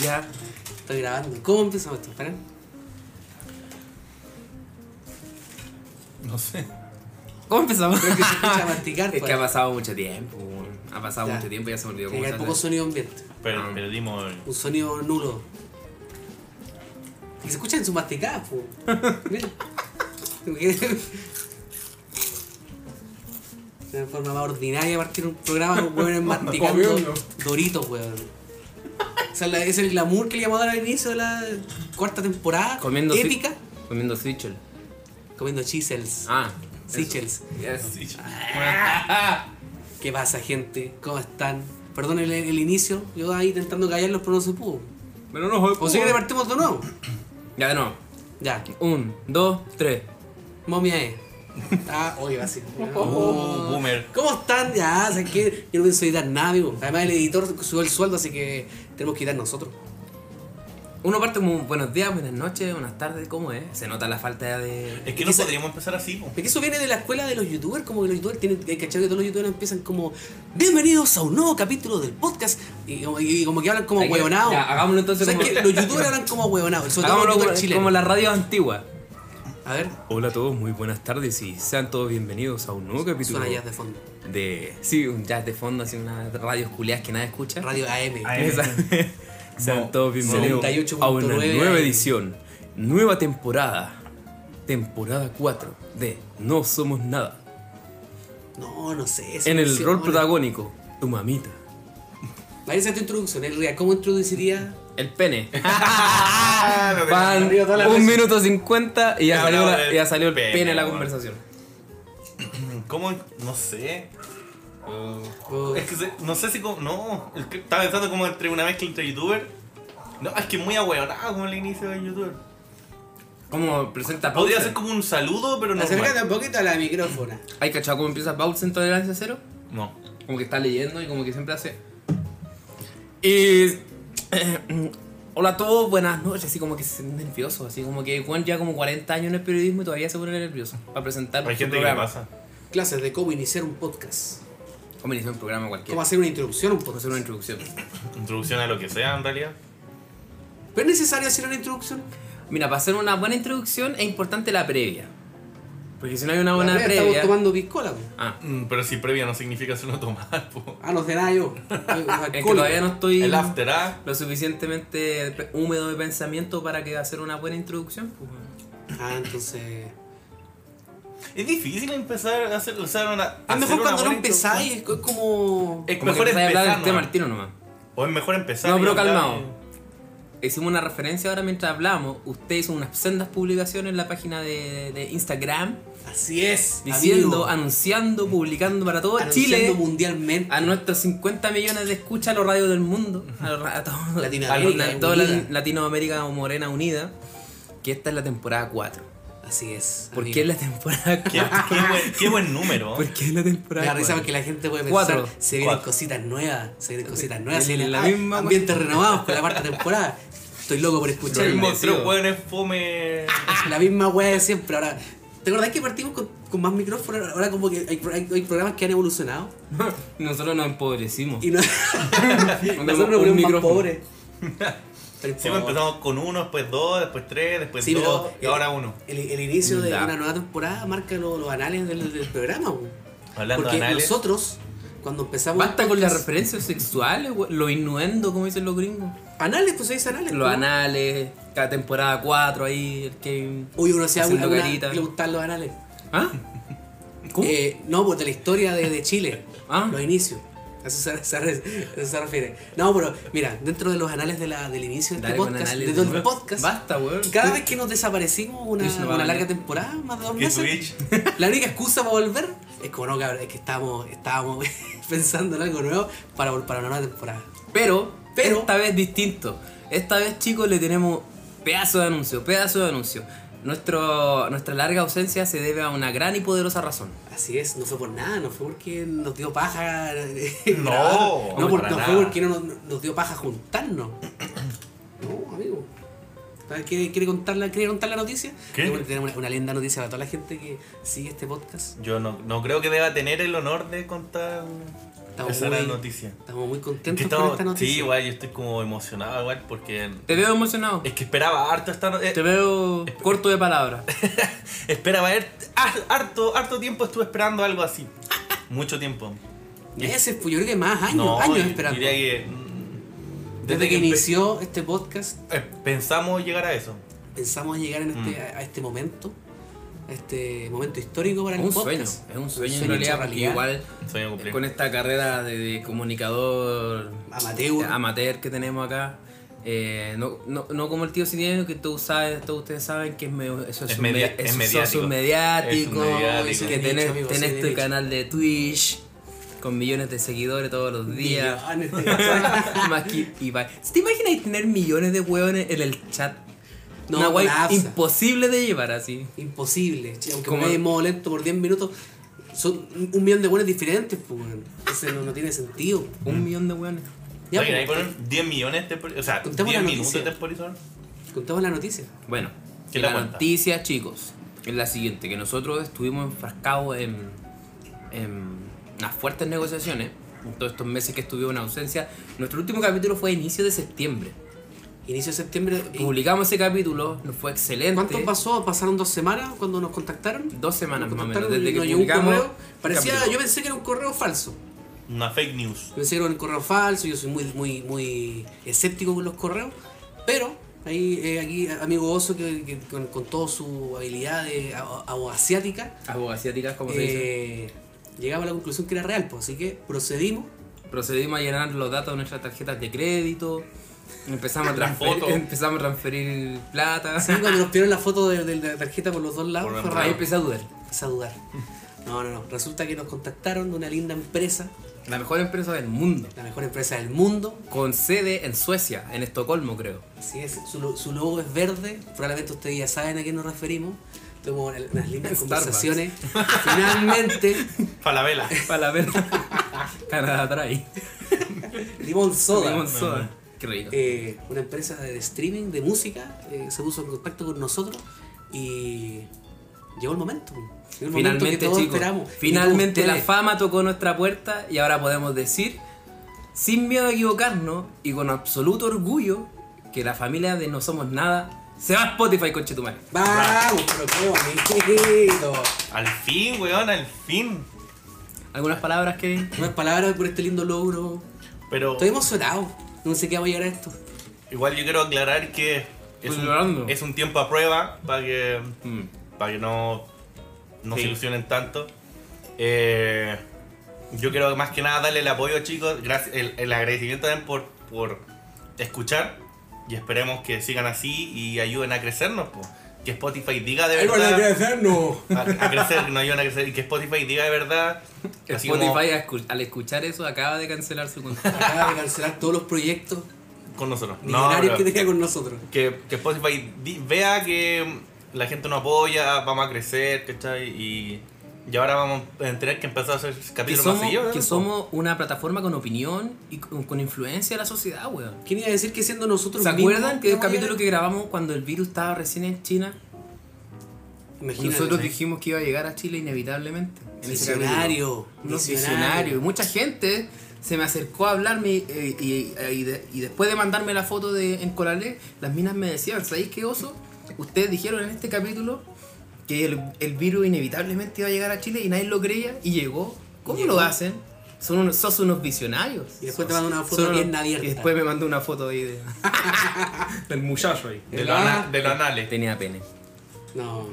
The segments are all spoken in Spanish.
Ya, estoy grabando. ¿Cómo empezamos esto? ¿Esperen? No sé. ¿Cómo empezamos? Creo que se escucha masticar. Es que ha pasado mucho tiempo. Ha pasado mucho tiempo y ya se me olvidó cómo hay se poco sonido ambiente. Pero dimos. Un sonido nulo. Y se escucha en su masticada, po. Mira. Una forma más ordinaria de partir un programa con hueones masticando Doritos, weón. O sea, es el glamour que le llamó a dar al inicio de la cuarta temporada. Comiendo épica. Comiendo Switchel. Comiendo chisels. Ah. Seychelles. Yes. ¿Qué pasa, gente? ¿Cómo están? Perdón el inicio. Yo ahí intentando callarlos, pero no se pudo. Pero no ¿O si que partimos de nuevo? Ya de nuevo. Ya. 1, 2, 3. Momia oye, va así. Boomer. ¿Cómo están? Ya, ¿sabes qué? Yo no pienso editar nada, amigo. Además, el editor subió el sueldo, así que tenemos que editar nosotros. Uno parte como buenos días, buenas noches, buenas tardes, ¿cómo es? Se nota la falta de... Es que no podríamos empezar así, po. Es que eso viene de la escuela de los youtubers, como que los youtubers tienen que cachar que todos los youtubers empiezan como bienvenidos a un nuevo capítulo del podcast y como que hablan como huevonados. Hagámoslo entonces ¿Sabes como... qué? Los youtubers hablan como huevonados, sobre todo los Hagámoslo youtubers chilenos. como la radio antigua. A ver, Hola a todos, muy buenas tardes y sean todos bienvenidos a un nuevo capítulo suena jazz de fondo. de... Sí, un jazz de fondo, así unas radios culiadas que nadie escucha. Radio AM. Sean todos bienvenidos 98.9 a una nueva edición, nueva temporada, temporada 4 de No Somos Nada. No sé. En el rol protagónico, tu mamita. Vaya a ser tu introducción, Elria. ¿Cómo introduciría? El pene. No Van arriba toda la 1 vez. minuto 50 y ya Hablaba salió, del ya salió el pene, pene en la weón. conversación. ¿Cómo? No sé. Oh. Es que no sé si como. No. Es que estaba pensando como entre una mezcla entre youtuber. No, es que es muy ahueonado como el inicio de youtuber. ¿Cómo presenta Podría Paulsen? ser como un saludo, pero no. Acércate un poquito a la micrófona. ¿Hay cachado cómo empieza Paulsen en Tolerancia Cero? No. Como que está leyendo y como que siempre hace... Y... hola a todos, buenas noches. Así como que se siente nervioso. Así como que Juan ya como 40 años en el periodismo y todavía se pone nervioso para presentar Hay su gente que le programa. pasa. Clases de cómo iniciar un podcast. Como iniciar un programa cualquiera. Cómo hacer una introducción a un Vamos a podcast. hacer una introducción. Introducción a lo que sea en realidad. ¿Pero es necesario hacer una introducción? Mira, para hacer una buena introducción es importante la previa. Porque si no hay una buena Estamos previa... tomando piscola, po. Ah, Pero si previa no significa hacerlo tomar, po. Ah, no sé nada yo. es que todavía no estoy El after, ¿ah? lo suficientemente húmedo de pensamiento para que hacer una buena introducción. Pues, bueno. Ah, entonces... Es difícil empezar a hacer, o sea, Es mejor cuando no empezáis, es como... Es Como mejor que empezar a hablar empezar, del tema ¿no? al tiro nomás. O es mejor empezar. No, y pero hablar calmado. Hicimos una referencia ahora mientras hablamos. Usted hizo unas sendas publicaciones en la página de Instagram Así es, diciendo, amigo. anunciando, publicando para todo Anunciando Chile, mundialmente. a nuestros 50 millones de escuchas a los radios del mundo, a todo- Latinoamérica a toda unida. Latinoamérica morena unida, que esta es la temporada 4. Así es. ¿Por amigo. qué es la temporada 4? Qué buen número. ¿Por qué es la Me temporada da risa 4? porque la gente puede pensar, Cuatro. se vienen Cuatro. cositas nuevas, se vienen cositas nuevas, En se vienen la misma ambientes renovados con la cuarta temporada. Estoy loco por Los escuchar mismos Bendecido. tres hueones fome. la misma wea de siempre. Ahora, ¿te acordás que partimos con más micrófonos? Ahora como que hay programas que han evolucionado. Nosotros nos empobrecimos. Y no, Tenemos nosotros nos un ponemos más micrófono. pobres. Pero Sí, pues empezamos con uno, después dos, después tres, después Sí, dos, pero y ahora uno. El inicio de Ya. una nueva temporada marca los anales del programa. Po. Hablando Porque de anales. nosotros, cuando empezamos... Basta el con las podcast- referencias sexuales, lo innuendo, como dicen los gringos. Anales, pues se dice anales. Los po. anales, cada temporada 4 ahí, el que... Uy, uno se haciendo habla carita. que le gustan los anales. ¿Ah? ¿Cómo? No, pues de la historia de Chile. Ah. Los inicios. A eso se refiere. No, pero mira, dentro de los anales del inicio de Dale este con podcast, anales de todo el podcast, Basta, weón. cada vez que nos desaparecimos Twitch no va una a larga venir. temporada, más de 2 ¿Qué meses, Twitch? la única excusa para volver es como no, cabrón, es que estábamos pensando en algo nuevo para una nueva temporada. Pero Pero- esta vez distinto. Esta vez, chicos, le tenemos pedazo de anuncio, pedazo de anuncio. Nuestra larga ausencia se debe a una gran y poderosa razón. Así es, no fue por nada, no fue porque nos dio paja. No, grabar. no, no para fue nada. porque nos dio paja juntarnos. No, amigo. ¿Quiere contar la noticia? ¿Qué? Porque tenemos una linda noticia para toda la gente que sigue este podcast. Yo no creo que deba tener el honor de contar Esa era la noticia. Estamos muy Que contentos con estamos- esta noticia. Sí, igual, yo estoy como emocionado igual porque Te veo emocionado. es que esperaba harto esta Te veo corto de palabras. esperaba ver harto tiempo estuve esperando algo así. Mucho tiempo. Meses, pues yo creo que más años yo esperando. diría que Desde que inició este podcast, pensamos llegar a eso. pensamos llegar a este momento. Este momento histórico para el Es un podcast. sueño, es un sueño en realidad, hecho porque realidad. igual Sueño cumplido. con esta carrera de comunicador Amateur. que tenemos acá, no como el tío Cineo, que todos ustedes saben que es medio, eso Es un media- me- es eso mediático. un mediático, Es un mediático. que Ese tenés, nicho, amigo, tenés ese tu nicho. canal de Twitch con millones de seguidores todos los días. Más que Ibai. ¿Te imaginas tener millones de hueones en el chat? No, Una guay colapsa. imposible de llevar así. Imposible. Che, aunque Como- me vaya en modo lento por 10 minutos, son 1 millón de buenos diferentes, pues, weón. Entonces no tiene sentido. 1 millón de hueones. Ya, Oye, ahí pues, ponen 10 millones de o sea, Contemos 10 la minutos noticia. de temporizador. contamos la noticia. Bueno, ¿Qué la la cuenta? noticia, chicos, es la siguiente, que nosotros estuvimos enfrascados en unas fuertes negociaciones, en todos estos meses que estuvimos en ausencia. Nuestro último capítulo fue a inicio de septiembre. Inicio de septiembre. Publicamos ese capítulo, nos fue excelente. ¿Cuánto pasó? ¿Pasaron 2 semanas cuando nos contactaron? 2 semanas Nos más o menos, contactaron desde y que nos llegó un publicamos. correo. Parecía, capítulo. yo pensé que era un correo falso. Una fake news. Yo pensé que era un correo falso, yo soy muy escéptico con los correos. Pero ahí aquí amigo Oso que con toda su habilidad de asiática Abogacíaticas, como se dice. llegaba a la conclusión que era real, pues, así que procedimos. Procedimos a llenar los datos de nuestras tarjetas de crédito. Empezamos a La foto. transferir plata. Sí, cuando nos pidieron la foto de la tarjeta por los dos lados, Por fue la- raro. Ahí empecé a dudar. Empecé a dudar. No. Resulta que nos contactaron de una linda empresa, La mejor empresa del mundo. la mejor empresa del mundo. Con sede en Suecia, en Estocolmo, creo. Así es, su logo es verde. Probablemente ustedes ya saben a qué nos referimos. Tuvimos unas lindas Starbucks. conversaciones. Finalmente, Para la vela. Para la verdad. Canadá trae. Limón Soda. Limón soda. Qué rico. Una empresa de streaming, de música, se puso en contacto con nosotros y llegó el momento. Llegó el momento Finalmente, que todos chicos. esperamos. Finalmente Y la todos ustedes. fama tocó nuestra puerta y ahora podemos decir, sin miedo a equivocarnos y con absoluto orgullo, que la familia de No Somos Nada se va a Spotify, conchetumare. Vamos, pero qué bonito. Al fin, weón, al fin. ¿Algunas palabras, Kevin? Unas palabras por este lindo logro. Pero Estoy emocionado. No sé qué va a llegar a esto. igual yo quiero aclarar que Estoy llorando. es un tiempo a prueba para que no se Sí. ilusionen tanto. Yo quiero más que nada darle el apoyo, chicos, gracias, el agradecimiento también por escuchar y esperemos que sigan así y ayuden a crecernos, po. Que Spotify diga de verdad crecernos! a crecer, que nos ayuden a crecer y que Spotify diga de verdad así como Spotify al escuchar eso acaba de cancelar su contrato. Acaba de cancelar todos los proyectos con nosotros. millonarios pero que tenía con nosotros. que Spotify vea que la gente nos apoya, vamos a crecer, ¿cachai? Y ahora vamos a tener que empezar a hacer Que capítulos más somos, seguidos. que ¿no? somos una plataforma con opinión y con influencia de la sociedad, weón. ¿Quién iba a decir que siendo nosotros ¿Se mismos acuerdan que el íbamos a capítulo llegar? que grabamos cuando el virus estaba recién en China? Imagínate, Nosotros ¿sí? dijimos que iba a llegar a Chile inevitablemente. En ese Visionario, capítulo. Unos visionarios. Y mucha gente se me acercó a hablarme y después de mandarme la foto en Colalé, las minas me decían, ¿sabéis qué oso? Ustedes dijeron en este capítulo que el virus inevitablemente iba a llegar a Chile y nadie lo creía y llegó. ¿Cómo Llegó. lo hacen? Sos unos visionarios. Y después te mando una foto Son unos- bien abierta. Y después me mandó una foto ahí del muchacho ahí. De los anales. Tenía pene. No.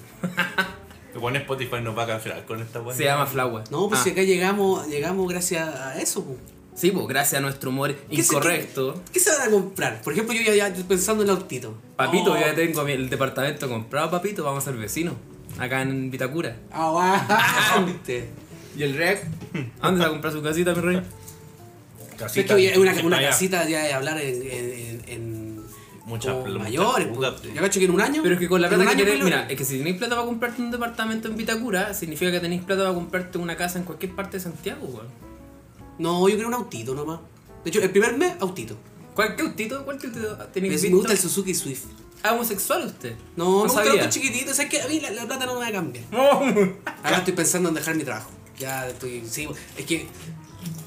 Que pone Spotify nos va a cancelar con esta weá. Se llama Flower. No, pues Ah. si acá llegamos gracias a eso. Pues. Sí, pues gracias a nuestro humor ¿Qué se- incorrecto. ¿Qué se van a comprar? Por ejemplo, yo ya estoy pensando en el autito. Papito, Oh. ya tengo el departamento comprado, papito, vamos a ser vecinos. Acá en Vitacura. Aguante. ¿Y el rec? ¿A dónde se va a comprar su casita, mi rey? Es que hoy es una allá. casita ya de hablar en Muchas como muchas mayores. lucas, Pues. sí. Yo cacho que en un año. Pero es que con la en plata un que año, tenés, pues, mira, es que si tenéis plata para comprarte un departamento en Vitacura, significa que tenéis plata para comprarte una casa en cualquier parte de Santiago, weón. No, yo quiero un autito nomás. De hecho, el primer mes, autito. ¿Cuál autito tenéis Me gusta el Suzuki Swift. ¿Ah, homosexual usted? No, me gusta el sabía. auto chiquitito. O sea, es que a mí la plata no me va a cambiar. Ahora estoy pensando en dejar mi trabajo. Ya estoy. Sí, es que.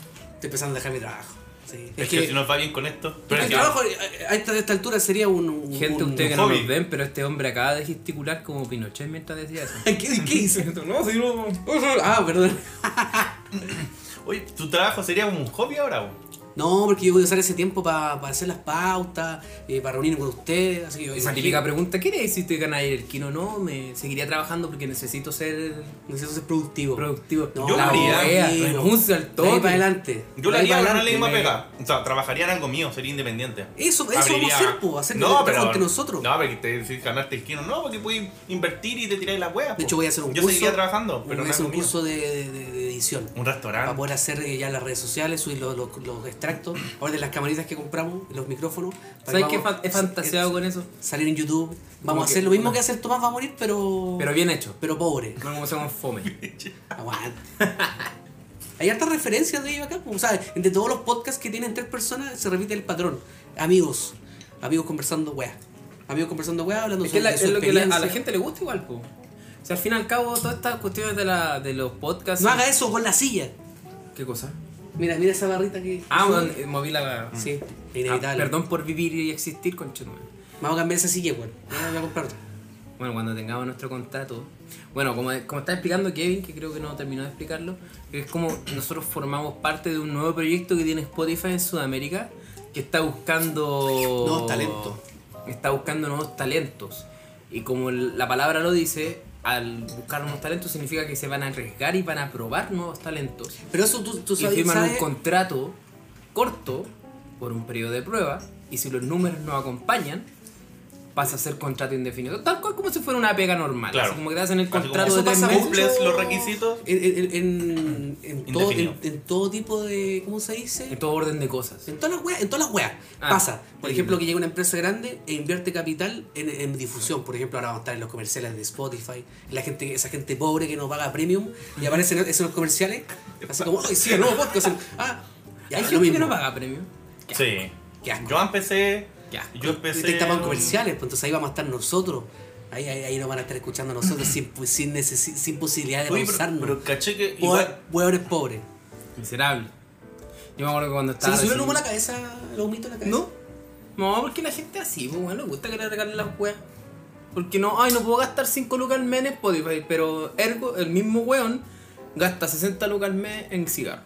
Estoy empezando a dejar mi trabajo. Sí. Es que si nos va bien con esto. Pero el es que- trabajo a esta altura sería un Gente, un ustedes que no hobby. nos ven, pero este hombre acaba de gesticular como Pinochet mientras decía eso. ¿Qué hice? No, si no. Ah, perdón. Oye, ¿tu trabajo sería como un hobby ahora? ¿O? No, porque yo voy a usar ese tiempo para hacer las pautas, para reunirme con ustedes. Así que yo Esa imagino- típica pregunta, ¿qué eres si te ganas el Kino? No, me seguiría trabajando porque necesito ser Necesito ser productivo. productivo. No, Yo la haría, wea, amigo. renuncio al De ahí toque. para adelante. Yo lo De ahí haría, para pero no le adelante. misma pega. O sea, trabajaría en algo mío, sería independiente. Eso vamos a hacer, po, hacer trabajo entre nosotros. No, porque te decís ganarte el kino, no, porque puedes invertir y te tiráis la wea. De hecho, voy a hacer un Yo curso. seguiría trabajando, pero voy no a hacer es un curso de edición. un Para restaurante. poder hacer ya las redes sociales, subir los extractos, ahora de las camaritas que compramos, los micrófonos. para ¿Sabes que qué vamos- he fantaseado con eso? Salir en YouTube. Vamos a que- hacer lo mismo que hace el Tomás va a morir, pero Pero bien hecho. pero pobre. No como somos fome. Aguante. Hay hartas referencias de ello acá. O sea, entre todos los podcasts que tienen 3 personas se repite el patrón. Amigos conversando weá. Amigos conversando weá, hablando Es que sobre es su lo que a la experiencia. gente le gusta igual, po. O sea, al fin y al cabo, todas estas cuestiones de los podcasts... No haga eso con la silla. ¿Qué cosa? Mira esa barrita que... Ah, bueno, moví la... Sí, Ah, inevitable. perdón por vivir y existir, conchetumare. Vamos a cambiar esa silla, weón. Voy a comprar otra. Bueno, cuando tengamos nuestro contrato. Bueno, como está explicando Kevin, que creo que no terminó de explicarlo, es como nosotros formamos parte de un nuevo proyecto que tiene Spotify en Sudamérica, que está buscando Nuevos talentos. Está buscando nuevos talentos. Y como la palabra lo dice, al buscar nuevos talentos significa que se van a arriesgar y van a probar nuevos talentos. Pero eso tú Y sabes... firman ¿sabes? un contrato corto por un periodo de prueba, y si los números no acompañan, pasa a ser contrato indefinido. Tal cual como si fuera una pega normal. Claro. Así como que te hacen el Así como contrato de eso 3 pasa meses. cumples los requisitos. En todo tipo de... ¿Cómo se dice? En todo orden de cosas. En todas las weas. Ah, Pasa. Por sí. ejemplo, que llega una empresa grande e invierte capital en difusión. Por ejemplo, ahora vamos a estar en los comerciales de Spotify. Esa gente pobre que no paga premium y aparecen esos en los comerciales. Así como, ¡ay, sí, el nuevo podcast! Ya, Hay lo gente que mismo. no paga premio. Sí. Qué asco. Yo empecé. Qué asco. Yo empecé. Te tapan comerciales, pues entonces ahí vamos a estar nosotros. Ahí nos van a estar escuchando a nosotros sin posibilidad de Oye, pausarnos. pero caché que igual. Hueones pobres. Miserable. Yo me acuerdo que cuando ¿Se estaba. le subió el recién- humo a la cabeza, el humito a la cabeza? No. No, porque la gente así, pues bueno, le gusta que le regalen las weas. Porque no, ay, no puedo gastar 5 lucas al mes en Spotify, pero ergo, el mismo weón gasta 60 lucas al mes en cigarro.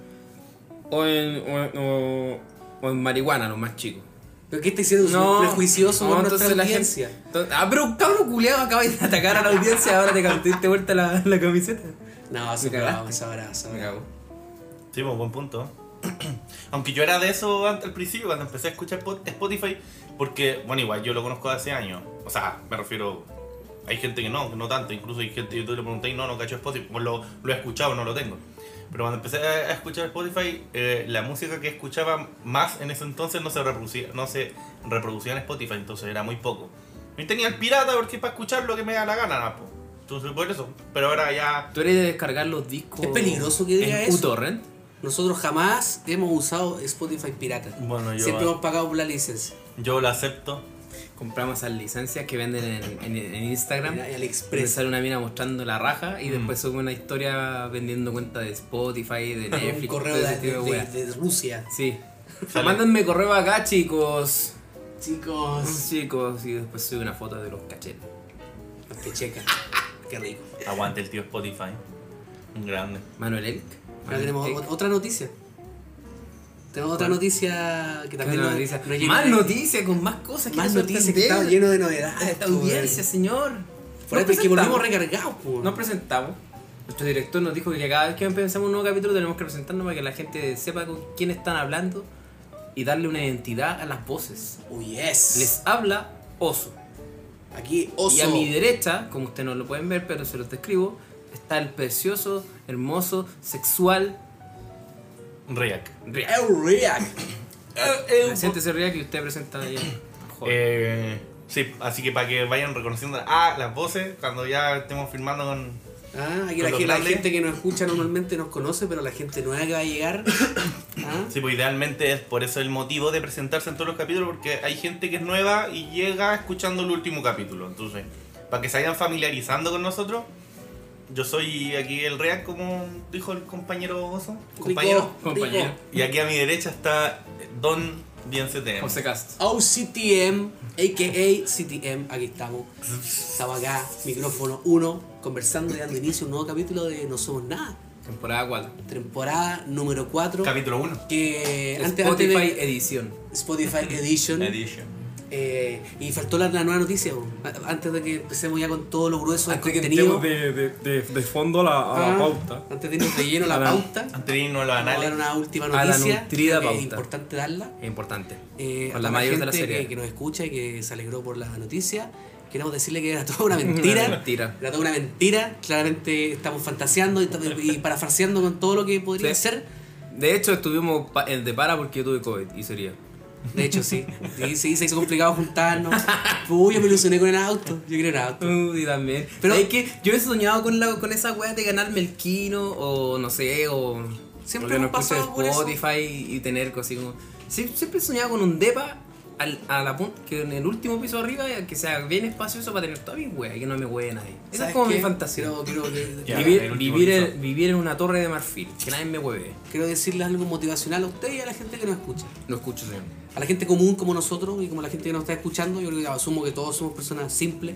O en marihuana, los más chicos. ¿Pero qué está diciendo? ¿Es un prejuicioso por nuestra entonces la audiencia? gente. Pero un cabro culeado acaba de atacar a la audiencia, ahora te diste vuelta la camiseta. No, Me cagaste. ese abrazo. Me cago. Sí, pues, buen punto. Aunque yo era de eso antes, al principio, cuando empecé a escuchar Spotify, porque, bueno, igual yo lo conozco hace años. O sea, me refiero. Hay gente que no tanto. Incluso hay gente que tú le preguntáis, no cacho Spotify. Pues lo he escuchado, no lo tengo. Pero cuando empecé a escuchar Spotify, la música que escuchaba más en ese entonces no se reproducía en Spotify, entonces era muy poco. Yo tenía el pirata porque para escuchar lo que me da la gana, ¿no? Po. Entonces por eso. Pero ahora ya. ¿Tú eres de descargar los discos? Es peligroso que diga en eso. uTorrent? Nosotros jamás hemos usado Spotify pirata. Bueno, Siempre hemos pagado por la licencia. yo lo acepto. Compramos esas licencias que venden en Instagram. En Me AliExpress. sale una mina mostrando la raja y después sube una historia vendiendo cuenta de Spotify, de Netflix. Un correo todo ese tipo de weas. de Rusia. Sí. Sale. Mándenme correo acá, chicos. Chicos. Chicos, y después sube una foto de los cachetes. Te checa. Qué rico. Aguante el tío Spotify. Un grande. Manuel Eric. Ahora tenemos otra noticia. Tenemos otra noticia que también Más nos llena más de- noticias con más cosas. Más quiero noticias que sorprender. estaba lleno de novedades. Esta audiencia, señor. Por ahí Nos porque volvimos presentamos. recargados, po. Nos presentamos. Nuestro director nos dijo que cada vez que empezamos un nuevo capítulo tenemos que presentarnos para que la gente sepa con quién están hablando y darle una identidad a las voces. Oh, yes. Les habla Oso. Aquí, oso. Y a mi derecha, como ustedes no lo pueden ver, pero se los describo, está el precioso, hermoso, sexual React. Riak. React. Siéntese Riak que usted presenta ahí. Joder. Sí, así que para que vayan reconociendo las voces cuando ya estemos filmando con. Aquí Con los la grandes. gente que nos escucha normalmente nos conoce, pero la gente nueva que va a llegar. Sí, pues idealmente es por eso el motivo de presentarse en todos los capítulos, porque hay gente que es nueva y llega escuchando el último capítulo. Entonces, para que se vayan familiarizando con nosotros, Yo soy aquí el React, como dijo el compañero Oso. Rico. Compañero. Y aquí a mi derecha está Don Bien CTM. José Cast. OCTM, a.k.a. CTM, aquí estamos. Estamos acá, micrófono 1, conversando y dando inicio a un nuevo capítulo de No Somos Nada. Temporada 4. Temporada número 4. Capítulo 1. Que Spotify de Edición. Spotify Edition. Y faltó la nueva noticia, bro. Antes de que empecemos ya con todo lo grueso del Antes que contenido. entremos de fondo a la pauta. Antes de irnos de lleno a la pauta. Antes de irnos a los Vamos a dar anales. una última A la noticia. nutrida Creo que es pauta. importante darla. Es importante. A Con la la mayor de la gente serie. que nos escucha y que se alegró por la noticia, queremos decirle que era toda una mentira. Una mentira. Era toda una mentira. Claramente estamos fantaseando y parafraseando con todo lo que podría Sí. ser. De hecho, estuvimos de para porque yo tuve COVID y sería. De hecho, sí. Sí, se hizo complicado juntarnos. Uy, yo me ilusioné con el auto. Yo quería el auto. Y también. Pero- Pero es que yo he soñado con esa weá de ganarme el Kino o no sé, o. Siempre porque no hemos escucho pasado por eso. Spotify y tener cosas así como. Siempre he soñado con un depa a la punta, que en el último piso arriba que sea bien espacioso para tener toda mi weá y que no me huee nadie. Esa ¿Sabes es como qué? mi fantasía. Quiero Ya, el último Vivir en una torre de marfil, que nadie me hueve. quiero decirles algo motivacional a ustedes y a la gente que nos escucha. Lo escucho, señor. A la gente común como nosotros y como la gente que nos está escuchando, yo creo que asumo que todos somos personas simples.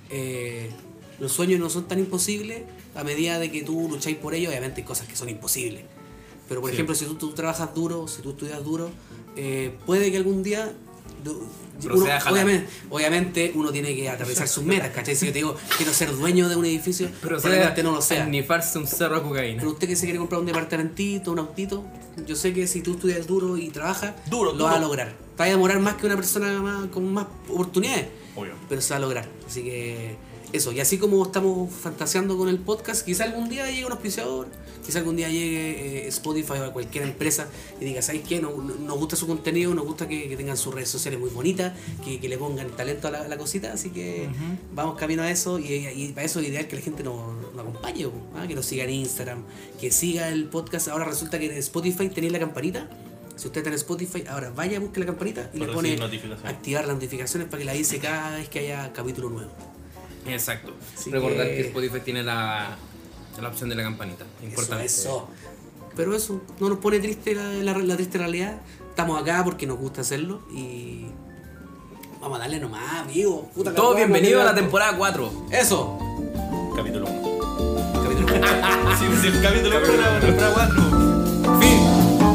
Los sueños no son tan imposibles a medida de que tú lucháis por ellos. Obviamente hay cosas que son imposibles. Pero por ejemplo, si tú trabajas duro, si tú estudias duro, puede que algún día... Proceda a jalar. Obviamente uno tiene que aterrizar sus metas, ¿cachai? Si yo te digo, quiero ser dueño de un edificio, Pero probablemente no lo sea. Nifarse un cerro de cocaína. Pero usted que se quiere comprar un departamentito, un autito, yo sé que si tú estudias duro y trabajas, Duro, lo vas a duro. lograr. Te vas a demorar más que una persona con más oportunidades, Obvio. pero se va a lograr. Así que eso, y así como estamos fantaseando con el podcast, quizá algún día llegue un auspiciador, quizá algún día llegue Spotify o cualquier empresa y diga, ¿sabes qué? Nos gusta su contenido, nos gusta que tengan sus redes sociales muy bonitas, que le pongan talento a la cosita, así que vamos camino a eso y para eso es ideal que la gente nos acompañe, ¿ah? Que nos siga en Instagram, que siga el podcast. Ahora resulta que en Spotify tenéis la campanita. Si usted está en Spotify, ahora vaya, busque la campanita y Para le pone recibir notificaciones. activar las notificaciones para que la avise cada vez que haya capítulo nuevo. Exacto. Así Recordar que- que Spotify tiene la opción de la campanita. Importante. Eso. Pero eso, no nos pone triste la triste realidad. Estamos acá porque nos gusta hacerlo y vamos a darle nomás, amigo. Puta, Todo la bienvenido a la weá, temporada 4. Eso. Capítulo 1. Capítulo Sí, el capítulo 1 era temporada 4. Fin.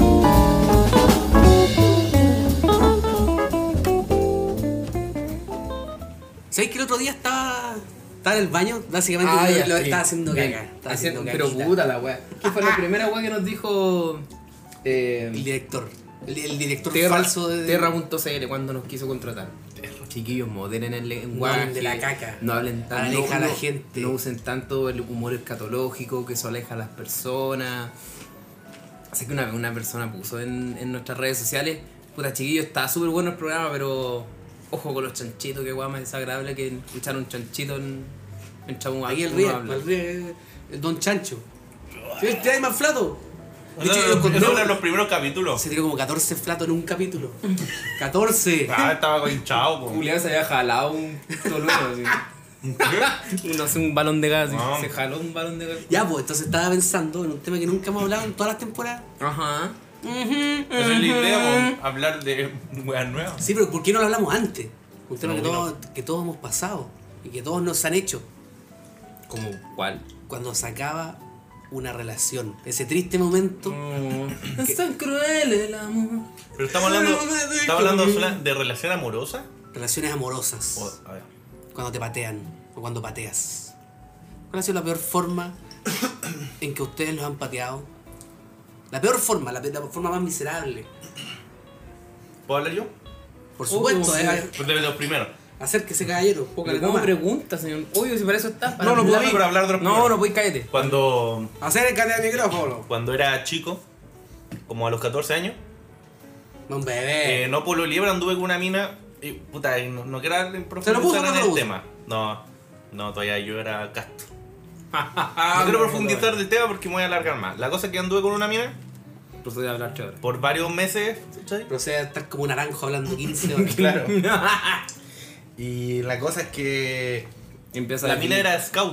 ¿Sabéis que el otro día estaba en el baño? Básicamente lo estaba haciendo Bien. caca. Estaba haciendo Pero caquita. puta la weá. ¿Qué fue la primera weá que nos dijo El director. El director Terra, falso de... Terra.cl cuando nos quiso contratar? Chiquillos, moderen el lenguaje. hablen de la caca. No hablen tanto. Aleja a la gente. No usen tanto el humor escatológico que eso aleja a las personas. Así que una persona puso en nuestras redes sociales: puta, chiquillos, está súper bueno el programa, pero ojo con los chanchitos, que weá más desagradable que escuchar un chanchito en Chabón. Ahí el Don Chancho. ¿Te hay más flato? De hecho, yo encontré- Esos eran los primeros capítulos. Se tiró como 14 flatos en un capítulo. 14. Estaba hinchado, po. Julián se había jalado un tolueno así. No sé, un balón de gas. así. Ah. Se jaló un balón de gas. Ya, pues, entonces estaba pensando en un tema que nunca hemos hablado en todas las temporadas. Ajá. Esa es la idea, po, hablar de weas nuevas. Sí, pero ¿por qué no lo hablamos antes? Un tema No, que todos hemos pasado y que todos nos han hecho. ¿Como cuál? Cuando se acaba una relación. Ese triste momento. Es tan cruel el amor. Pero estamos hablando sola de relación amorosa. Relaciones amorosas. A ver. Cuando te patean o cuando pateas. ¿Cuál ha sido la peor forma en que ustedes los han pateado? La peor forma, la forma más miserable. ¿Puedo hablar yo? Por supuesto, sí. Pues de los primeros. acérquese caballero, póngale ¿Cómo nomás. pregunta, señor? Obvio, si para eso está. Para No, no hablar. puedo ir, pero hablar de los No, primeros. no puedes cállate. Cuando Acércate al micrófono. era chico, como a los 14 años, No, un bebé. no por lo libre anduve con una mina y puta, y no quiero ¿Se lo puso o profundizar no en se lo el puso? tema. No, todavía yo era casto. Ah, No quiero profundizar del tema porque me voy a alargar más. La cosa es que anduve con una mina Procede a hablar chévere. por varios meses, ¿cachai? Procede a estar como un naranjo hablando 15 horas. Claro. Y la cosa es que Empieza la a mina definir. era scout.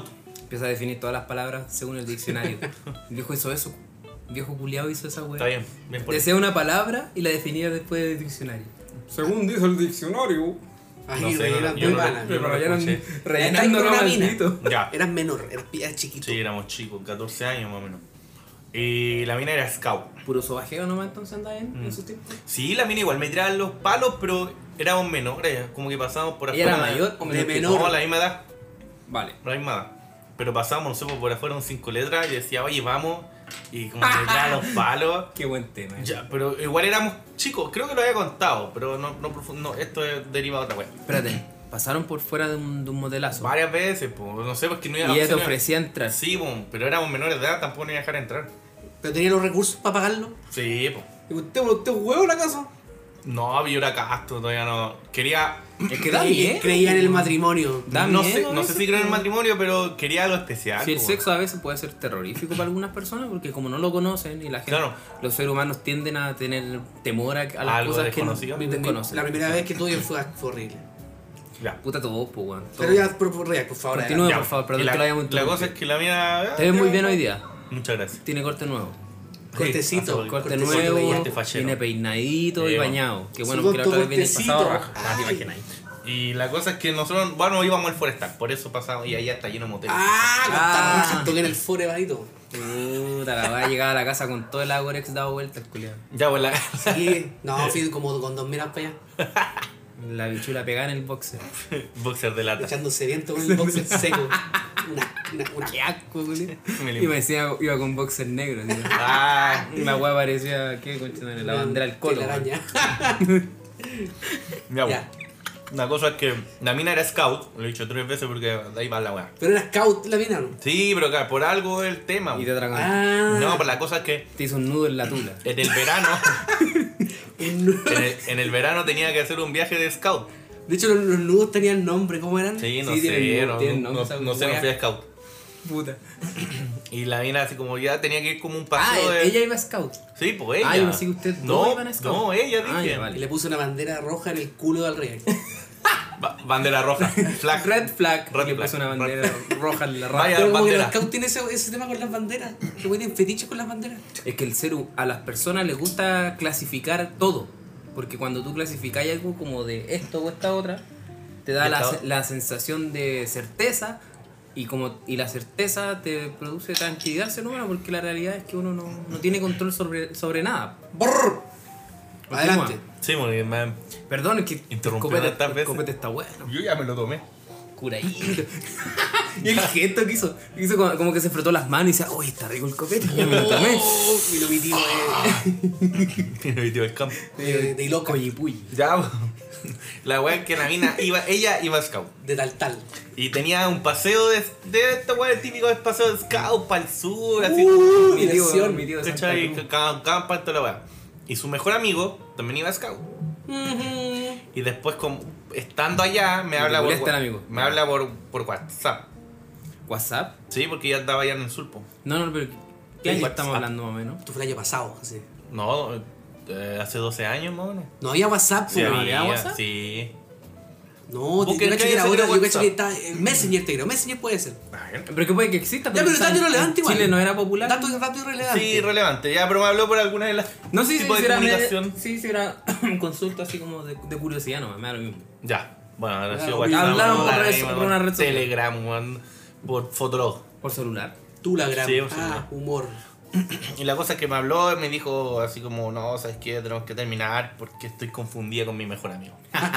Empieza a definir todas las palabras según el diccionario. El viejo hizo eso. El viejo culiado hizo esa Está weá. bien, bien por Decía una palabra y la definía después del diccionario. Según dice el diccionario. Ay, No sé, rellenan yo de no- pana. yo no lo escuché. Rellenando Con la una mina. maldito. Ya. Eras menor, eras chiquito. Sí, éramos chicos, 14 años más o menos. Y la mina era scout. Puro sobajeo nomás entonces andaba en esos tiempos. Sí, la mina igual me tiraban los palos, pero éramos menores, como que pasábamos por ¿Ella era afuera. mayor o de menor? que tú? menor. No, la misma edad. Vale. La misma edad. Pero pasábamos, no sé, por afuera un 5 letras y decía, oye, vamos. Y como que me tiraban los palos. Qué buen tema. Ya, pero igual éramos chicos, creo que lo había contado, pero no, esto deriva de otra wea. Espérate, pasaron por fuera de un modelazo. Varias veces, pues, no sé, porque no Y iba ella te ofrecía entrar. Sí, pues, pero éramos menores de edad, tampoco nos iba a dejar entrar. Pero tenía los recursos para pagarlo. Sí, pues. ¿Y usted huevo la casa? No, yo era casto, todavía no. Quería. Es que da miedo. Creía en el matrimonio. Da no miedo sé, a no sé veces, si creo en el pues. matrimonio, pero quería algo especial. Si el pues. sexo a veces puede ser terrorífico para algunas personas, porque como no lo conocen y la gente, Claro. los seres humanos tienden a tener temor a las Algo cosas que no desconocido. desconocen. La primera vez que tuve fue horrible. Ya. Puta todos, pues, weón. Pero ya, por favor. Continúa, Ya, por favor, y perdón la, que lo hayamos la interrumpido. cosa es que la mía. Te ves muy bien hoy día. Muchas gracias. Tiene corte nuevo. Cortecito. Sí, Corte cortecito nuevo, bellante. corte fachero. viene peinadito y Sí, bañado. Qué bueno, Su porque la otra vez viene cortecito. pasado raja. Ay. Más te imagináis. Y la cosa es que nosotros, bueno, íbamos al forestal, por eso pasamos, y allá está lleno de moteles. Ah, toqué en el fore bajito. Puta, la va a llegar a la casa con todo el Agorex dado vuelta el culiado. Ya, pues la, Sí, no, fui como con 2000 para allá. La bichula pegada en el boxer. boxer de lata. Echándose viento con el boxer seco. Una Qué asco, culiado. Me Y me decía, iba con boxer negro. Tío. Ah, La weá parecía, ¿qué concha? La bandera del colo. telaraña. ya, pues. Ya. La cosa es que la mina era scout, lo he dicho 3 veces porque de ahí va la weá. Pero era scout la mina, ¿no? Sí, pero claro, por algo es el tema. Y te atragantó. Ah. No, pero la cosa es que Te hizo un nudo en la tula. en el verano, en el verano tenía que hacer un viaje de scout. De hecho, los nudos tenían nombre, ¿cómo eran? Sí, no Sí, sé, tienen no, tienen no, nombre, no, esa no sé, no wea. fui a scout. Puta. Y la mina así como ya tenía que ir como un Ah, paseo de... ella iba a scout. Sí, pues ella. Ah, yo pensé que ustedes no, dos iban a scout. No, ella Ah, dije. ya, vale. Y le puse una bandera roja en el culo del rey. Bandera roja. Flag. Red flag. Red Le flag. puso una bandera roja en la raja. Vaya. Pero como que bandera. los scouts tienen ese tema con las banderas. Que tienen fetiches con las banderas. Es que a las personas les gusta clasificar todo. Porque cuando tú clasificas algo como de esto o esta otra, te da la sensación de certeza. Y la certeza te produce tranquilidad, número, porque la realidad es que uno no tiene control sobre nada. ¡Brrr! Continúa. Adelante. Sí, porque me... Perdón, es que Interrumpió el tantas veces. copete está bueno. Yo ya me lo tomé. Curadito. Y el gesto que hizo como que se frotó las manos y dice, uy, está rico el copete. Y yo me lo tomé. Oh, y lo mití Me metió el campo. de Iloca. Coyipuy. Ya, pues. La weá es que la mina ella iba a scout. De tal. Y tenía un paseo de esta weá típico de paseo de scout para el sur, así. Mi tío, Diversión. mi tío de Santa ¿Cachai? Cruz. Cada parte de la weá. Y su mejor amigo también iba a scout. Y después, como estando allá, me te habla culiaste al amigo. Me habla por WhatsApp. ¿WhatsApp? Sí, porque ya estaba allá en el sur, po. No, pero ¿qué Sí, año WhatsApp. estamos hablando más o menos? Esto fue el año pasado. Así. No, hace 12 años más o menos. No había WhatsApp. Sí, po. ¿había WhatsApp? Sí. No, ¿Vos yo qué cacho que era crees que otra. era Yo cacho que WhatsApp? está. Messenger te creo. Messenger puede ser. Pero que puede que exista. Ya, pero quizás dato en irrelevante igual. Chile no era popular. Dato irrelevante. Sí, relevante. Ya, pero me habló por alguna de las No, sí, tipos sí, de era comunicación. sí, era un consulta así como de curiosidad, no, me da lo mismo. Ya. Bueno, ahora Ya, sí, hablamos por ahora eso, mismo, por una red social. Telegram, weón, por Fotolog. Por celular. Tú la gran. Sí, o sea, humor. Y la cosa es que me habló y me dijo así como, no, ¿sabes qué? Tenemos que terminar porque estoy confundida con mi mejor amigo.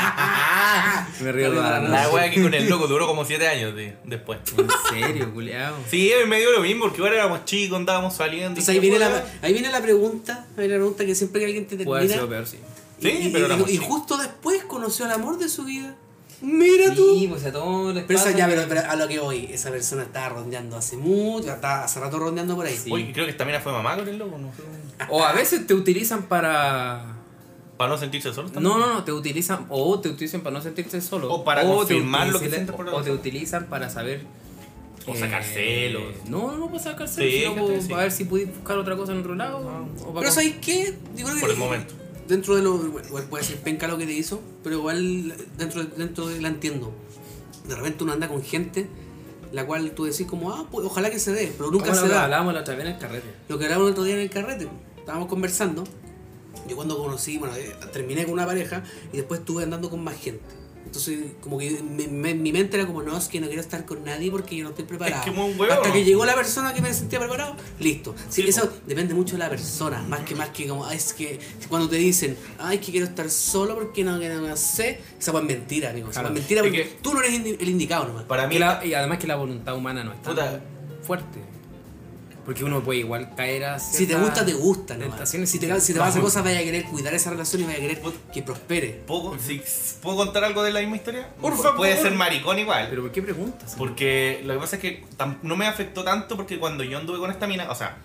Me río de Dale, la dale, La wea que con el loco duró como 7 años después. En serio, culiao. Sí, me dio lo mismo porque ahora éramos chicos, andábamos saliendo. Entonces ahí viene la pregunta. Ahí viene la pregunta que siempre que alguien te Puede haber termina. sido peor, sí. Sí, pero éramos y chicos. justo después conoció al amor de su vida. Mira tú. Sí, pues a todos les Pero, pasa pero a lo que voy, esa persona estaba rondeando hace mucho, estaba hace rato rondeando por ahí. Sí. Oye, creo que esta mina fue mamá con el loco, ¿no? O a veces te utilizan para... Para no sentirse solo también. No, te utilizan para no sentirse solo. O para te confirmar lo que utilizan- sientes por la O otra. te utilizan para saber... O sacar celos. No para sacar celos, Sí, sino fíjate, sí. para ver si pudiste buscar otra cosa en otro lado. o para Pero ¿sabes qué? Yo creo que Por el momento. dentro de lo... bueno, igual puede ser penca lo que te hizo, pero igual dentro de la entiendo. De repente uno anda con gente la cual tú decís como, pues, ojalá que se dé, pero nunca Como se lo que da. hablábamos la otra vez en el carrete. Lo que hablábamos el otro día en el carrete, estábamos conversando. Yo cuando conocí, terminé con una pareja y después estuve andando con más gente. Entonces, como que mi mente era como, no, es que no quiero estar con nadie porque yo no estoy preparado. Es que muy un huevo. Hasta que llegó la persona que me sentía preparado, listo. Sí, Sí, eso depende mucho de la persona, más que como, es que cuando te dicen, ay, que quiero estar solo porque no sé, esa es mentira, amigo. Esa Claro. es mentira Es porque que- tú no eres el indicado nomás. Para mí, Y además que la voluntad humana no es tan Puta. fuerte. Porque uno puede igual caer a Si te gusta, te gusta, nomás. tentaciones. Si te vas a hacer cosas, vaya a querer cuidar esa relación y vaya a querer que prospere. ¿puedo contar algo de la misma historia? Por favor. Puede ser maricón igual. Pero ¿por qué preguntas? Porque lo que pasa es que no me afectó tanto porque cuando yo anduve con esta mina, o sea,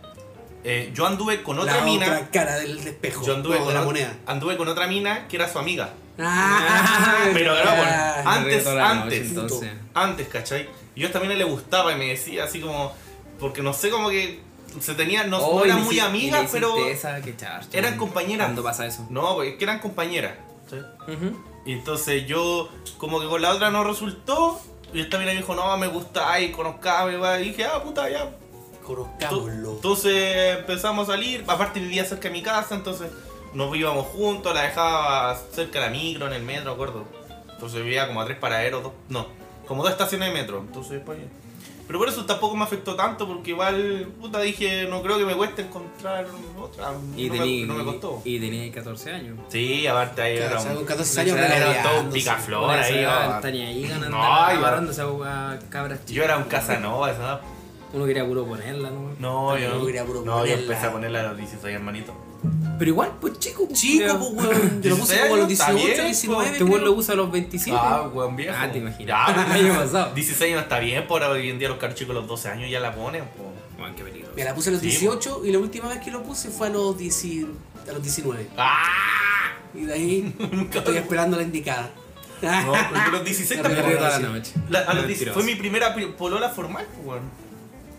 yo anduve con otra La mina. otra cara del espejo. Yo anduve o de la moneda. anduve con otra mina que era su amiga. Pero Pero no, Me reí toda la noche, antes, entonces. antes, ¿cachai? Y yo también le gustaba y me decía así como, porque no sé, como que se tenía, no Oh, y eran le muy hici- amigas, y le pero hiciste esa, qué charcha, eran man. compañeras. ¿Cuándo pasa eso? No, porque es que eran compañeras. ¿sí? Ujú. Y entonces yo, como que con la otra no resultó, y esta mina me dijo, no, me gusta, ay, conozcame, va. Y dije, ah, ya. Conozcámoslo. Entonces empezamos a salir, aparte vivía cerca de mi casa, entonces nos íbamos juntos, la dejaba cerca de la micro, en el metro, ¿de acuerdo? Entonces vivía como a 3 paraderos, como 2 estaciones de metro, entonces pues... Pero por eso tampoco me afectó tanto, porque igual, dije, no creo que me cueste encontrar otra, no me costó. Y tenía 14 años. Sí, aparte ahí Claro, era o sea, un... con 14 años era todo un peleándose. picaflor ahí. No tenía ahí ganas de No, andar yo- agarrándose a cabras chicas. Yo era un Casanova, ¿sabes? Uno quería puro ponerla, ¿no? No, yo Yo no. quería puro No, yo ponerla. empecé a ponerla a los 16, hermanito. Pero igual, pues chico. Chico, pues weón. Yo lo puse 16 como a los años, está 18, bien, 19. Este weón creo. lo usa a los 27. Weón viejo. Ah, te imaginas. Ya, El año pasado. 16 no está bien, por hoy en día los caros chicos a los 12 años ya la ponen, po. Man, qué peligro. Me la puse a los Sí, 18 y la última vez que lo puse fue a los 19. ¡Ah! Y de ahí estoy esperando la indicada. No, porque a los 16 Me Me también. río toda la sí. noche. A los 16 Mentiroso. fue mi primera polola formal, pues, weón.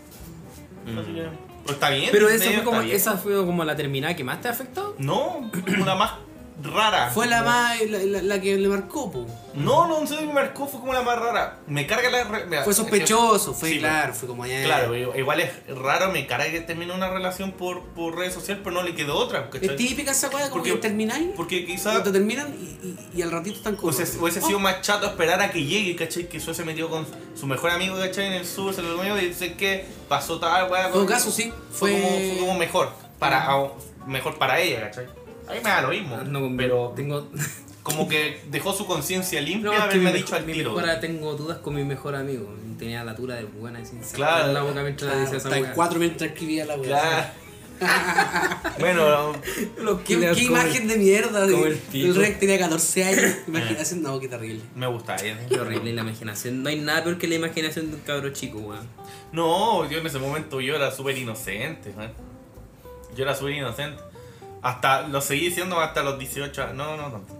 Así que- Pero está bien. Pero 16 esa fue, como, está bien. esa fue como la terminada que más te afectó. No, como la más rara. Fue la más la que le marcó, po. No sé, me marcó, fue como la más rara. Me carga la... mira, Fue sospechoso, fue Sí, claro, fue como allá. Claro, igual es raro, me carga que termine una relación por redes sociales, pero no le quedó otra. ¿cachai? Es típica esa weá, como Porque- que termináis, Porque quizás te terminan y al ratito están con hubiese otro. sido más chato esperar a que llegue, ¿cachai? Que se metió con su mejor amigo, ¿cachai? En el sur, se lo comió y dice que pasó tal, weá. En todo caso, sí, Fue como mejor, mejor para ella, ¿cachai? A mí me da lo mismo, No, pero tengo. como que dejó su conciencia limpia No, es que haberme dicho al tiro. tengo dudas con mi mejor amigo. Tenía la tula de buena y sincera. Claro. En la boca mientras le decía esa Está en weá. 4 mientras escribía la weá. Claro. Bueno, Los ¿Qué culiados como imagen de mierda? como De, el pico. el rey tenía 14 años. Imaginación, no, qué terrible. me gusta ella. Qué horrible la imaginación. No hay nada peor que la imaginación de un cabro chico, weón. No, yo en ese momento yo era súper inocente, ¿no? Yo era súper inocente. Hasta, lo seguí siendo hasta los 18 años. No tanto.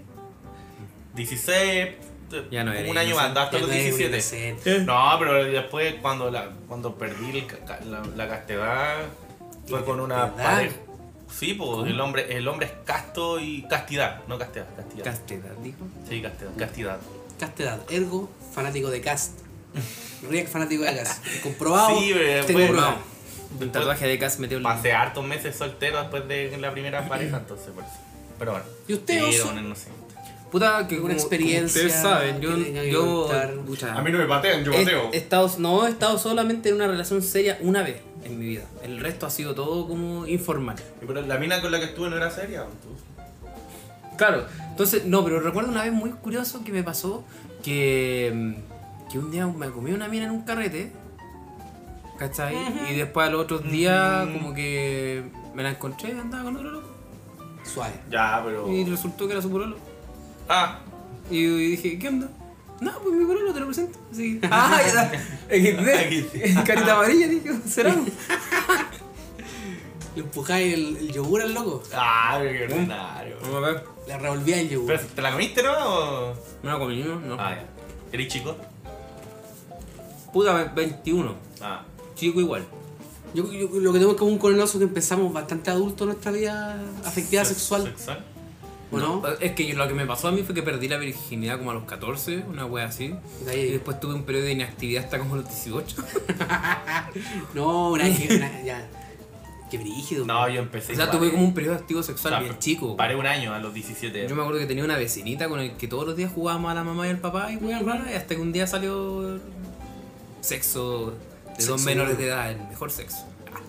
16, Ya no como eres un año más, inocente. hasta Ya los no eres 17. inocente. No, pero después cuando perdí la castidad, fue con una ¿Castidad? pareja. Sí, pues el hombre es casto y castidad, no castidad, castidad. Castedad, dijo. Sí, castidad. Castedad, ergo, fanático de Cast. Riek, fanático de Cast. Comprobado. Sí, tengo fue- probado. Un tatuaje de Cas metió el. Pasé hartos meses soltero después de la primera pareja, entonces por eso. Pero bueno. ¿Y usted, Era oso? un inocente. Puta, que Una como experiencia ustedes saben, que tenga que yo contar. pucha, A mí no me patean, yo pateo. he estado solamente en una relación seria una vez en mi vida. El resto ha sido todo como informal. Pero la mina con la que estuve no era seria. Entonces. Claro, entonces, no, pero recuerdo una vez muy curioso que me pasó que un día me comí una mina en un carrete, ¿cachai? Y después a los otros días como que me la encontré, andaba con otro loco. Suave. Ya, pero. Y resultó que era su pololo. Ah, Y dije, ¿qué onda? No, pues mi pololo te lo presento. Así. Ah, ya. XD. Carita amarilla, dije, ¿será? Le empujáis el yogur al loco. qué ordinario. Vamos a ver. Le revolvía el yogur. Pero, ¿te la comiste, no? O... No la comí, ¿no? Ah, ya. ¿Eres chico? Puta, 21. Ah. Chico igual. Yo lo que tengo en común con el oso es que empezamos bastante adultos nuestra vida afectiva sexual. ¿Sexual? ¿O no? Es que lo que me pasó a mí fue que perdí la virginidad como a los 14, una wea así. De ahí- Y después tuve un periodo de inactividad hasta como los 18. No, ya. Qué brígido. No, yo empecé. O sea, igual. tuve como un periodo activo sexual O sea, bien chico. Paré un año a los 17. Yo me acuerdo que tenía una vecinita con el que todos los días jugábamos a la mamá y al papá y weas raras, y hasta que un día salió sexo de Sexo dos menores duro. de edad, el mejor sexo.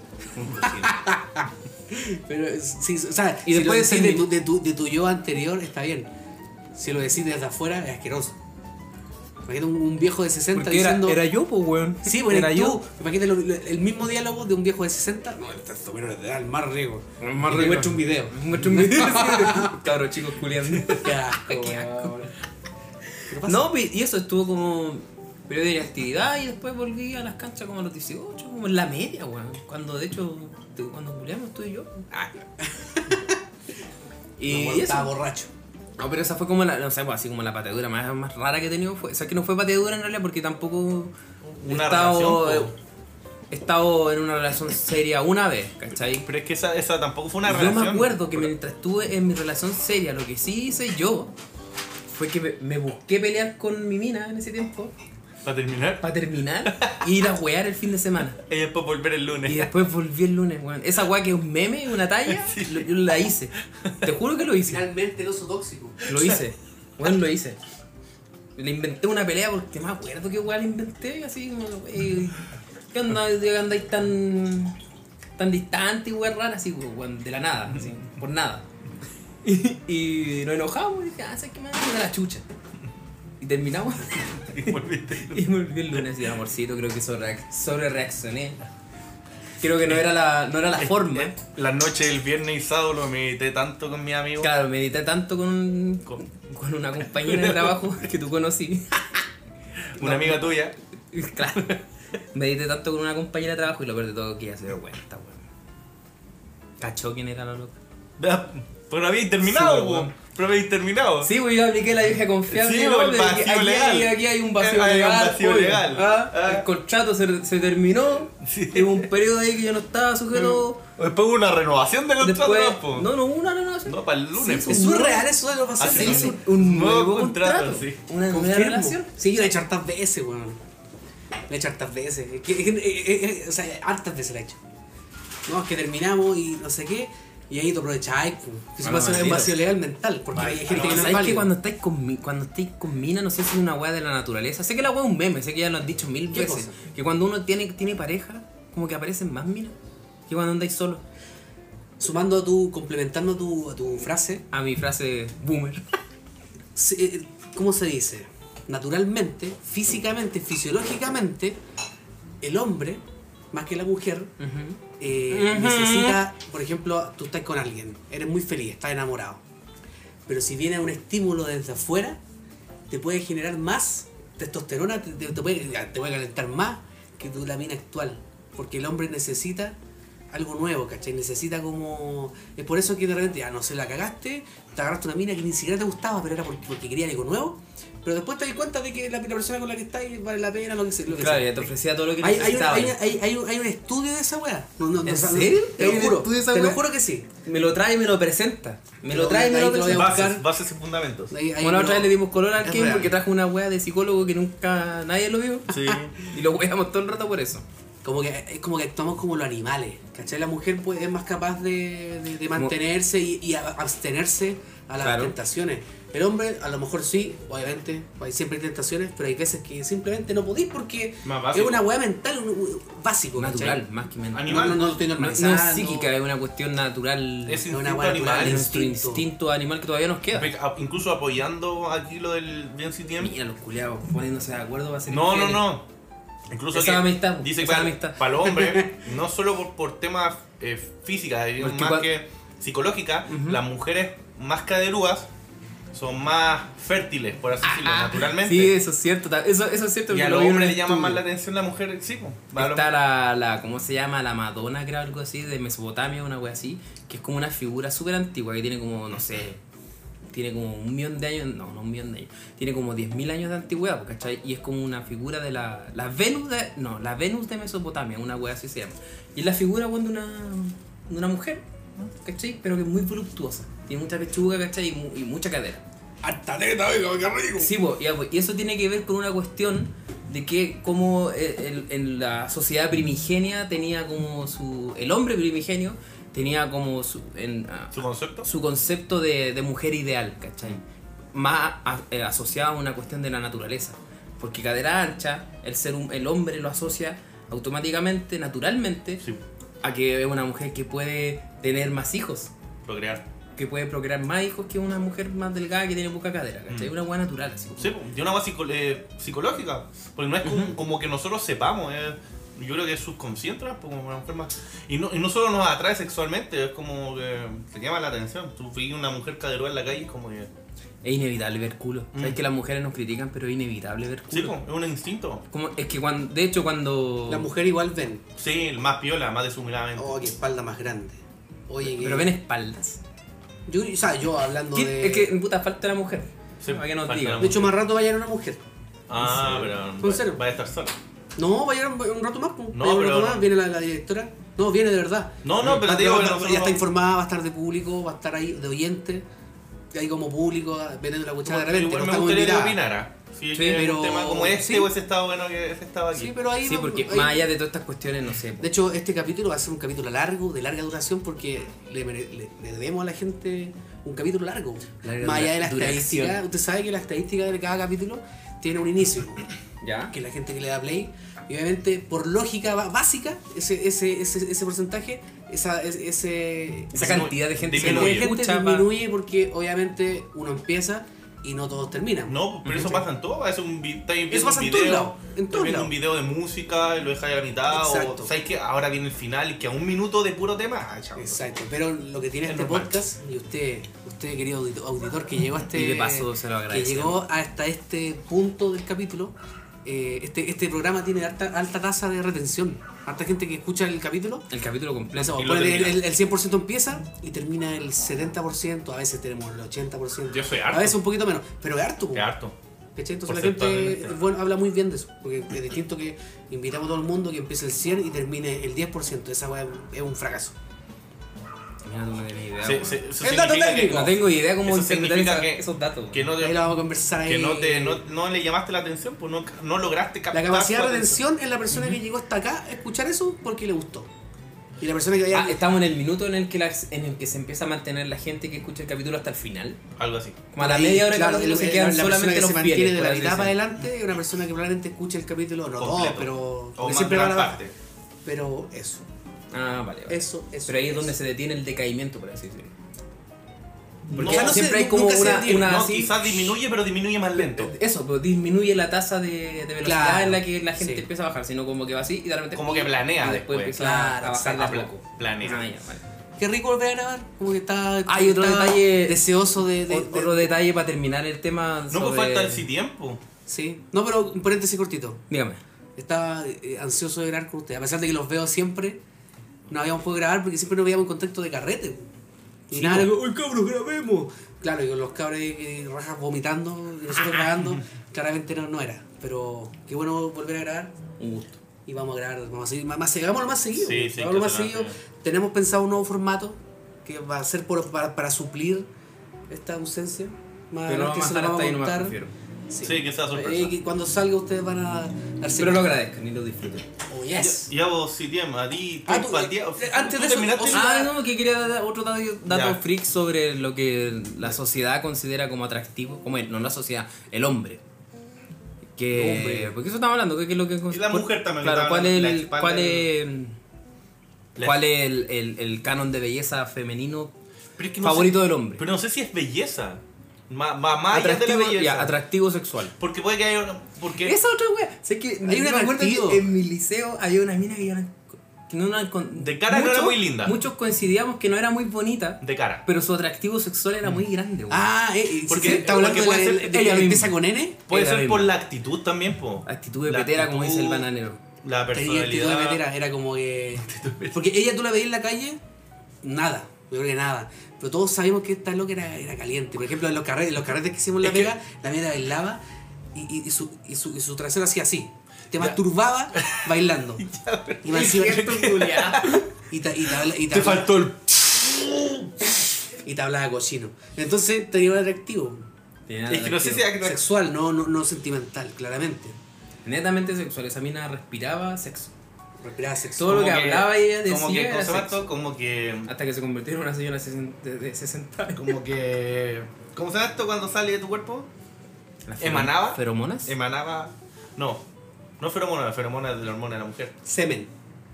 Pero sí, o sea, Y si después lo decís en de tu yo anterior, está bien. Si lo decís desde afuera, es asqueroso. Imagínate un viejo de 60 Porque diciendo. era yo, pues weón. Sí, bueno, era tú. yo. Imagínate el mismo diálogo de un viejo de 60. No, estos menores de edad, el más rico. Más Y te rico. muestra un video. Muestro un video así de cabros chicos culiando. Qué asco, Qué asco. weón. ¿Qué pasa? No, y eso estuvo como periodo de inactividad y después volví a las canchas como a los 18, como en la media, weón. Cuando de hecho, cuando culiamos tú y yo. Y No, bueno, estaba eso. borracho. No, pero esa fue como la, no sé, pues así como la pateadura más rara que he tenido. O sea, que no fue pateadura en realidad porque tampoco Una relación, he estado en una relación seria una vez, ¿cachai? Pero es que esa tampoco fue una Yo relación. me acuerdo que mientras estuve en mi relación seria, lo que sí hice yo fue que me busqué pelear con mi mina en ese tiempo Para terminar. para terminar e ir a wear el fin de semana. Y después volver el lunes. Y después volví el lunes, weón. Esa weá que es un meme, una talla, yo la hice. Te juro que lo hice. Finalmente el oso tóxico. Lo hice. Weón, lo hice. Le inventé una pelea porque me acuerdo que weá la inventé, así como, ¿qué onda? ¿De que andáis tan distante y weá rara? Así, weón, de la nada, así, por nada. Y nos enojamos y dije, ¿sabes qué más? De la chucha. Y terminamos Y volviste. y me volví el lunes y amorcito, creo que sobre reaccioné. Creo que no era la forma. La noche del viernes y sábado lo medité tanto con mis amigos. Claro, medité tanto con una compañera de trabajo que tú conocí. Una amiga tuya. Claro. Medité tanto con una compañera de trabajo y lo peor de todo que ya se dio cuenta, weón. ¿Cachó quién era la loca? Pero habéis terminado, Sí, po. weón. Pero habéis terminado. Sí, pues yo apliqué la vieja confianza. Sí, ¿no? el De vacío que aquí legal. Aquí hay un vacío Hay un legal. vacío pues. legal. El contrato se terminó. Sí. Hubo un periodo ahí que yo no estaba sujeto. Después hubo una renovación de contrato, Después. po. No hubo una renovación. No, para el lunes, Sí, po. Es surreal eso de los pacientes. Ah, Se sí. hizo un Nuevo nuevo contrato, contrato. sí. Una nueva Confirmo. relación. Sí, yo la he hecho hartas veces, weón. La he hecho hartas veces. O sea, hartas veces la he hecho. No, es que terminamos y no sé qué. Y ahí tú aprovecháis, pues. Eso Bueno, pasa en un maldito. vacío legal mental. Porque hay gente que no es ¿Sabes que válida. cuando estáis con mina, no sé si es una weá de la naturaleza? Sé que la weá es un meme, sé que ya lo han dicho mil ¿Qué veces. cosa? Que cuando uno tiene pareja, como que aparecen más minas que cuando andáis solo. Sumando complementando a tu frase, A mi frase boomer. ¿cómo se dice? Naturalmente, físicamente, fisiológicamente, el hombre, más que la mujer, necesita, por ejemplo, tú estás con alguien, eres muy feliz, estás enamorado. Pero si viene un estímulo desde afuera, te puede generar más testosterona, te puede calentar más que la mina actual. Porque el hombre necesita algo nuevo, ¿cachai? Necesita como... Es por eso que de repente, ya no sé, la cagaste, te agarraste una mina que ni siquiera te gustaba, pero era porque quería algo nuevo. Pero después te das cuenta de que la persona con la que estás vale la pena, lo que sea. Claro, ya te ofrecía todo lo que Hay un necesitabas. hay un estudio de esa weá. No, ¿En serio? Te ¿Hay lo un juro. estudio de esa Te lo weá? juro que sí. Me lo trae y me lo presenta. Me lo trae y me Ahí lo te lo voy a presenta. buscar. Bases y fundamentos. Bueno, otra vez le dimos color al es Ken real. porque trajo una wea de psicólogo que nunca nadie lo vio. Sí. Y lo weamos todo el rato por eso. Es como que actuamos como los animales, ¿cachai? La mujer es más capaz de mantenerse y abstenerse a las Claro. tentaciones. El hombre, a lo mejor sí, obviamente, siempre hay tentaciones, pero hay veces que simplemente no podís porque Más básico. es una weá mental, básico, ¿cachai? Natural, más que mental. Animal. No lo estoy No, no normalizando. es psíquica, es una cuestión natural. Es una instinto buena animal. naturaleza. nuestro instinto animal que todavía nos queda. Incluso apoyando aquí lo del bien CTM. Mira los culiados poniéndose de acuerdo para hacer No, no, infieles. no. Incluso Esa que amistad, dice esa que amistad. para los hombres, no solo por temas físicas, Porque más que psicológicas, las mujeres más caderúas son más fértiles, por así decirlo, naturalmente. Sí, eso es cierto. Eso es cierto. Y porque a lo los vi en un hombres le llaman más estudio. la atención la mujer, sí, pues. Está la ¿cómo se llama? La Madonna, creo, algo así, de Mesopotamia, una wea así, que es como una figura súper antigua, que tiene como, no sé, tiene como 1 millón de años, no 1 millón de años, tiene como 10.000 años de antigüedad, ¿cachai? Y es como una figura de la Venus de Mesopotamia, una wea así se llama. Y es la figura, weón, de una mujer, ¿cachai? Pero que es muy voluptuosa. tiene mucha pechuga, ¿cachai? Y mucha cadera. ¡Harta teta, oiga, qué rico! Sí, po, y eso tiene que ver con una cuestión de que como en la sociedad primigenia tenía como el hombre primigenio tenía como ¿Su concepto? su concepto de mujer ideal, ¿cachai? Más asociado a una cuestión de la naturaleza. Porque cadera ancha, el hombre lo asocia automáticamente, naturalmente, Sí, a que es una mujer que puede tener más hijos. procrear. Que puede procrear más hijos que una mujer más delgada que tiene poca cadera, ¿cachai? Una hueá natural, así. Sí, de una base psicológica. Porque no es como que nosotros sepamos, yo creo que es subconsciente, ¿no? Como una mujer más. Y no solo nos atrae sexualmente, es como que te llama la atención. Tú ves una mujer caderuda en la calle, es como que. Es inevitable ver culo. Sabes que las mujeres nos critican, pero es inevitable ver Sí, culo. es un instinto. Es que de hecho cuando... Las mujeres igual ven. Sí, más piola, más deshumiladamente. Oh, qué espalda más grande. Oye, que... Pero ven espaldas. Yo hablando de... Es que en puta falta la mujer. Sí, para que nos falta diga. la De hecho, más rato va a llegar una mujer. Ah, ¿En serio? pero va a estar sola. No, va a llegar un rato más. Pues. No, Va a llegar un pero rato más. no. Viene la directora. No, viene de verdad. No, pero Va- te digo va- que va- nosotros ya está no- informada, va a estar de público, va a estar ahí de oyente. Ahí como público, vendiendo la cuchara de repente. Igual No me estamos gustaría que invitados. opinara. Sí, Sí, que pero- un tema como este sí. hubiese estado bueno que ese estaba aquí. Sí, pero ahí... Sí, no- porque ahí- más allá de todas estas cuestiones, no sé. De hecho, este capítulo va a ser un capítulo largo, de larga duración, porque le debemos a la gente un capítulo largo. Larga Más allá de la duración. estadística, usted sabe que la estadística de cada capítulo tiene un inicio, ¿Ya? que la gente que le da play, y obviamente por lógica básica, ese porcentaje, esa cantidad de gente disminuye. que gente escucha, disminuye porque obviamente uno empieza y no todos terminan. No, pero eso pasa en todo. Es estáis viendo Eso pasa un en todos video, lados, en estás todos viendo lados. un video de música y lo dejáis a la mitad. Exacto. O sabes que ahora viene el final y que a un minuto de puro tema. Ah, chao. Exacto, pero lo que tiene Es este normal. podcast, y usted querido auditor que llegó a este... Y de paso se lo que agradecemos. llegó hasta este punto del capítulo, este programa tiene alta tasa de retención. Harta gente que escucha el capítulo. El capítulo completo. O sea, Y lo ponele termina. el 100% empieza y termina el 70%, a veces tenemos el 80%. Yo soy A harto. veces un poquito menos, pero es harto. po. Qué harto. ¿Cachai? Entonces la gente Porcentualmente. bueno, habla muy bien de eso, porque es distinto que invitamos a todo el mundo que empiece el 100 y termine el 10%. Esa weá es un fracaso. Mira, no tenía idea. Sí, weón. sí, eso El dato significa técnico. No tengo idea cómo Eso interpretar significa que- esos datos. que no Ahí te, lo vamos a conversar ahí. que no le llamaste la atención, pues no lograste La captar. capacidad su de atención. retención es la persona que llegó hasta acá a escuchar eso porque le gustó. Y la persona que vaya... Estamos en el minuto en el que se empieza a mantener la gente que escucha el capítulo hasta el final. Algo así. Como a la media hora de capítulo se quedan la persona solamente que los se mantiene fieles. de por la así mitad para decirlo. adelante es una persona que probablemente escuche el capítulo, no todo, Completo. pero O porque más siempre va a gran la parte. Pero eso, Ah, vale, vale. eso. Pero ahí es eso. donde se detiene el decaimiento, por así decirlo. Porque No, O sea, no siempre sé, hay como nunca sé una No, así- quizás disminuye, pero disminuye más lento. Eso, pues disminuye la tasa de velocidad Claro, en la que la gente sí. empieza a bajar, sino como que va así y de repente. Como que planea y después después. empieza Claro, a bajar de a exacto. poco. Planea. Ah, ya, vale. Qué rico volver a grabar, como que está... Hay otro está detalle- deseoso de Otro detalle para terminar el tema. No, pues sobre- falta el sí tiempo. Sí, no, pero un paréntesis cortito. Dígame. Estaba ansioso de grabar con ustedes, a pesar de que los veo siempre, no habíamos podido grabar porque siempre nos veíamos en contexto de carrete. Y Sí, nada, po. ¡uy cabros, grabemos! Claro, y con los cabros rajas vomitando y nosotros grabando, claramente no era. Pero qué bueno volver a grabar Un gusto. y vamos a grabar, vamos a seguir, hagámoslo más seguido. Sí, sí, hagámoslo que más se lo seguido. hace. Tenemos pensado un nuevo formato que va a ser para suplir esta ausencia. Más Pero adelante más se lo hasta vamos a ahí no me contar. prefiero. Sí, que sea sorpresa. Que cuando salga ustedes van a darse Pero lo cuenta. agradezcan y lo disfruten. Oh, yes. Ya vos, sí, tiempo, a ti, Ah, tú, a ti- antes ¿tú de eso, terminaste? o sea, Ah, no, que quería dar otro dato Ya. freak sobre lo que la sociedad considera como atractivo, como no la sociedad, el hombre. Que, Hombre. porque eso estamos hablando, ¿qué es lo que Y la mujer también, Claro, que ¿cuál está es la el, espalda cuál del- es, cuál es el canon de belleza femenino Pero es que no favorito sé- del hombre? Pero no sé si es belleza. Más allá de la Atractivo, belleza. ya, atractivo sexual. Porque puede que haya una. Porque Esa otra wea. Sé que Hay un me acuerdo atractivo. que en mi liceo había una mina que yo De cara no era muy linda. Muchos coincidíamos que no era muy bonita, de cara. pero su atractivo sexual era muy grande, weón. Ah, Porque- porque está hablando porque puede de ser de ella que misma. empieza con N. Puede Era ser misma. por la actitud también, po. Actitud de La petera, como actitud, dice el bananero. La Tenía actitud de personalidad. metera, era como que. Porque ella tú la veías en la calle, nada, yo creo que nada. Pero todos sabíamos que esta loca era caliente. Por ejemplo, en los carretes que hicimos en La Es que- Vega, la mina bailaba y su trasero hacía así. Te masturbaba bailando. Y me encima- y ta- y ta- y ta- Te faltó el. y te hablaba cochino. Entonces tenía un atractivo Es que no sé si sexual, no sentimental, claramente. Netamente sexual, esa mina respiraba sexo. Respiraba sexo. Todo lo que hablaba ella decía como que era sexo. como que Hasta que se convirtió en una señora de 60 años. como que ¿cómo se llama esto cuando sale de tu cuerpo? ¿Las ¿Emanaba? ¿Feromonas? Emanaba no feromona, la feromona de la hormona de la mujer. Semen.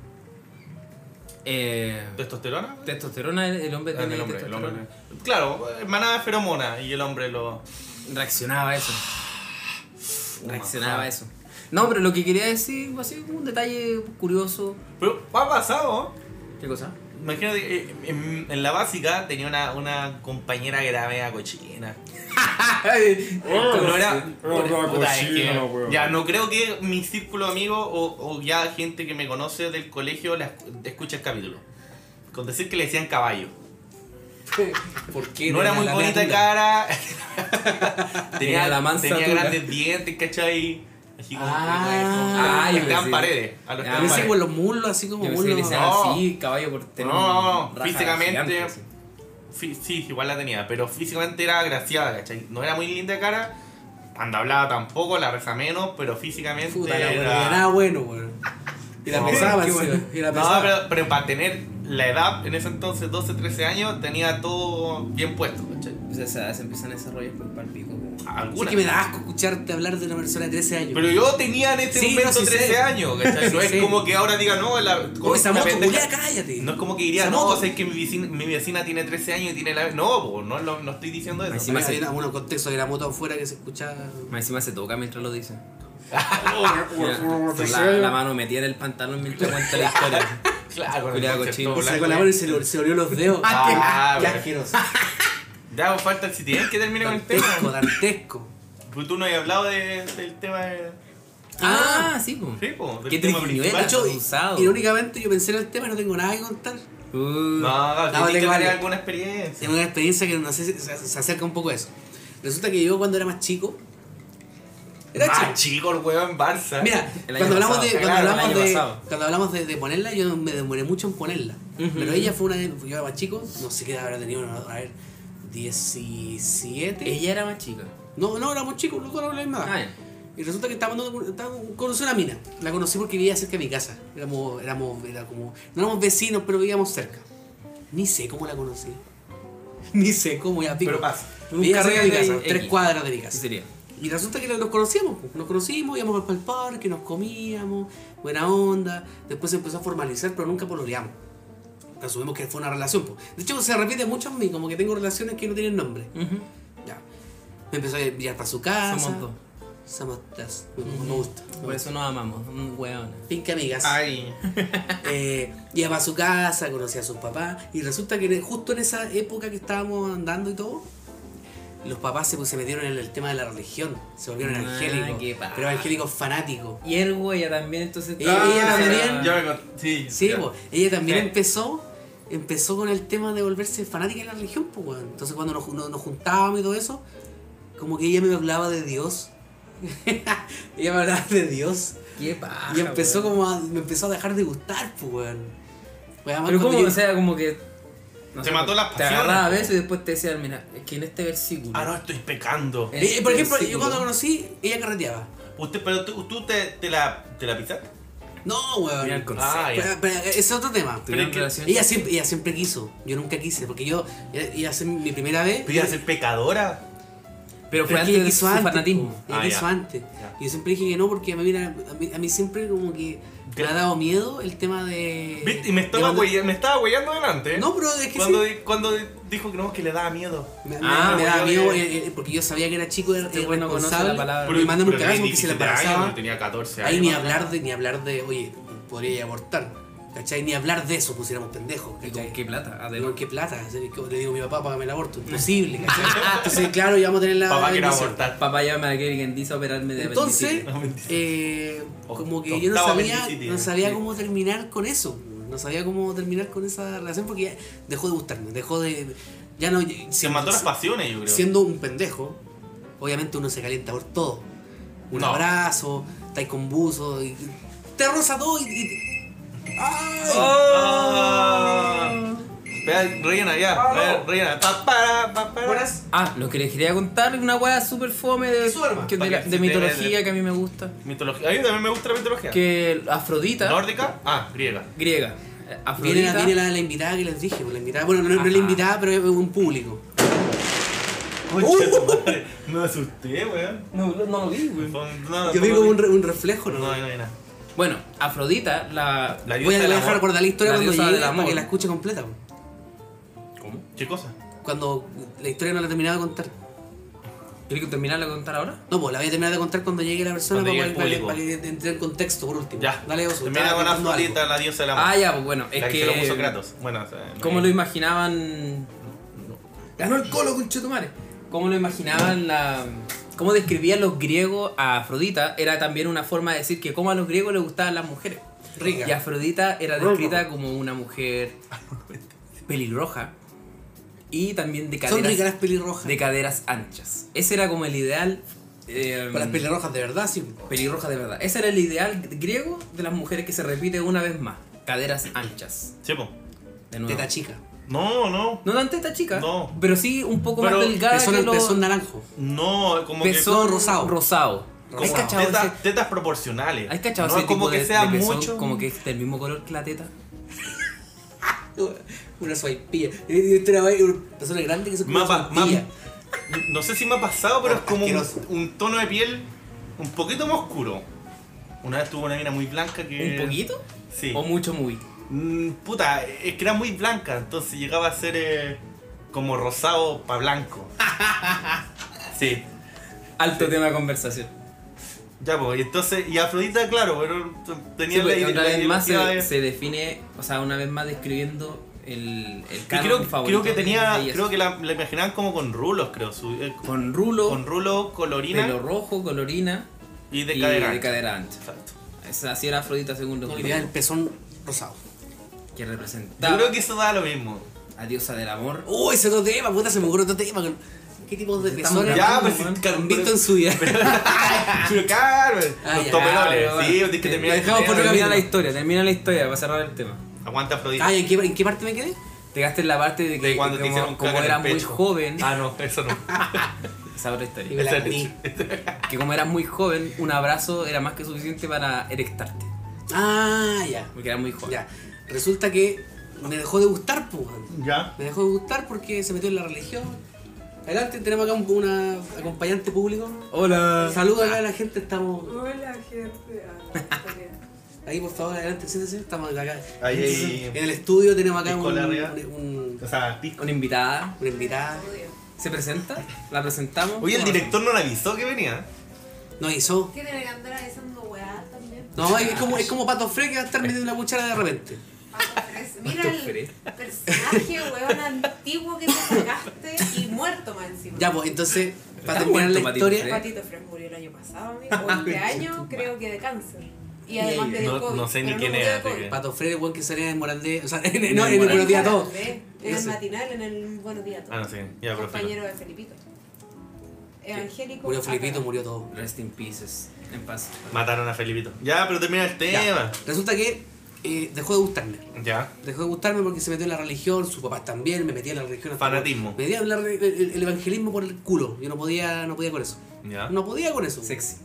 ¿Testosterona? Testosterona, el hombre Ah, tiene el hombre. testosterona. Claro, emanaba feromona y el hombre lo Reaccionaba a eso. Reaccionaba a eso. No, pero lo que quería decir, así un detalle curioso. Pero ha pasado. ¿Qué cosa? Imagínate, en la básica tenía una compañera que era media cochina. No era. Puta, es que ya no creo que mi círculo de amigos o ya gente que me conoce del colegio escuche el capítulo. Con decir que le decían caballo. ¿Por qué? No era muy La bonita de dura. cara. Tenía la mansa tenía dura. grandes dientes, ¿cachai? Así como Ah, que yo estaban pensé- paredes. A los que Ah, A estaban veces paredes. con los muslos, así como Yo pensé que le muslos. decían No. así, caballo por tener No, un raja físicamente- gigante, así. Sí, igual la tenía, pero físicamente era agraciada, ¿cachai? No era muy linda de cara, cuando hablaba tampoco, la reza menos, pero físicamente Puta, la era... buena, nada bueno, weón. Y la No, pesaba qué encima, bueno. y la No, pesaba. pero para tener la edad, en ese entonces, 12, 13 años, tenía todo bien puesto, ¿cachai? Pues a esa edad se empiezan a desarrollar por palpico. Como... Sí Algunas. que me da asco escucharte hablar de una persona de 13 años. Pero yo tenía en este Sí, momento no, sí 13 sé. años, ¿cachai? No Sí es sé. como que ahora diga, no, O esa una moto, pendeja. culiá, cállate. No es como que diría, Esa no, moto. o sea, es que mi vecina tiene 13 años y tiene la... No, po, no estoy diciendo eso. Encima Hay un contexto de la moto afuera que se escucha. Más encima se toca mientras lo dicen. Pues La mano metida en el pantalón mientras cuenta la historia. Claro, con el Culeado concepto cochino. Se sacó blanco. la mano y se olió los dedos. Ah, Qué bueno. asqueroso. Ya, pues, falta el si tienes que terminar con el tema. Dantesco, dantesco. Pues tú no habías hablado del tema de... Ah, sí, pues. Sí, pues, del Qué tema triquiñuela. principal. De hecho, usado. irónicamente yo pensé en el tema y no tengo nada que contar. No, No, tienes que tengo tener algo. alguna experiencia. Tengo una experiencia que no sé si se acerca un poco a eso. Resulta que yo cuando era más chico. Era chico. Más chico el huevo en Barça. Mira, El cuando año hablamos, pasado. de, cuando, Claro, hablamos el año de, pasado. cuando hablamos de ponerla, yo me demoré mucho en ponerla. Ujú. Pero ella fue una de. Yo era más chico, no sé qué habrá tenido, a ver, 17. Ella era más chica. No, éramos chicos, los dos éramos la misma edad. Ah, ya. Y resulta que conocí una mina. La conocí porque vivía cerca de mi casa. Era como, no éramos vecinos, pero vivíamos cerca. Ni sé cómo la conocí. Ni sé cómo, ya pico. Pero pasa. Vivía cerca de mi casa, X. 3 cuadras de mi ¿Qué casa. sería? Y resulta que nos conocíamos, pues. Nos conocimos, íbamos para el parque, nos comíamos, buena onda. Después se empezó a formalizar, pero nunca pololeamos. Asumimos que fue una relación, pues. De hecho, se repite mucho en mí, como que tengo relaciones que no tienen nombre. Ujú. Ya. Me empezó a enviar para su casa. Somos dos. Somos dos. Me gusta. Por eso nos amamos, weón. Pinque amigas. Ay. Iba para su casa, conocía a sus papás. Y resulta que justo en esa época que estábamos andando y todo, los papás se metieron en el tema de la religión. Se volvieron Ah, evangélicos. qué paja. Pero evangélicos fanáticos. Y el güey ella también, entonces. Ella también. Yo me sí. Sí, ya. pues, ella también Sí. empezó con el tema de volverse fanática de la religión, pues, weón. Entonces cuando nos juntábamos y todo eso, como que ella me hablaba de Dios. Ella me hablaba de Dios. Qué paja. Y empezó weón. me empezó a dejar de gustar, pues, weón. Pues, además, Pero cuando como, yo- o sea, como que. no Te sé, mató las Te pasiones. agarraba a veces y después te decían, mira, es que en este versículo. Ah, no, estoy pecando. Por ejemplo, yo versículo- cuando la conocí, ella carreteaba. Pero tú te la pisaste. No, weón. Mira el concepto. Ah, ya. Pero ese es otro tema. ¿Tuvieron es que relación? Ella siempre quiso, yo nunca quise, porque ella hace mi primera vez. Pero iba a ser pecadora. Pero fue es que antes ella de quiso su antes. fanatismo. po. Ella Ah, quiso ya. antes. Ya. Y yo siempre dije que no, porque a mí siempre como que me ha dado miedo el tema de. ¿Viste? Y me de estaba cuando- huellando delante. No, pero es que cuando, sí. cuando dijo que no, que le daba miedo. Me Ah, daba bueno, miedo ya. porque yo sabía que era chico, era Este güey no conoce irresponsable. la palabra. Me mandaba un Pero cagazo tenía porque se le 17 años, embarazaba. tenía 14 años. Ahí ni hablar de, oye, podría abortar. ¿Cachai? Ni hablar de eso, pusiéramos pendejos. ¿Y ¿cachai? con qué plata? Digo, Además. ¿qué plata? Le digo a mi papá, págame el aborto. Imposible, ¿cachai? Entonces, claro, ya vamos a tener la. Papá quiere bendición. abortar. Papá llama a Kevin dice a operarme de Entonces, apendicitis. como que yo Octava no apendicitis, sabía sí. cómo terminar con eso. No sabía cómo terminar con esa relación porque ya dejó de gustarme, dejó de. Ya no. Se mató las pasiones, yo creo. Siendo un pendejo, obviamente uno se calienta por todo. Un No. abrazo, estáis con buzo, y te roza todo y ¡ay! Ah. Espera, rellena, ya. A ver, rellena. Buenas. Lo que les quería contar es una weá super fome de, Su arma. de mitología que a mí me gusta. Mitología. A mí también me gusta la mitología. Que Afrodita, ¿Nórdica? Griega. griega, Afrodita, Viene la invitada que les dije, pues, la invitada, bueno, no es la invitada, pero es un público. Concha tu madre. Me asusté, weón. no lo vi, güey. Yo vi como un reflejo, ¿no? No hay nada. Bueno, Afrodita, la La Voy a diosa del dejar amor. recordar la historia La cuando diosa llegue del amor. para que la escuche completa. Pues. ¿Cómo? ¿Qué cosa? Cuando la historia no la he terminado de contar. ¿Quieres terminarla de contar ahora? No, pues la voy a terminar de contar cuando llegue la persona Cuando para, llegue el para que público. entre en contexto por último. Ya. Dale, Oso. Termina estaba con contando Afrodita, algo. la diosa del amor. Ya, pues bueno, es La que se lo puso que... Kratos. Bueno, o sea, ¿Cómo lo imaginaban? Ganó el Colo, conchetumare. ¿Cómo lo imaginaban cómo describían los griegos a Afrodita? Era también una forma de decir que como a los griegos les gustaban las mujeres. Rica. Y Afrodita era descrita como una mujer pelirroja y también de Son ricas las caderas, pelirrojas. de caderas anchas. Ese era como el ideal. Para las pelirrojas de verdad, sí. Pelirroja de verdad. Ese era el ideal griego de las mujeres que se repite una vez más. Caderas anchas. Sí, po. De nuevo. Teta chica. No. No tan teta chica, No. pero sí un poco Pero más delgada que los... Pezón naranjo. No, como Pezón que. rosado. Rosado. ¿Has Rosado. cachado ese, Tetas proporcionales. ¿has cachado no ese es como tipo que de, sea de pezón, mucho. como que es del mismo color que la teta? Una suaipilla. Una persona grande que se come una suaipilla. No sé si me ha pasado, pero es como Asqueroso. un tono de piel un poquito más oscuro. Una vez tuve una mina muy blanca que. ¿Un poquito? Sí. ¿O mucho muy? Puta, es que era muy blanca, entonces llegaba a ser como rosado pa' blanco. Sí. Alto tema de conversación. Ya, pues, y entonces, y Afrodita, claro, pero tenía Sí, pues, la una vez más ideología de- se define, o sea, una vez más describiendo el Y canon favorito. creo que tenía, de ellas. creo que la imaginaban como con rulos, creo. Con rulo, Con rulo, colorina pelo rojo, colorina y de y cadera. de ancha. cadera ancha. Exacto. Así era Afrodita según los No, griegos, el pezón rosado. que Yo representaba creo que eso da lo mismo. a diosa del amor. Uy, ese otro tema, puta, se me ocurre otro tema. ¿Qué tipo de Estamos pezones Ya, grabando, pues, weón. si- han visto en su vida? Pero claro, Ah, los ya, toperoles. pero Sí, bueno. tienes que terminar. dejamos por el otro tema. Termina la historia para cerrar el tema. Aguanta Afrodita. Ay, ¿en qué parte me quedé? Te gasté en la parte de que De cuando te hicieron como caca en eras el muy pecho. joven, Ah, no, eso no. esa otra Y historia. me la Esa comí. Que como eras muy joven, un abrazo era más que suficiente para erectarte. Ah, ya. Porque eras muy joven. Ya. Resulta que me dejó de gustar, pues. Ya. Me dejó de gustar porque se metió en la religión. Adelante, tenemos acá una acompañante público. Hola. Saluda acá a la gente, estamos Hola, gente. ahí, por favor, adelante, siéntese. Estamos acá. Ahí. En el estudio tenemos acá Pisco arriba. un- O sea, pisco. Una invitada. una invitada. ¿Se presenta? ¿La presentamos? Oye, el ¿Cómo director no le avisó que venía. Nos hizo. ¿Qué tiene que andar avisando weá también? No, es como Pato Fre que va a estar metiendo una cuchara de repente. Mira Pato el Fre. personaje weón antiguo que te sacaste y muerto más encima. Ya, pues, entonces, para Está terminar la muerto, Patito historia. Fre. Patito Fres murió el año pasado, amigo. O este año, creo que de cáncer. Y además de No- COVID. no sé ni pero quién murió era, de así COVID. que- Pato Fre, el buen que salía en Morandé. O sea, no, en Morandé. el Buenos Días a Todos. En Yo el sé. matinal, en el Buenos Días a Todos. Ah, no sé. Ya, pero Compañero de Felipito. Evangélico. Murió Felipito, acá. murió todo. Rest in pieces. En paz. mataron a Felipito. Ya, pero termina el tema. Ya. Resulta que dejó de gustarme. Ya. Dejó de gustarme porque se metió en la religión, sus papás también, me metía en la religión. hasta Fanatismo. Me metía en el evangelismo por el culo. Yo no podía con eso. Ya. No podía con eso. Sexy.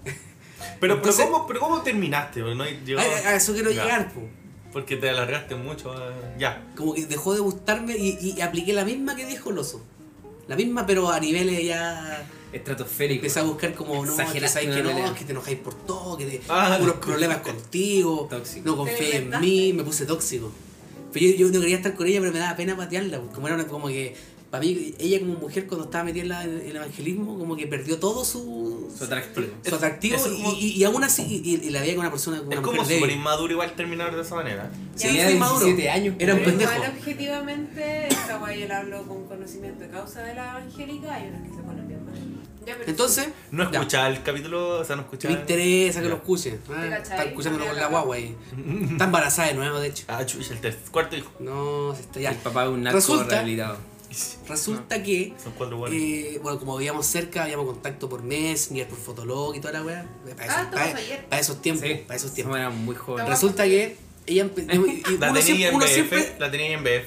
Pero, Entonces- pero ¿cómo terminaste? Porque no llegó- A eso quiero Ya. llegar, po. Porque te alargaste mucho. Ya. Como que dejó de gustarme y apliqué la misma que dijo el oso. La misma, pero a niveles ya. Estratosférico. Empecé a buscar como, no, que Exageraste sabes que una pelea. no, que te enojáis por todo, que te, Ah, unos no. problemas contigo, Tóxico. no Te confíes en inventaste. mí, me puse tóxico. Pero yo no quería estar con ella, pero me daba pena patearla, como era como que, para mí, ella como mujer cuando estaba metida en el evangelismo, como que perdió todo su atractivo. su Es como- y aún así, y la veía como una persona, como Es una como mujer súper débil. inmaduro igual terminar de esa manera. Sí, Tenía fui maduro. 17 años. Era un Pero pendejo. igual, objetivamente, esta guay yo la hablo con conocimiento de causa de la evangélica, hay unas que se ponen bien mal. Ya, pero Entonces, No ya, escuchaba el capítulo, o sea, no que escuchaba. me interesa que Ya. lo escuche. cachai? Está escuchándolo con la guagua y está embarazada de nuevo, de hecho. Ah, chucha, cuarto hijo. No, se está ya. El papá de un narco Resulta- rehabilitado. Resulta que, Son 4 buenos. bueno, como vivíamos cerca, habíamos contacto por Messenger, por Fotolog y toda la weá. estamos ayer. Para esos tiempos, Sí, para esos no tiempos. era muy joven. Estaba- Resulta que ella y La uno tenía en uno BF. siempre, La tenía en BF.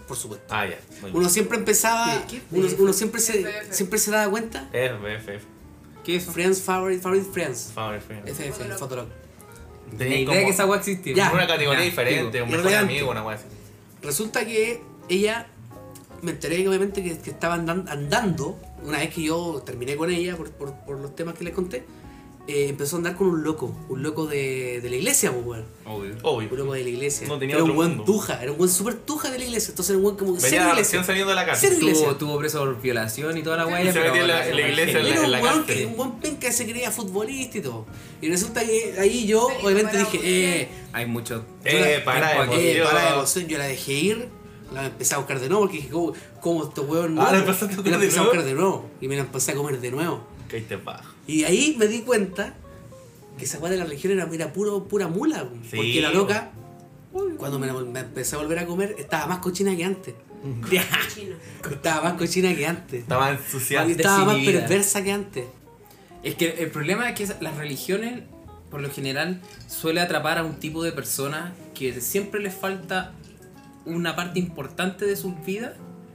por supuesto. Ah, ya. Muy bien. Uno siempre empezaba, ¿Qué? uno siempre FF. siempre se daba cuenta. FF. ¿Qué es eso? Friends, favorite friends. Favor, friend. FF, Fotolog. Fotolog. Ni Tenía idea como que esa weá existía. Ya. una categoría Ya, diferente, digo, un mejor irrelevante. amigo, una wea así. Resulta que ella, me enteré que obviamente que estaba andando, una vez que yo terminé con ella por los temas que les conté, empezó a andar con un loco de la iglesia, pues, weón. Obvio. Obvio. Un loco de la iglesia. No tenía era un otro buen mundo. tuja, era un buen super tuja de la iglesia. Entonces era un buen como que Venía cero recién iglesia. saliendo de la Cero cárcel. iglesia. Tuvo preso por violación y toda la weá. Y se pero metía en la ahora- iglesia, Era en la un buen, cárcel. un buen penca que se creía futbolista y todo. Y resulta que ahí yo, Pero obviamente, para dije, Hay mucho. Para tiempo aquí. emoción. para la emoción, yo la dejé ir, la empecé a buscar de nuevo porque dije, ¿cómo este hueón Ah, no? la empezaste a buscar Y la de empecé a nuevo. buscar de nuevo. Y me la empecé a comer de nuevo. Que ahí te bajo. Y ahí me di cuenta que esa weá de la religión era pura mula. Sí. Porque la loca, cuando me empecé a volver a comer, estaba más cochina que antes. Chino. Estaba más cochina que antes. Estaba Y ensuciado. estaba más desinhibida. perversa que antes. Es que el problema es que las religiones, por lo general, suele atrapar a un tipo de personas que siempre les falta una parte importante de sus vidas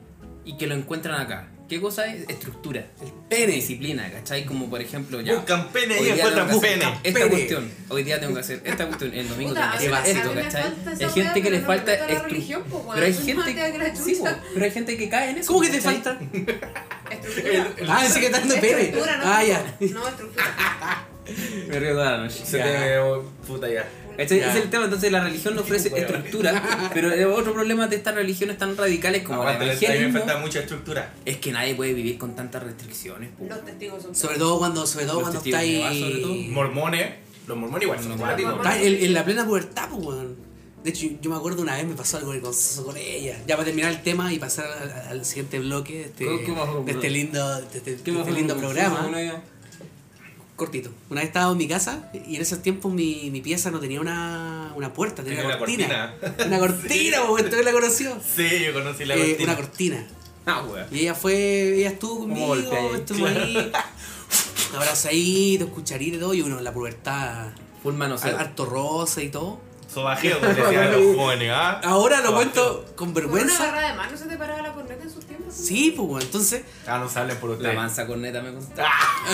y que lo encuentran acá. ¿Qué cosa es? Estructura. El pene. Disciplina, ¿cachai? Como por ejemplo, ya. Buscan pene hoy y día encuentran tengo que hacer pene. Esta Pene. cuestión, hoy día tengo que hacer esta cuestión, el domingo Puta, tengo que a hacer mí esto, me ¿cachai? falta esa Hay gente weá, que le pero no falta respeto la estructura. religión, po, weón. Pero hay Soy gente más atea que la sí, po, chucha. pero hay gente que cae en eso. ¿Cómo que te ¿cachai? falta? Estructura. Ah, sí que está dando pene. Estructura, no Ah, ya. No, estructura. Me río toda la noche. Se Ya. te puta ya. ¿Cachai? Ya. Ese es el tema, entonces la religión no ofrece estructura, pero otro problema de estas religiones tan radicales como el Aguante, a mí me evangelismo falta mucha estructura. es que nadie puede vivir con tantas restricciones. Po. Los testigos son Sobre todo cuando testigos de Jehová, sobre estáis todo. Mormones. Los mormones igual son Los cuáticos. mormones. estáis en la plena pubertad, pues, weón. De hecho, yo me acuerdo una vez me pasó algo vergonzoso con ella. Ya para terminar el tema y pasar al siguiente bloque ¿Qué pasó? de este lindo, de este ¿Qué más lindo fue? programa. Una idea. Cortito. Una vez estaba en mi casa y en esos tiempos mi pieza no tenía una puerta, tenía una cortina. Una cortina, pues, ¿tú la conoció? Sí, yo conocí la Una cortina. cortina. Ah, weón. Y ella estuvo ¿Cómo conmigo, golpea ahí? estuvo ahí, abrazadito, cucharita y todo, y uno en la pubertad, Full manoseo. harto rosa y todo. Sobajeo, como decían los jóvenes, ¿ah? Ahora lo Sobajeo. cuento con Con una vergüenza. barra de mano se te paraba la corneta en sus tiempos. Sí, pues, bueno, entonces, Ah, no salen por La ustedes. mansa corneta me contó.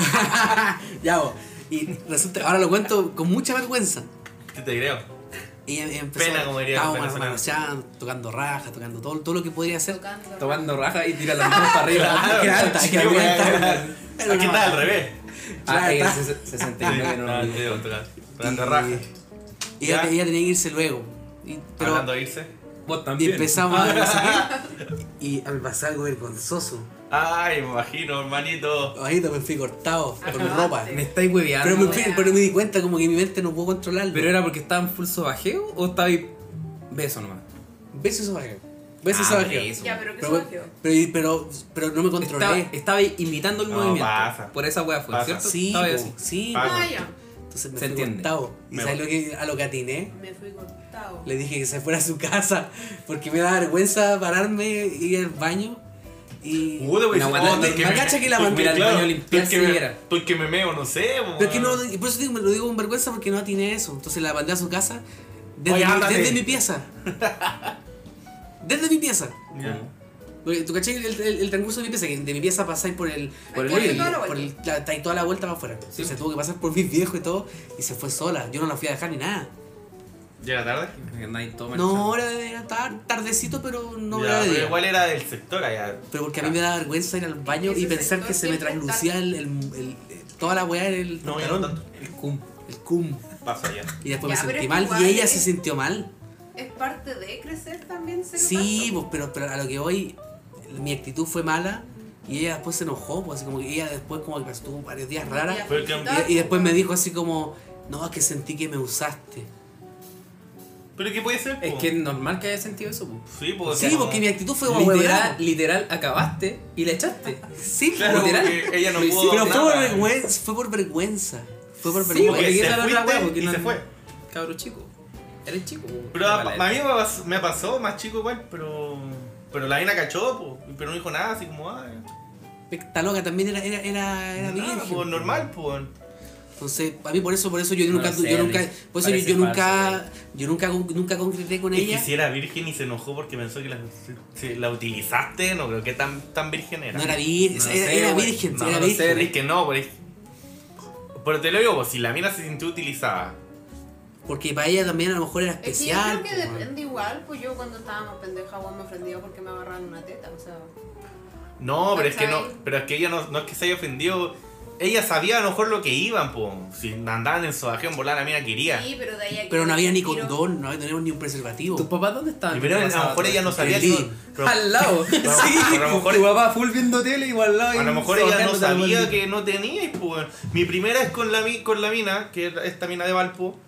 ya, vos. Y resulta, ahora lo cuento con mucha vergüenza. ¿Qué te creo? Y ella empezó, Pena, como diría estábamos el venezolano. manoseando, tocando raja, tocando todo lo que podría hacer. Tocando. Tomando raja y tira las manos para arriba. Claro, que alta, sí, que alta. weón. Pero Aquí no. está al revés. Ah, Claro, ella 69 no No, lo te digo. digo, tocando raja. Y ella Ya. tenía que irse luego. Pero, Hablando de irse. Vos y también. empezamos a no sé qué, y me pasó algo vergonzoso. Ay, me imagino, hermanito. Bajito me fui cortado por mi ropa. Me estáis hueveando. Pero me di cuenta como que mi mente no pudo controlarlo. ¿Pero era porque estaba en full sobajeo o estaba ahí beso nomás? Besos sobajeo. Besos Ah, sobajeo. beso. Ya, pero qué Pero, sobajeo. pero no me controlé. Estaba ahí imitando el No, movimiento. pasa. Por esa wea fue, Pasa. ¿cierto? Sí, Estaba ahí po, así. sí. Pago. Ah, ya. Entonces me Se fui entiende. cortado. ¿Y Me sabes voy. a lo que atiné? Me fui cortado. Le dije que se fuera a su casa porque me da vergüenza pararme, ir al baño y... Puta, güey, Una oh, guata estoy que me me- agacha que la estoy mandé que- al claro, baño a limpiarse estoy que y me- era. Estoy que me meo, no sé, Pero es que no, y por eso digo, me lo digo con vergüenza porque no atiné eso. Entonces la mandé a su casa Oye, ándate. desde mi pieza. Desde mi pieza. Ya. Porque, ¿tú cachai el transcurso de mi pieza? Que de mi pieza pasáis por el... Por el Hay que living. darle toda la Por vuelta. estáis toda la vuelta para afuera. Sí. Se tuvo que pasar por mis viejos y todo y se fue sola. Yo no la fui a dejar ni nada. ¿Llega tarde? Nadie toma el No, era tardecito, pero no Ya, era de pero día. igual era del sector allá. Pero porque a mí me da vergüenza ir al baño y Ese pensar que sector se me siempre traslucía toda la weá en el No, ya no pantalón. tanto. El cum. El cum. Paso allá. Y después Ya, me pero sentí es que mal igual y ella es- se sintió mal. Es parte de crecer también ser Sí, paso. pues, pero a lo que voy, mi actitud fue mala y ella después se enojó, pues así como que ella después como que estuvo varios días rara Ya, Pero que- y después me dijo así como, no, es que sentí que me usaste. ¿Pero qué puede ser? Es po? que es normal que haya sentido eso. Po. Sí, pues. Sí, porque mi actitud fue Literal, huevona. literal, acabaste y le echaste. Sí, Claro, literal. porque ella no Lo pudo. hiciste, Pero fue por nada. vergüenza, fue por vergüenza. Fue por Sí, vergüenza. porque se esa era otra fuiste wea, porque y no- se fue. Cabro chico. Eres chico. po. Pero a Vale. mí me pasó más chico igual, pero la mina cachó, po, pero no dijo nada, así como, Esta loca también era nada, virgen. pues normal, pues. Entonces, a mí por eso yo No nunca, lo sé, yo nunca, Luis. por eso Parece yo nunca concreté con Es que ella. si era virgen y se enojó porque pensó que si la utilizaste, no creo que tan virgen era. No era virgen, No era, sé, era güey. virgen, No, era no virgen. sé. Es que no, pero te lo digo, pues, si la mina se sintió utilizada. Porque para ella también a lo mejor era Es que yo especial. creo que po, weón. depende igual, pues yo cuando estaba más pendeja, weón, me ofendía porque me agarraban una teta, o sea. No, pero es que no, ¿Cachai? pero es que ella no es que se haya ofendido. Ella sabía a lo mejor lo que iban, po. Si andaban en sobaje en volar, la mina quería. Sí, pero de ahí a que Pero no había ni tiro- condón, no teníamos ni un preservativo. ¿Tus papás dónde estaban? Y pero a lo mejor ella no sabía El que. living. pero- Al lado. pero a lo mejor Tu papá full viendo tele y al lado. A lo mejor ella no sabía que no tenía, pues. Mi primera es con la mina, que es esta mina de Valpo.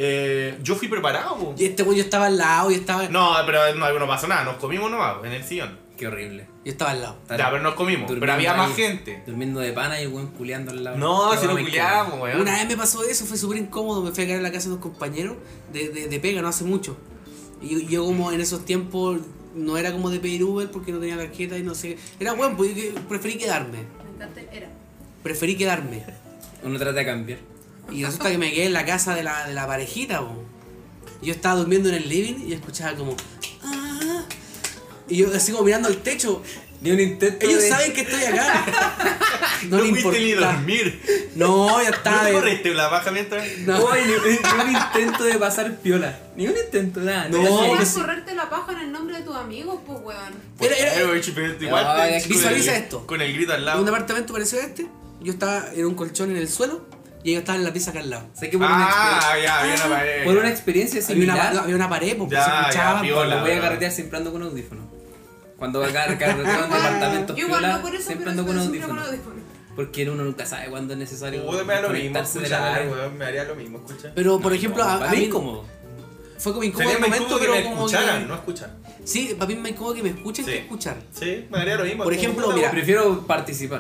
Yo fui preparado, po. Y este güey yo estaba al lado, yo estaba pero no pasó nada, nos comimos nomás en el sillón. Qué horrible. al lado. Ya, pero nos comimos, pero había Durmiendo más ahí, gente. Durmiendo de pana y el weón culeando al lado. No, Qué si no weón culiábamos, weón. Una vez me pasó eso, fue súper incómodo, me fui a quedar en la casa de unos compañeros de pega, no hace mucho. Y yo como en esos tiempos no era como de pedir Uber porque no tenía tarjeta y no sé. Era bueno, pues yo preferí quedarme. Me encanta, era. Preferí quedarme. Uno trata de cambiar. Y resulta que me quedé en la casa de la parejita, po. Yo estaba durmiendo en el living y escuchaba como... "Ah". Y yo así como mirando al techo. Ni un intento Ellos de... saben que estoy acá. No le fuiste ni importa. dormir. No, ya estaba. ¿No corriste la baja mientras? No. Oye, ni un intento de pasar piola. Ni un intento, nada. No, Pero yo puedes sí. correrte la paja en el nombre de tus amigos, pues, weón. Visualiza Visualiza esto. Con el grito al En lado. un departamento parecido a este, yo estaba en un colchón en el suelo y ellos estaban en la pieza acá al lado. Sé que por una Ya, había una pared. por una experiencia similar, Había una pared porque Ya, se ya, escuchaba. piola. cuando voy a verdad. carretear siempre ando con audífonos. Cuando voy a carretear en departamentos Yo igual piola, no por eso, siempre pero ando con siempre con audífonos. audífonos. Porque uno nunca sabe cuándo es necesario Me haría lo mismo, conectarse de la escuchar, pared. weón, me haría lo mismo, escucha. Pero por ejemplo, Para a mí mí es como... fue como incómodo Sería el más momento, incómodo que pero me como escucharan, que. no escuchar. Sí, para mí es más incómodo que me escuchen Sí. que escuchar. Sí, me haría lo mismo. Por como ejemplo, puta, mira, weón. Prefiero participar.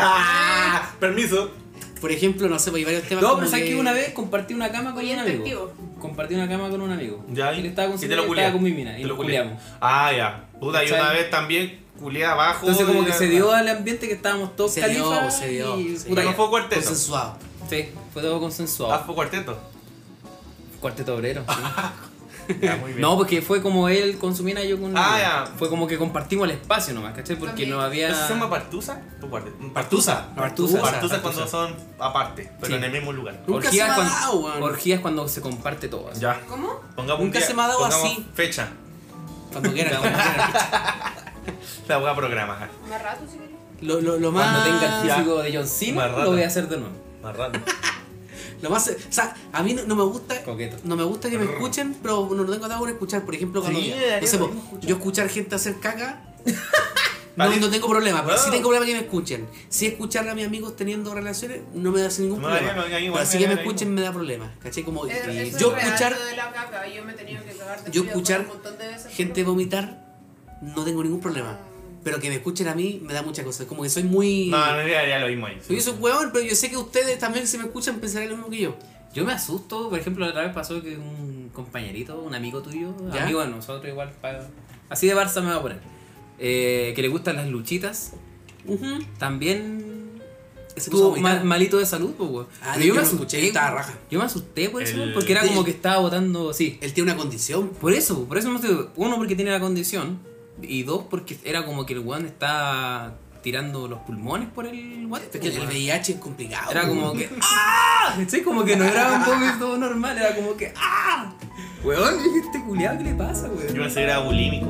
Permiso. Por ejemplo, no sé, pues hay varios temas. No, como pero sabes que una vez compartí una cama con un Oyente amigo. activo. Compartí una cama con un amigo. Ya, Y él estaba con y su te lo novia, culié. estaba con mi mina. Y Te lo lo culié. culiamos. Ya. Puta, y ¿Cachai? una vez también culié abajo. Entonces como y que la- se dio al ambiente que estábamos todos Se dio, califas se dio, y sí. puta, No ya. fue cuarteto. Consensuado. Sí, fue todo consensuado. Fue cuarteto. Cuarteto obrero, sí. Ya, muy bien. No, porque fue como él con su mina y yo con Ah, ella. ya. Fue como que compartimos el espacio nomás, ¿cachai? Porque También. no había... ¿Eso se llama partusa? ¿O cuarteto? Partusa. Partusa. Partusa cuando son aparte, pero Sí. en el mismo lugar. Nunca se me ha dado, weón. Orgías cuando se comparte todo. así. Ya. ¿Cómo? Pongamos Nunca un día, se me ha dado pongamos así. fecha. Cuando quieran, cuando quieran. La voy a programar. Más rato, si querés. Lo más. Cuando tenga el Ya. físico de John Cena, Más rato. lo voy a hacer de nuevo. Más rato. Lo más. O sea, a mí no me gusta. Coqueto. No me gusta que me escuchen, pero no tengo nada por escuchar. Por ejemplo, cuando. Sí, no sé, yo po, no escucho. yo escuchar gente hacer caca. Vale. No tengo problema, pero sí Wow. tengo problema que me escuchen. Si escuchar a mis amigos teniendo relaciones, no me da ningún No, problema. ya, no, ya, igual, Pero sí ya, que me ya, escuchen me da problema. ¿Cachai? Como Eso yo es real, escuchar lo de la caca. Yo me he tenido que cagar de yo frío escuchar un montón de veces, gente pero- vomitar, no tengo ningún problema. Pero que me escuchen a mí me da muchas cosas. Como que soy muy. No, no, ya lo mismo ahí. Yo soy huevón, pero yo sé que ustedes también, si me escuchan, pensarán lo mismo que yo. Yo me asusto, por ejemplo, la otra vez pasó que un compañerito, un amigo tuyo, ¿Ya? amigo de nosotros igual, así de Barça me va a poner, que le gustan las luchitas, también Se puso a estuvo vomitar. malito de salud, pues, weón. Ah, Pero yo me lo asusté, escuché, estaba raja. Yo me asusté por eso, El- porque era Sí. como que estaba botando, sí. Él tiene una condición. Por eso me asusté. Uno, porque tiene la condición, y dos, porque era como que el weón está tirando los pulmones por el guante. Es que el VIH es complicado. Era weón. como que ¡ah! ¿Cachai? Como que no era un poquito normal, era como que ¡ah! Weón, dije, este culiado, ¿qué le pasa, Yo weón? pensé que era bulímico.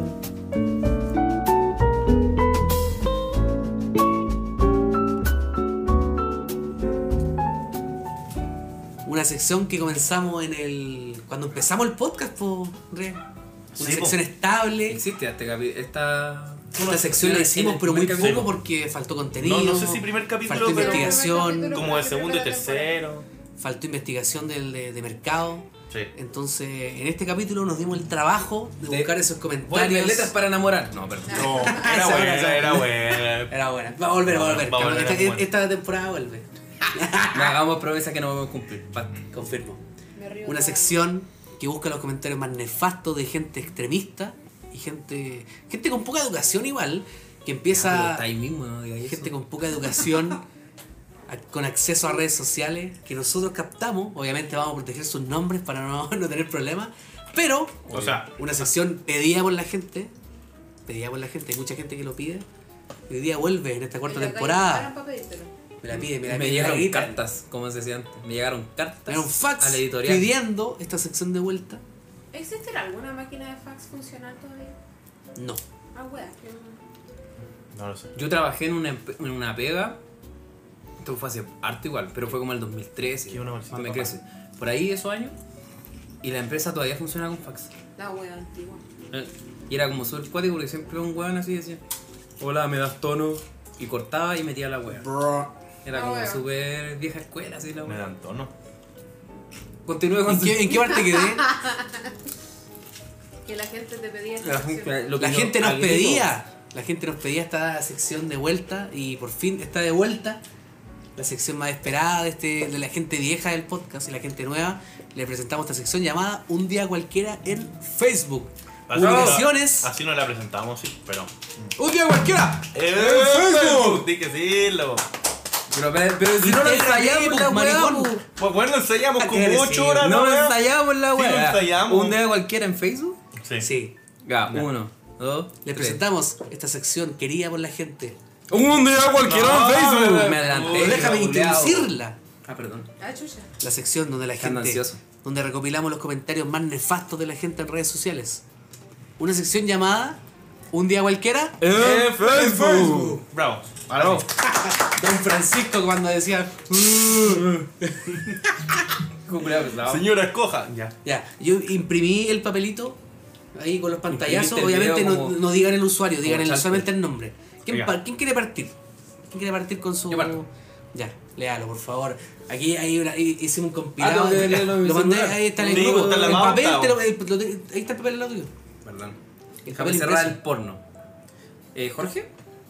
Una sección que comenzamos en el. Cuando empezamos el podcast, po, Re. Una Sí, sección estable. Existe esta Esta sección la hicimos, pero muy poco porque faltó contenido. No sé si primer capítulo, faltó pero- investigación. Como el segundo y tercero. Faltó investigación de mercado. Sí. Entonces, en este capítulo nos dimos el trabajo de buscar esos Vuelve comentarios. letras para enamorar. No, perdón. No, Esa era buena, buena. era buena. Era buena. Va a volver, va a volver. Va a volver, esta, va a volver. esta temporada vuelve. No hagamos promesas que no vamos a cumplir. Basta. Confirmo. Me río Una de- sección que busca los comentarios más nefastos de gente extremista y gente con poca educación igual, que Pero empieza está ahí mismo, no digas eso. gente con poca educación con acceso a redes sociales que nosotros captamos. Obviamente vamos a proteger sus nombres para no tener problemas. Pero, O sea, una sección pedida por la gente. Hay mucha gente que lo pide. Y hoy día vuelve en esta cuarta En la calle temporada. paran pa' pedírtelo. Me la pide, Me llegaron grita. cartas, como se decía antes. Me llegaron cartas Me dieron fax a la editorial. pidiendo esta sección de vuelta. ¿Existirá alguna máquina de fax funcional todavía? No. Ah, wea. no lo sé. Yo trabajé en una pega. Esto fue hace harto igual, pero fue como el 2013. Qué una bolsita Más me de crece. Por ahí esos años. Y la empresa todavía funciona con fax. La wea antigua. Y era como súper cuático porque siempre un weón así decía: hola, me das tono. Y cortaba y metía la wea. Era Ah, como wea. súper vieja escuela, así la Me wea. dan tono. Continúe con ¿En qué parte quedé? Que la gente te pedía esta La sección. gente- lo que La yo gente nos agrego- pedía. La gente nos pedía esta sección de vuelta. Y por fin está de vuelta. La sección más esperada de la gente vieja del podcast y la gente nueva. Le presentamos esta sección llamada Un Día Cualquiera en Facebook. Publicaciones. Así no la presentamos, sí, pero. Un Día Cualquiera. Facebook! Di que sí, loco. Pero si no lo Intégrate, ensayamos la pues, wea, maricón. po. Pues bueno, ensayamos Ah, como que 8 horas, No lo wea? ensayamos la Sí, wea. lo ensayamos. Un día cualquiera en Facebook. Sí. Sí. Ya, 1, 2, Le presentamos esta sección querida por la gente. Un día cualquiera en Facebook. Me adelanté. Pero déjame culiao. introducirla. Ah, perdón. Ah, chucha. La sección donde la Está gente. ansioso. Donde recopilamos los comentarios más nefastos de la gente en redes sociales. Una sección llamada Un Día Cualquiera. En Facebook. Bravo. Ahora sí. Don Francisco cuando decía. Señora, escoja. Ya. Ya, yo imprimí el papelito ahí con los pantallazos. Imprimiste el Obviamente video no, como- no digan el usuario, digan Charco. solamente el nombre. ¿Quién, Ya. ¿Quién quiere partir? ¿Quién quiere partir con su.? Yo parto. Ya, léalo, por favor. Aquí hicimos un compilado. tengo que leerlo en mi lo mandé, celular. ahí está en el Sí, grupo. está en la el pauta, papel, o. ahí está el papel al lado tuyo. Perdón. El Déjame papel cerrar impreso. el porno. Jorge.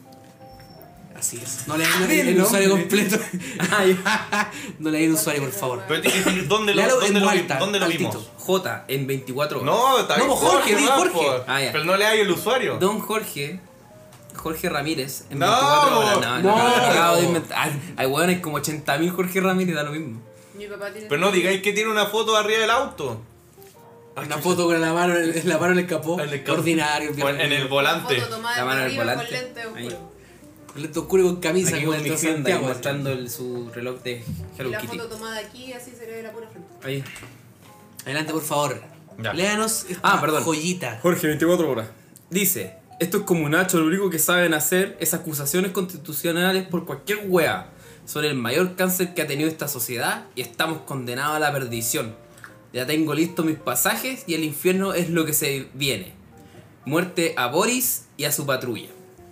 Así es. No leí el el usuario nombre. completo. Ay, No leí el usuario, por favor. Pero tienes que decir dónde Léalo en lo voz alta, dónde lo altito. vimos. J en 24 horas. No, está No, bien. Jorge, di más, Jorge. po. Ah, ya. Pero no le hay el usuario. Don Jorge Ramírez en No, 24 horas. no. Acabo de inventar. Hay weones como 80.000 Jorge Ramírez, da lo mismo. Mi papá tiene. Pero no digáis que tiene una foto arriba del auto. Una foto con la mano en el capó. En el capó. Ordinario. O en el volante. Foto tomada La mano en de el arriba volante. con lente Ahí. oscuro. Con lente oscuro y con camisa. Aquí como con el mi de agenda y Santiago. mostrando su reloj de Y Hello la Kitty. foto tomada aquí, así se le ve la pura frente. Ahí. Adelante, por favor. Ya. Léanos esta perdón. joyita. Jorge, 24 horas. Dice, esto es como Nacho, lo único que saben hacer es acusaciones constitucionales por cualquier wea. Son el mayor cáncer que ha tenido esta sociedad y estamos condenados a la perdición. Ya tengo listos mis pasajes y el infierno es lo que se viene. Muerte a Boris y a su patrulla.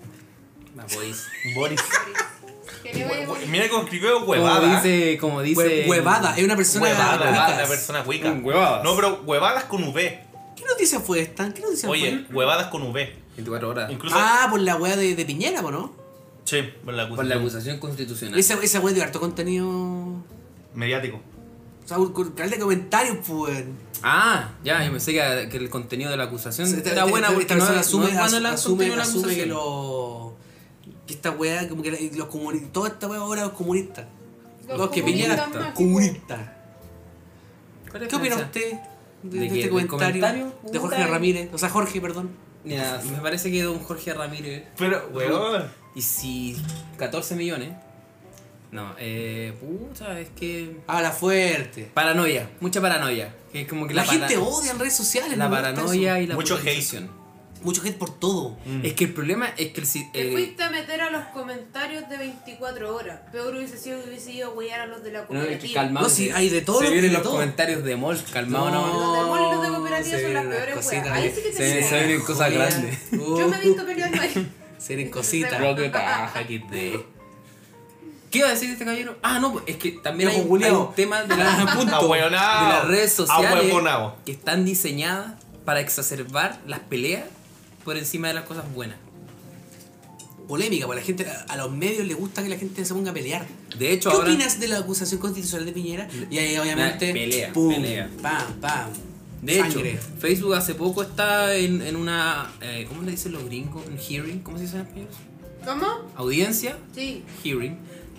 A Boris. Boris. Que le vaya bonito. Mira cómo escribió huevada. Como dice... Huevada, es una persona. Huevada, cuicas. la persona cuica. Huevadas. No, pero huevadas con V. ¿Qué noticia fue esta? ¿Qué noticia Oye, huevadas con V. 24 horas. Incluso. fue? Ah, por la wea de Piñera, ¿o no? Sí, por la Por la acusación. acusación constitucional. Esa wea de harto contenido. Mediático. O sea, un canal de comentarios, pues. Ah, ya, yo pensé que el contenido de la acusación Esta- era buena esta porque no, persona no asume, es bueno el asume contenido de la asume que acusación. que esta wea, como que los comunistas, toda esta wea ahora es comunista. Los Los que comunistas Piñera mágicos. comunista. ¿Cuál es ¿Qué la opina diferencia? usted de ¿De este qué? ¿Del comentario? comentario? De Jorge Puta. Ramírez. O sea, Jorge, perdón. Mira, me parece que don Jorge Ramírez. Pero, weón. Y si 14 millones. No, puta, es que. Habla fuerte. Paranoia, mucha paranoia. Que es como que La, para- gente odia en redes sociales. La me gusta paranoia y la Mucho polarización. Mucho hate por todo. Es que el problema es que Te el. fuiste a meter a los comentarios de 24 horas. Peor hubiese ido huear a los de la No, cooperativa. calmado. No, sí, hay de todo. Se vienen de los todo. comentarios de Mol, calmado No. no. Los de Mall y los de cooperativa se son las vienen peores cositas weas. Ahí ahí. sí que te Se vienen. vienen cosas grandes. Yo me he visto peleando ahí. Se vienen cositas. Bro, qué paja que te. ¿Qué iba a decir este caballero? Ah, no, es que también hay, Viejo hay culiao. un tema de, la, Ahueonao. de las redes sociales Ahueonao. que están diseñadas para exacerbar las peleas por encima de las cosas buenas. Polémica, porque la gente, a los medios les gusta que la gente se ponga a pelear. De hecho, ¿Qué ahora. opinas de la acusación constitucional de Piñera? Y ahí obviamente. Pelea, pum, pelea. Pam, pam. De sangre. hecho, Facebook hace poco está en una. ¿Cómo le dicen los gringos? Un hearing, ¿cómo se dice en español? ¿Cómo? Audiencia, Sí. hearing,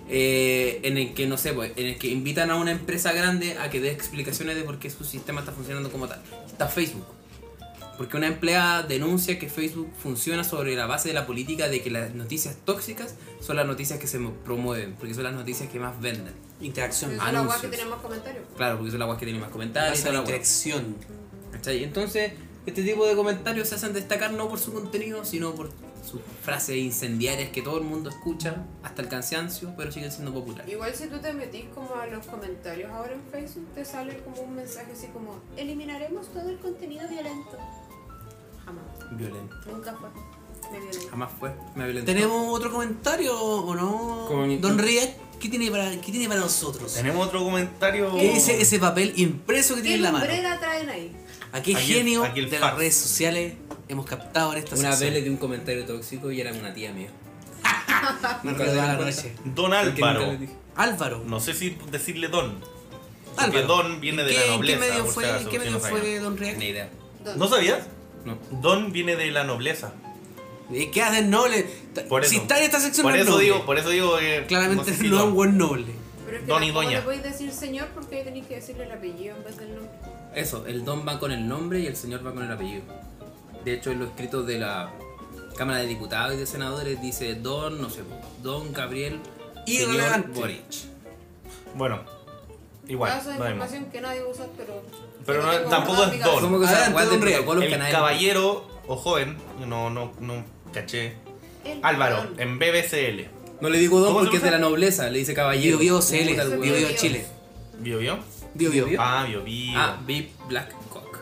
en el que, no sé, pues, en el que invitan a una empresa grande a que dé explicaciones de por qué su sistema está funcionando como tal. Está Facebook. Porque una empleada denuncia que Facebook funciona sobre la base de la política de que las noticias tóxicas son las noticias que se promueven, porque son las noticias que más venden. Interacción. Es una guay Anuncios. que tiene más comentarios. Claro, porque son las guas que tienen más comentarios. Base y de toda la la wea. interacción. ¿Cachai? Entonces, este tipo de comentarios se hacen destacar no por su contenido, sino por sus frases incendiarias que todo el mundo escucha, hasta el cansancio, pero siguen siendo populares. Igual si tú te metís como a los comentarios ahora en Facebook, te sale como un mensaje así como eliminaremos todo el contenido violento. Jamás. Violento. Nunca fue. Me violento. Jamás fue. Me violentó. ¿Tenemos otro comentario o no? Como- Don Ria, ¿qué tiene para nosotros? Tenemos otro comentario. ¿Qué dice ese papel impreso que tiene ¿Qué en la mano? lumbrera traen ahí? ¿A qué Aquí el- genio aquí el de fax. las redes sociales hemos captado en esta Una vez sección? le di un comentario tóxico y era una tía mía. Me Nunca enredó se la dan cuenta. noche. Don Porque nunca Álvaro. les dije. Álvaro. No sé si decirle Don. Porque Álvaro. Don viene de ¿En la qué- nobleza. ¿En qué medio por si fue, acaso, ¿en qué si medio no sabían. fue Don Ria? Ni idea. ¿Dónde? ¿No sabías? No. Don viene de la nobleza. ¿Qué hacen noble? Por eso. Si está en esta sección Por no es eso noble. digo, por eso digo que Claramente sé si no es Don. un buen noble. Pero es que Don y tampoco doña. le podéis decir señor porque ahí tenéis que decirle el apellido en vez del nombre. Eso, el don va con el nombre y el señor va con el apellido. De hecho, en los escritos de la Cámara de Diputados y de Senadores dice Don, no sé, Don Gabriel señor Irrelevante. Boric. Bueno, igual. Caso de lo mismo. información que nadie usa, pero. Pero yo no- tengo tampoco guardada es en mi cabeza. don. Como que se Adelante, guarden don Ria. protocolos que El nadie- caballero o joven, no caché. El Álvaro, don. en BBCL. No le digo don ¿Cómo se porque es de la pronuncia? nobleza, le dice caballero. Bio Bio CL, Puta el Bio Bio weón. Bio Chile. ¿Vio, vio? Bio Bio. Bio. Ah, vio, vio. Ah, Big Black Cock.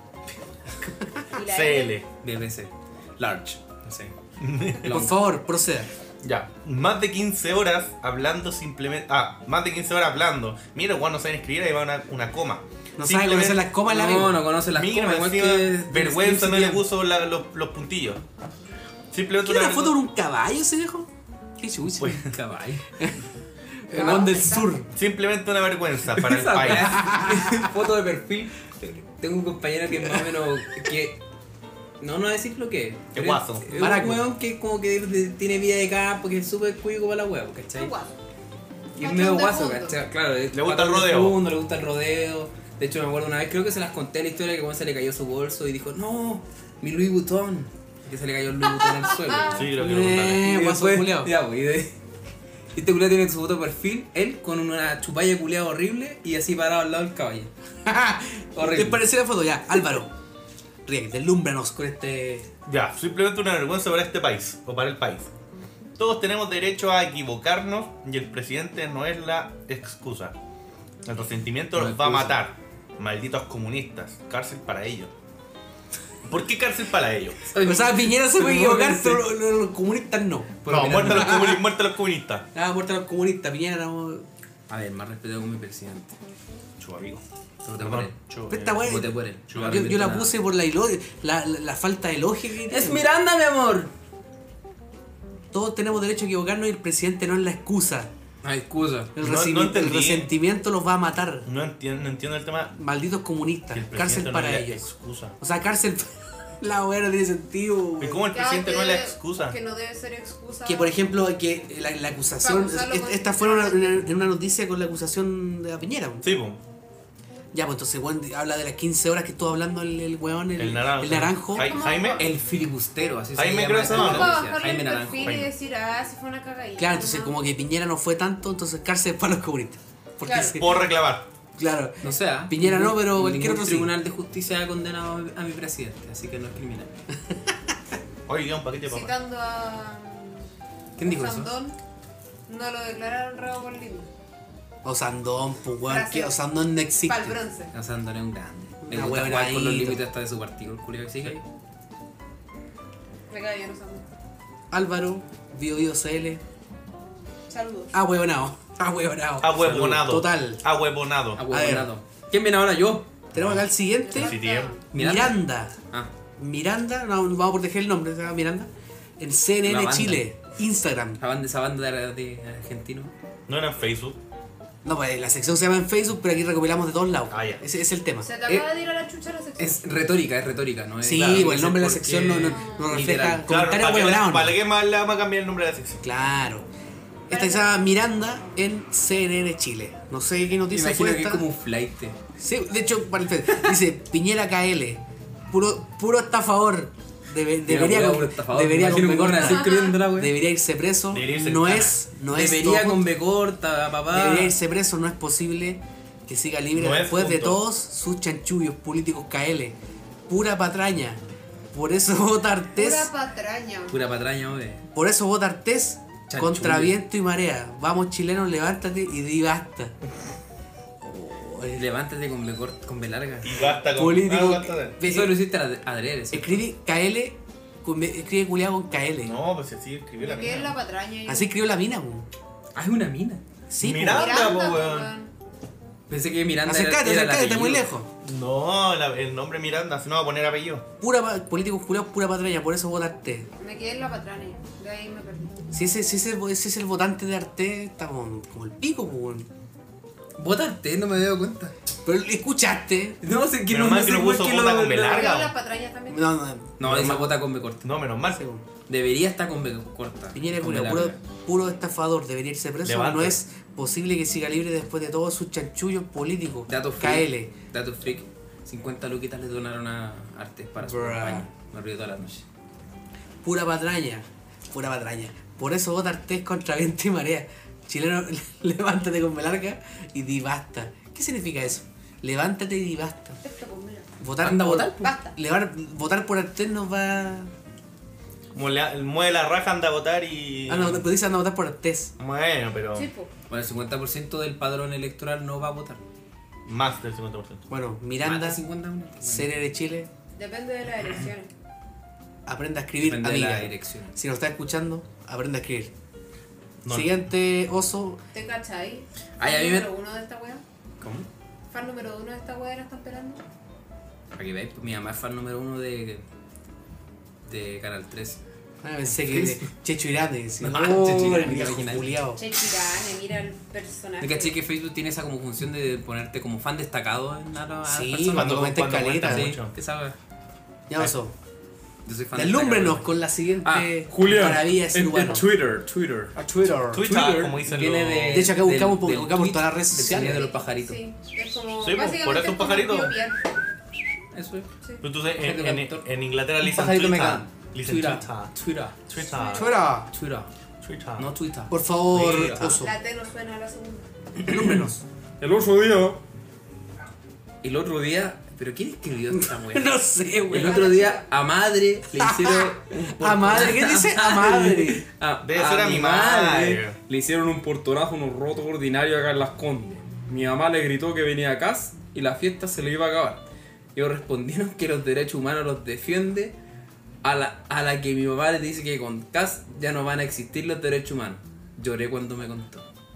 Y la CL. BBC. Large. No sé. Por Long. favor, proceda. Ya, más de 15 horas hablando simplemente. Ah, más de 15 horas hablando. Mira, Juan no saben escribir, ahí va una coma. No sabe conocer las comas la No, amigo. no conoce las Mira, comas, igual encima, que vergüenza no le Slim puso los puntillos. Simplemente ¿Quiere una foto con un caballo ese viejo? Qué chucha. Pues, Slim. Caballo. El Juan del Sur. simplemente una vergüenza para el Esa país. weá. Foto de perfil. Tengo un compañero que es más o menos que no voy a decir lo que es. pero guaso. Es Maraco. un weón que como que tiene vida de campo, que es súper cuico para la hueá, ¿cachai? Es guapo. Y es Machón medio de guaso, fondo. ¿cachai? Claro, es Le gusta patón el de rodeo. fondo, le gusta el rodeo. De hecho, me acuerdo una vez, creo que se las conté la historia que cuando se le cayó su bolso y dijo, no, mi Louis Vuitton. Que se le cayó el Louis Vuitton al suelo. Sí, creo que lo contaste. Y guaso después- culiao. ya, pues, y este culiao tiene su foto de perfil, él con una chupalla culiada horrible y así parado al lado del caballo. Horrible. ¿Qué pareció la foto? Ya, Álvaro. Ria, deslúmbranos con este. Ya, simplemente una vergüenza para este país o para el país. Todos tenemos derecho a equivocarnos y el presidente no es la excusa. El resentimiento No los va a excusa. matar. Malditos comunistas. Cárcel para ellos. ¿Por qué cárcel para ellos? O sea, Piñera se puede equivocar, Sí. pero los comunistas no. Por No, opinar. muerte a los comunistas. Nada, muerta a los comunistas. Piñera no. A ver, más respeto con mi presidente. Chu, amigo. Voté por él. Chu, Pero esta wea- Voté por él. No me Yo arrepiento la nada. puse por la falta de lógica que ¡Es tiene. Miranda, mi amor! Todos tenemos derecho a equivocarnos y el presidente no es la excusa. Ay, excusa. El, No el entendí. resentimiento los va a matar. No entiendo el tema. Malditos Que comunistas. el presidente Cárcel no para es la ellos. excusa. O sea, cárcel. La wea no tiene sentido. ¿Y güey. cómo el Ya, presidente que no es la debe- excusa? Que no debe ser excusa. Que por ejemplo, que la acusación. Para usarlo Esta fue en una noticia con la acusación de la Piñera. güey. Sí, po. Ya, pues entonces, weón, habla de las 15 horas que estuvo hablando el weón, El naranjo. el naranjo. Jaime. El filibustero, así Jaime se creo llama. que se esa llama, ¿Cómo ¿no? para noticia. bajarle Jaime el Naranjo. perfil y Jaime. decir, ah, si fue una cagadita? Claro, entonces ¿no? como que Piñera no fue tanto, entonces cárcel para los comunistas. Porque Claro. sí, Puedo reclamar. claro. No sé, ¿ah? Piñera no, pero Ningún cualquier otro sí. tribunal de justicia ha condenado a mi presidente, así que no es criminal. Oye, queda un paquete de papas. Citando a. ¿Quién dijo eso? Sandón, no lo declararon rabo por lindo. Osandón, pues weón, Gracias. que Osandón no existe. Para el bronce. O sea, Andón es un grande. Le Una gusta hueá jugar con los bonito. límites hasta de su partido, el culiao que sigue. Me cae bien Sandón. Álvaro, Bio Bio CL. Saludos. Ahueonado. Ahueonado. Ahuevonado. Total. Ahuevonado. Ahuevonado. ¿Quién viene ahora? Yo. Tenemos acá el siguiente. Sí, tío. Miranda. Ah, Miranda, no, vamos a proteger el nombre, se llama Miranda. En La CNN banda. Chile, Instagram. esa banda de argentino. No era en Facebook. No, pues la sección se llama en Facebook, pero aquí recopilamos de todos lados. Ah, ya. Ese es el tema. Se te acaba de ir a la chucha la sección. Es retórica, ¿no? Es, Sí, claro, pues el nombre de la porque- sección no refleja Literal. Claro, comentario ¿para huevonado, ¿no? qué más le vamos a cambiar el nombre de la sección? Claro. Esta se llama Miranda en CNN Chile. No sé qué noticia Imagino fue que es esta. como un flight. Sí, de hecho, dice Piñera KL. Puro estafador. Debería irse preso. Debería irse No en es Debería todo. con B corta, papá. Debería irse preso. No es posible que siga libre No es después de punto. todos sus chanchullos políticos KL. Pura patraña. Por eso vota Artés. Pura patraña. Pura patraña, oye. Por eso vota Artés Chanchullo. contra viento y marea. Vamos chilenos, levántate y di basta. Levántate con B larga. Y basta con. Político. basta de- Eso lo hiciste adrede, ¿sí? Escribe KL, escribe culiado con KL. No, pues así escribió la ¿Qué es la mina. patraña? Así escribió la mina, po. Ah, es una mina. Sí, po. Miranda, Miranda, po, po, weón. weón. Pensé que Miranda Acércate, era el está muy apellido. lejos. No, el nombre Miranda, si no va a poner apellido. Políticos culiados, pura patraña, por eso vota Artés. Me quedé en la patraña. De ahí me perdí. Si ese es el votante de Artés, está como el pico, po, weón. Votarte, no me había dado cuenta. Pero escuchaste. No sé quién Menos mal que sé no por puso qué bota lo- con B larga. ¿Pero o- las patrañas también? No, esa vota con B corta. No, menos mal. Sí, po. Debería estar con B corta. Piñera con B culiao, larga. puro estafador, debería irse preso. Levante. No es posible que siga libre después de todos sus chanchullos políticos. Datos freak. KL. Datos freak. 50 luquitas le donaron a Artes para su Bruh. campaña. Me río toda la noche. Pura patraña. Pura patraña. Por eso vota Artés contra viento y marea. Chileno, levántate con B larga y di basta. ¿Qué significa eso? Levántate y di basta. Esto, pues mira. Votar Anda a por, votar, po. Basta. votar por Artés nos va. Como mueve la raja, anda a votar y. Ah, no, pues dice anda a votar por Artés. Bueno, pero. Sí, pues. Bueno, el 50% del padrón electoral no va a votar. Más del 50%. Bueno, Más Miranda, de 50%. CNN Chile, Depende de las elecciones. aprenda a escribir, Depende de la amiga. dirección. Si nos está escuchando, aprenda a escribir. No. Siguiente oso. ¿Te cachai? Ay, a mí me- número uno de esta wea? ¿Cómo? ¿Fan número uno de esta wea la están pelando? Para que veáis, pues, mi mamá es fan número 1 de Canal 3. Ah, pensé que de Checho Irane. Sí. No, Oh, Checho Irane, el viejo original. culiao. Che, Chirane, mira el personaje. ¿Me caché que Facebook tiene esa como función de ponerte como fan destacado en a Sí, personas? cuando comenta cuando caleta. cuenta Sí, mucho. ¿qué sabes? Ya oso. Yo soy fan Deslúmbrenos destacado. con la siguiente Julián, maravilla de ser en humano. Twitter. A Twitter. Twitter, como dicen viene los- de, De hecho, acá buscamos del buscamos tweet todas las redes del sociales. sonido de los pajaritos. Sí, es como. Sí, pues, básicamente por eso es un como pajarito. copiar. Eso es. Sí. Pero entonces Gente en, de actor. en Inglaterra le Un dicen pajarito me Twitter. caga. Le dicen Twitter. Twitter. Twitter. Twitter. Twitter. Twitter. Twitter. No Twitter. Por favor, Mira. oso. La T no suena a la segunda. Delúmbrenos. El otro día, El otro día. ¿Pero quién escribió esta mujer? No sé, El güey. otro día a madre le hicieron un A madre, ¿qué dice? A madre. Debe ser a mi madre. le hicieron un portonazo, unos rotos ordinarios acá en Las Condes. Mi mamá le gritó que venía a casa y la fiesta se le iba a acabar. Ellos respondieron que los derechos humanos los defiende a la que mi mamá le dice que con Cas ya no van a existir los derechos humanos. Lloré cuando me contó.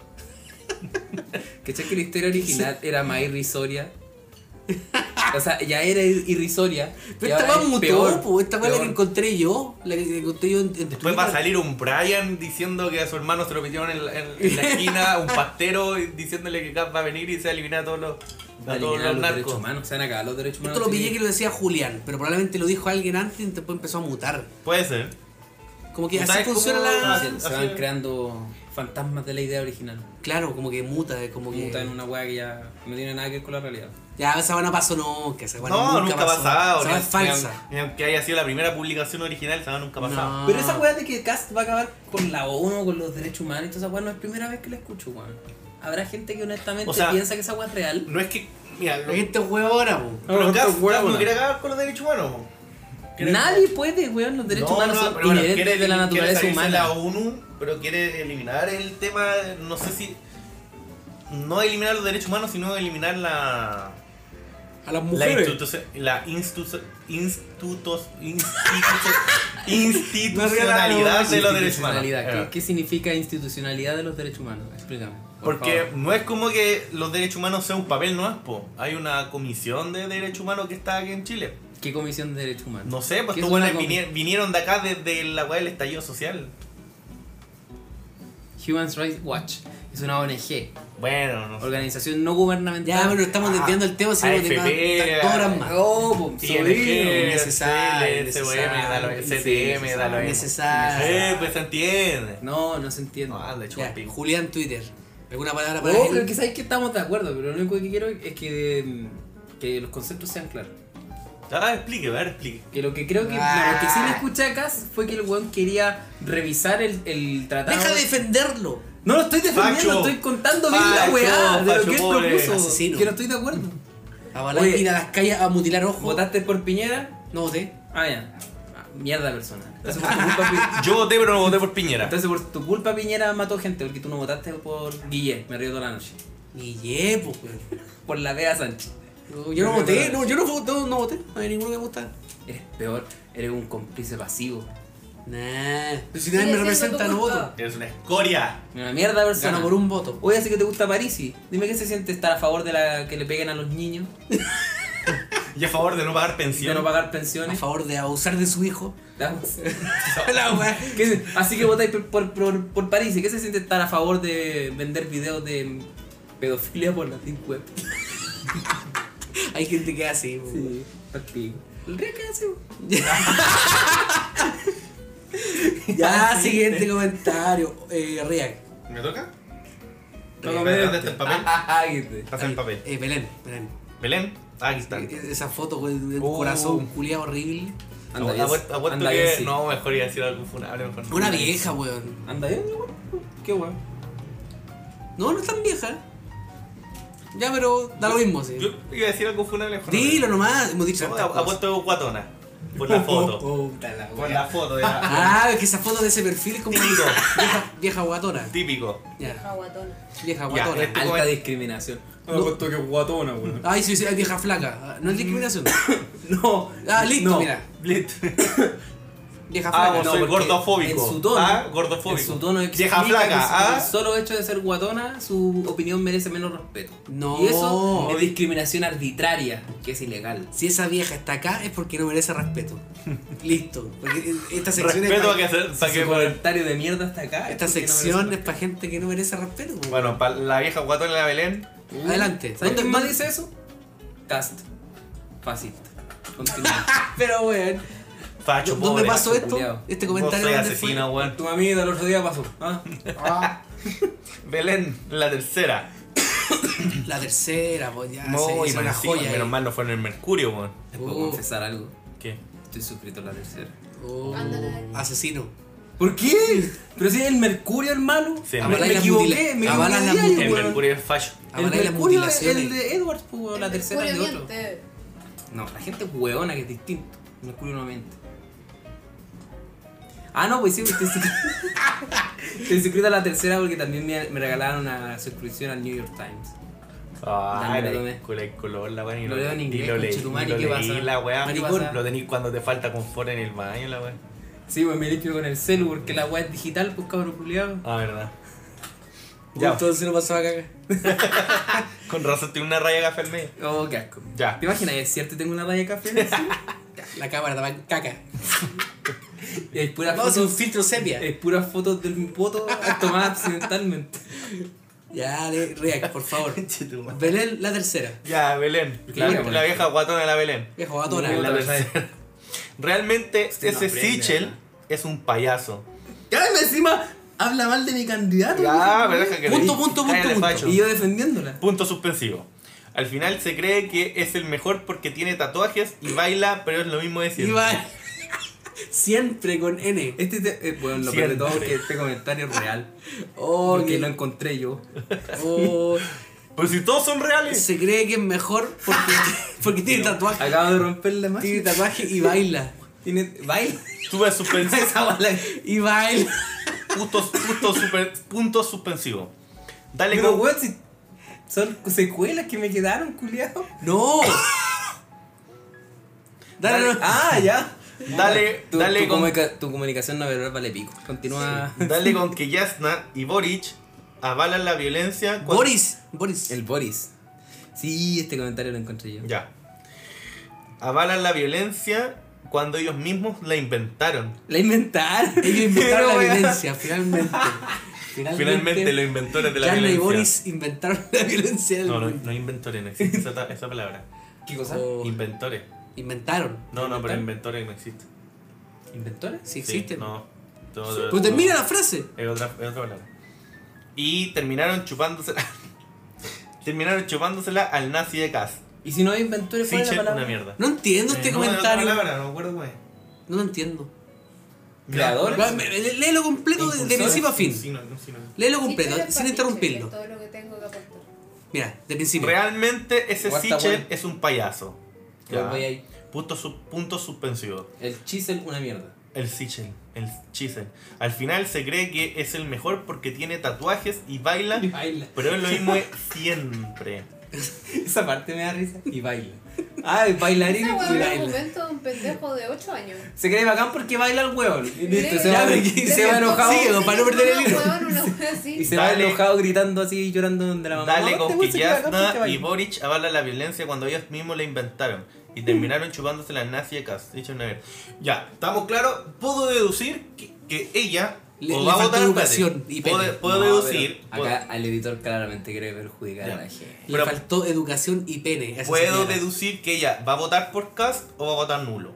¿Cachai que la historia original era más irrisoria? O sea, ya era irrisoria. Pero y esta ahora weá es mutó, peor, po. Esta weá es la que peor. encontré yo. La que encontré yo en Después va a salir un Brian diciendo que a su hermano se lo metieron en la esquina, un pastero diciéndole que Cap va a venir y se va a eliminar a todos los, Va a a todos eliminar los los derechos narcos. humanos. Se van a acabar los derechos humanos. Esto lo sí. pillé que lo decía Julián, pero probablemente lo dijo alguien antes y después empezó a mutar. Puede ser. Como que así ¿Sabes funciona cómo la. hace? Se van creando fantasmas de la idea original. Claro, como que muta, como que. Muta en una weá que ya no tiene nada que ver con la realidad. Ya, esa weá no pasó nunca. Esa weá No, nunca ha pasado. Esa weá es falsa. Ni aunque haya sido la primera publicación original, esa nunca ha pasado. No. Pero esa weá de que Cast va a acabar con la ONU, con los derechos humanos y toda esa weá no es primera vez que la escucho, weón. Habrá gente que honestamente O sea, piensa que esa weá es real. No es que. Mira, La gente huevo ahora, po. pero esto Cas es huevo, no ¿no? quiere acabar con los derechos humanos. po. Quiere- Nadie puede, weón. Los derechos humanos son pero bueno, inherentes de la naturaleza quiere salirse humana. la ONU, pero quiere eliminar el tema, no sé si... No eliminar los derechos humanos, sino eliminar la... A las La, mujeres. institucionalidad de los derechos humanos. Institucionalidad. ¿Qué significa institucionalidad de los derechos humanos? Explícame. por Porque favor. no es como que los derechos humanos sea un papel, no es, po. Hay una comisión de derechos humanos que está aquí en Chile. ¿Qué comisión de derechos humanos? No sé, pues ¿Qué estos es una buenos vinieron de acá desde la weá del estallido social. Human Rights Watch. Es una ONG, Bueno, no sé. organización no gubernamental. Ya, pero estamos desviando el tema, si no AFP, te más 2 horas más. Oh, pues, ING, Necesario, CLSUM, da lo CTM, da lo necesario. pues se entiende. No se entiende. No, anda, Ya, chupa pico. Julián Twitter. ¿Alguna palabra para No, él? pero es que sabéis que estamos de acuerdo, pero lo único que quiero es que los conceptos sean claros. Explique, a ver, explique. Que lo que creo que lo que sí le escuché a Cass fue que el weón quería revisar el tratado. Deja de defenderlo. No lo estoy defendiendo, Facho. estoy contando bien la Facho, weá de lo facho que él pobre. propuso. Asesino. Que no estoy de acuerdo. A Oye. ir a las calles a mutilar ojos. ¿Votaste por Piñera? No voté. Ah, ya. Mierda persona. Entonces por tu culpa, Yo voté, pero no voté por Piñera. Entonces por tu culpa Piñera mató gente, porque tú no votaste por Guille, me río toda la noche. Guille, pues, weón. Por la Bea Sánchez. No, yo no voté, no, yo no voté. No hay ninguno que me gusta. Eres peor, eres un cómplice pasivo. Nah. Pero si nadie me representa, no voto. Eres una escoria. Una mierda persona. Gano por un voto. Oye, así que te gusta Parisi. Dime qué se siente estar a favor de la que le peguen a los niños, Y a favor de no pagar de pensión. no pagar A pensiones. favor de abusar de su hijo. Vamos. La weá. Así que votáis por Parisi. ¿Qué se siente estar a favor de vender videos de pedofilia por la Deep Web? Hay gente que hace. weón. Sí, partido. El día que hace. Ya, siguiente comentario. Riak. ¿Me toca? Tócame ¿Dónde está el papel? Ay, Pasa el papel. Belén. ¿Belén? Aquí está. Esa foto, weón, de un corazón culiado horrible. anda bien. Apuesto Anda que bien, sí. no, mejor iba a decir algo funable. Mejor no. Una vieja, weón. Anda bien, weón. Qué weón. No, no es tan vieja. Ya, pero da lo mismo, sí. Yo iba a decir algo funable. Mejor no. Dilo nomás, hemos dicho No, tantas cosas. apuesto guatona. Por la foto. Puta la Por la foto, ya. Ah, es que esa foto de ese perfil es como Típico. vieja guatona. Típico. Ya, Jaguatona. vieja Ya, guatona. este- Alta discriminación. Me he puesto que es guatona, weón. Ay, sí, es vieja flaca. Ah, no es discriminación. No. Ah, listo, no. mira. Listo. Vieja Ah, flaca. vos soy porque gordofóbico. En su tono. Ah, gordofóbico. En su tono Vieja explica flaca. que Ah. por el solo hecho de ser guatona, su opinión merece menos respeto. No. Y eso es discriminación arbitraria, que es ilegal. Si esa vieja está acá es porque no merece respeto. Listo. Porque esta sección Respeto a es que hacer. Si Para que su comentario de mierda hasta acá. esta es porque no sección merece es para gente que no merece respeto. po. Bueno, para la vieja guatona de la Belén. respeto. Adelante. ¿Sabes ¿Dónde- quién más dónde- dice eso? Cast. Fascista. Continúa. Pero, weón. Facho ¿Dónde pobre. pasó esto? culiao. Este Vos comentario soy ¿dónde asesino, weón. Tu mamita el otro día pasó. ¿Ah? Ah, Belén, la tercera. la tercera, pues ya. Muy es una mal, joya. menos mal no fue en el Mercurio, weón. ¿Te puedo Oh. confesar algo? ¿Qué? Estoy suscrito a la tercera. Oh, Ándale. asesino. ¿Por qué? Pero si es el Mercurio el malo. Sí, el Avalan me las equivoqué, me avalan equivoqué las de diario, El weón. Mercurio es fallo. El Avalan las Mercurio es mutilaciones. el de Edwards, pues, la tercera es de otro. Miente. No, la gente es hueona que es distinto. Mercurio no miente. Ah, no, pues sí, estoy suscrito. Estoy suscrito a la tercera porque también me regalaron una suscripción al New York Times. Ay, Dame, dame. el color, la weá. Lo leo en inglés, lo leí, conchetumare, lo ¿qué leí, pasa? la weá. Maricón. Lo tenís cuando te falta confort en el baño, la weá. Sí, pues me limpio con el celu porque la weá es digital, pues cabrón culiado. Ah, verdad. Ya. Ya. Entonces no pasó a cagar. Con razón tiene una raya de café al medio. Oh, qué asco. Ya. ¿Te imaginas? ¿Es cierto que tengo una raya de café? ¿Sí? La cámara estaba en caca. Es pura Vamos a hacer un fotos, filtro sepia. es puras fotos de mi poto tomadas accidentalmente. Ya, React, por favor. Conchetumare. Belén, la tercera. Ya, Belén. Claro, La vieja guatona de la Belén. Viejo gatona. No, La tercera. Realmente Usted no ese aprende, Sichel ¿verdad? es un payaso. Ya, encima habla mal de mi candidato. Ya, pero deja que Punto, leí. punto, Cállate, punto, facho. Y yo defendiéndola. Punto suspensivo. Al final se cree que es el mejor porque tiene tatuajes y baila, pero es lo mismo de siempre. Iba siempre con N. Bueno, lo peor de todo es Siempre. que este comentario es real. Oh, Porque que- lo encontré yo. oh, Pero si todos son reales. se cree que es mejor porque tiene tatuaje. Acabo de romper la Tiene magia. tatuaje y baila. Tiene. Baila. Sube suspensivo. Esa bala. Y baila. Punto suspensivo. Dale Pero con. weón, si son secuelas que me quedaron, culiao. No. Dale, no. Ah, ya. Dale, Tu, dale tu con. tu comunicación no verbal vale pico. Continúa. Dale con que Yasna y Boric avalan la violencia. cuando- Boris. El Boris. Sí, este comentario lo encontré yo. Ya. Avalan la violencia cuando ellos mismos la inventaron. La inventaron. Ellos inventaron Pero, la weón. violencia, finalmente. Finalmente los inventores de la Yarna y violencia. Boris inventaron la violencia del No, mundo. no inventores, no existe esa palabra. ¿Qué cosa? O Inventores. inventaron. No, pero inventores no existe. ¿Inventores? Sí existen. No. Pues termina la frase. Es otra palabra. Y terminaron chupándosela. terminaron chupándosela al nazi de Cass. ¿Y si no hay inventores, cuál es la Sichel, palabra? una mierda. No entiendo este No, es otra comentario. palabra, no me acuerdo cómo es. No lo entiendo. ¿Creadores? Léelo completo de principio a fin. Sí, no. Léelo Sí, completo, pero es sin pastiche, interrumpirlo. es todo lo que tengo que aportar. Mira, de principio. Realmente ese Igual está Sichel bueno. es un payaso. Ya, Ya. voy ahí. Punto suspensivo. El chisel, una mierda. El Sichel, el Chisel. Al final se cree que es el mejor porque tiene tatuajes y baila, Baila. pero es lo mismo es siempre. Esa parte me da risa. Y baila. Ah, es bailarín Esa y hueá es un baila. argumento de un pendejo de 8 años. Se cree bacán porque baila el hueón. Y listo, se Ya, va, pero se va enojado. Sí, para no perder el hilo. Y se va Dale. enojado gritando así, llorando donde la mamá. Dale "No, con este que weón se cree bacán porque Jasna y baila". Boric avalan la violencia cuando ellos mismos la inventaron y terminaron chupándose las nazis de Kass. Dicho una vez. Ya, estamos claros. Puedo deducir que ella Le o va a faltó votar educación y pene. puedo No, deducir. pero Acá al editor claramente quiere perjudicar Ya. a la gente. Le Pero- faltó educación y pene. a esa Puedo señora. deducir que ella va a votar por Kass o va a votar nulo.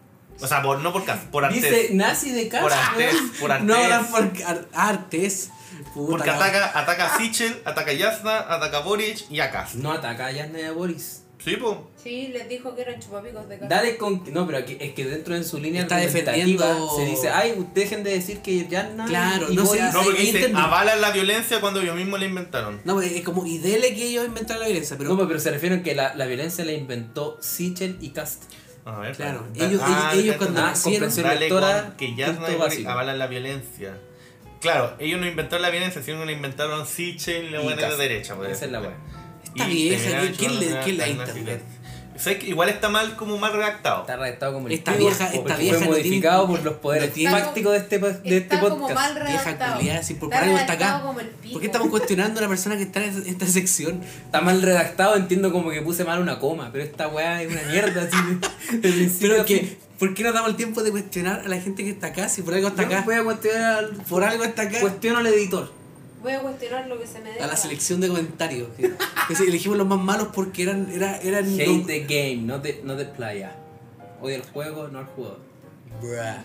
O sea, no por Kass, por Artés. Dice nazi de casa. Por Artés, por Artés. No hablan por Artes. Puta, Porque la- ataca a Sichel, ataca a Jasna, ataca a Boric y a Kass. No ataca a Yasna y a Boris. Sí, po. Sí, les dijo que eran chupapicos de casa. Dale con. No, pero aquí, es que dentro de su línea Está argumentativa defendiendo- se dice: ay, dejen de decir que Yasna. Claro, y no Boris. sea- No, porque ahí dice, entendí. avalan la violencia cuando ellos mismos la inventaron. No, es como, y dele que ellos inventaron la violencia, pero No, pero se refieren que la violencia la inventó Sichel y Cast. A ver, Claro, espera. ellos cuando Ah, nacieron, comprensión Dale lectora, con que Jasna punto y Boric básico. avalan la violencia. Claro, ellos no inventaron la violencia, sino que la inventaron Sichel y la Y buena de Kast. derecha. Pues. Esa es la weá. esta Y vieja, terminaron ¿quién chupándose la las internet? nazis. ¿Sabes que igual está mal como mal redactado? Está redactado como el Esta pico, vieja- esta porque vieja fue no modificado tiene- por los poderes no tiene- fácticos de este Está como podcast. mal Vieja redactado. culiada, si por algo está acá. redactado como el pico. ¿Por qué estamos cuestionando a la persona que está en esta sección? Está mal redactado, entiendo como que puse mal una coma, pero esta weá es una mierda así de principio Pero a que, fin. ¿por qué no damos el tiempo de cuestionar a la gente que está acá? Si por algo está Yo acá, voy a cuestionar por algo está acá. cuestiono al editor. Voy a cuestionar lo que se me deja. A la selección de comentarios. Que si elegimos los más malos porque eran Hate the game, no de playa. Odia el juego, no al jugador. Bruh.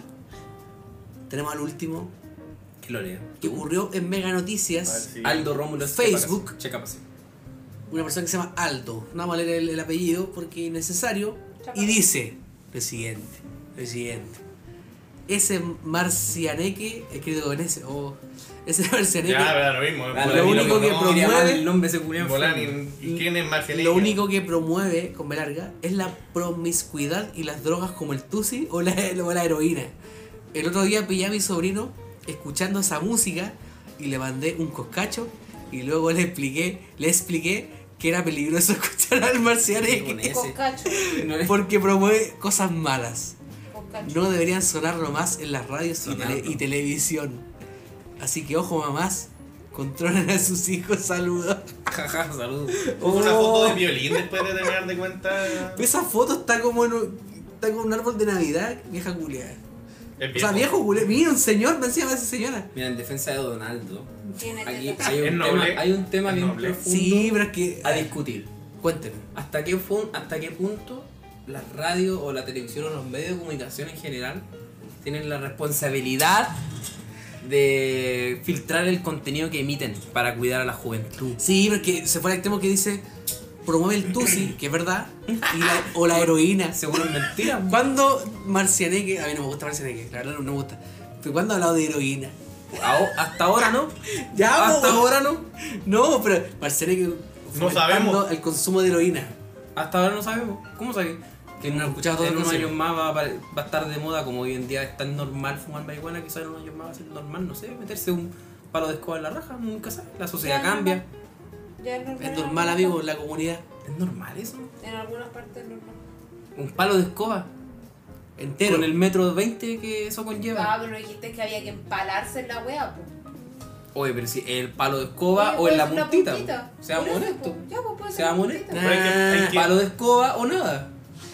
Tenemos al último Que lo leo. que ocurrió en Mega A ver Noticias. si- Aldo Rómulo Facebook. Checa pase. Una persona que se llama Aldo. No vamos a leer el apellido porque es innecesario. Y dice lo siguiente. Ese marcianeque, escrito con ese, ese marcianeque, Ya, pero lo mismo. Ah, lo único que promueve- el nombre se culió ¿Y quién es Marcianeque? lo único que promueve, con B larga, es la promiscuidad y las drogas como el tusi o la heroína. El otro día pillé a mi sobrino escuchando esa música y le mandé un coscacho y luego le expliqué que era peligroso escuchar al Con marcianeque ese. Coscacho. No es- porque promueve cosas malas. Coscacho. No deberían sonarlo más en las radios Sonarlo. y televisión. Así que ojo mamás, controlen a sus hijos, saludos. Jaja, saludos. Puso una foto de violín después de terminar de cuenta. Esa foto está como está como un árbol de Navidad, vieja culiada. Es O sea, viejo culiado, mira un señor, me encima esa señora. Mira, en defensa de Donaldo, Tiene aquí tetas. hay Es un, noble. tema, hay un tema Es bien noble. profundo Sí, pero es que a discutir. cuéntenme. ¿Hasta qué punto la radio o la televisión o los medios de comunicación en general tienen la responsabilidad de filtrar el contenido que emiten para cuidar a la juventud? Sí, pero es que se fue al extremo que dice promueve el tusi, que es verdad, o la heroína. Seguro es mentira. ¿Cuándo Marcianeque? A mí no me gusta Marcianeque, la verdad no me gusta. Pero ¿cuándo ha hablado de heroína? Hasta ahora no. Ya, Hasta po. ahora no. No, pero Marcianeque No sabemos. el consumo de heroína. Hasta ahora no sabemos. ¿Cómo sabes? Que No he escuchado todo en el unos consejo. años más va a estar de moda, como hoy en día es tan normal fumar marihuana, quizás en unos años más va a ser normal, no sé, meterse un palo de escoba en la raja, nunca sabe. La sociedad Ya, cambia. Ya es normal. Es normal, amigo, en la comunidad ¿Es normal eso? En algunas partes es normal. Un palo de escoba. entero. Con el metro 20 que eso Ah, conlleva. pero no dijiste que había que empalarse en la wea, po. Oye, pero si el palo de escoba Oye, o en la pues, puntita. puntita. Seamos Por eso, honestos. po. Ya, pues puede ser Seamos la honestos. puntita. Pero hay que- Palo de escoba o nada.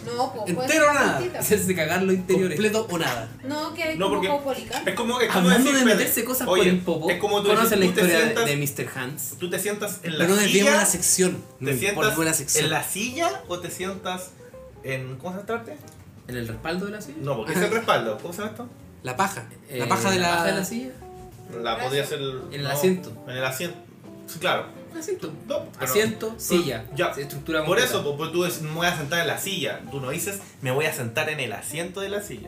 No, pues puede ¿Entero ser o nada? puntita. Hacerse cagar los interiores. Completo o nada. No, que hay No, como porque popolica. es como Hablando decir, de espérate, meterse cosas oye, por el popo, es como tú ¿conocen la decir, tú te historia sientas- de Mr. Hans? Tú te sientas en la Pero no desviemos silla. la sección. ¿Te Por sientas buena sección. en la silla o te sientas en. ¿Cómo se llama esta parte? ¿En el respaldo de la silla? No, porque es el respaldo. ¿Cómo se llama esto? La paja. La Eh, paja de baja de la. la silla. La podría ser. En el asiento. En el asiento. Sí, claro. Asiento. No, pero- Asiento, silla. Ya. Estructura Por completa. eso, pues tú dices, me voy a sentar en la silla. Tú no dices, me voy a sentar en el asiento de la silla.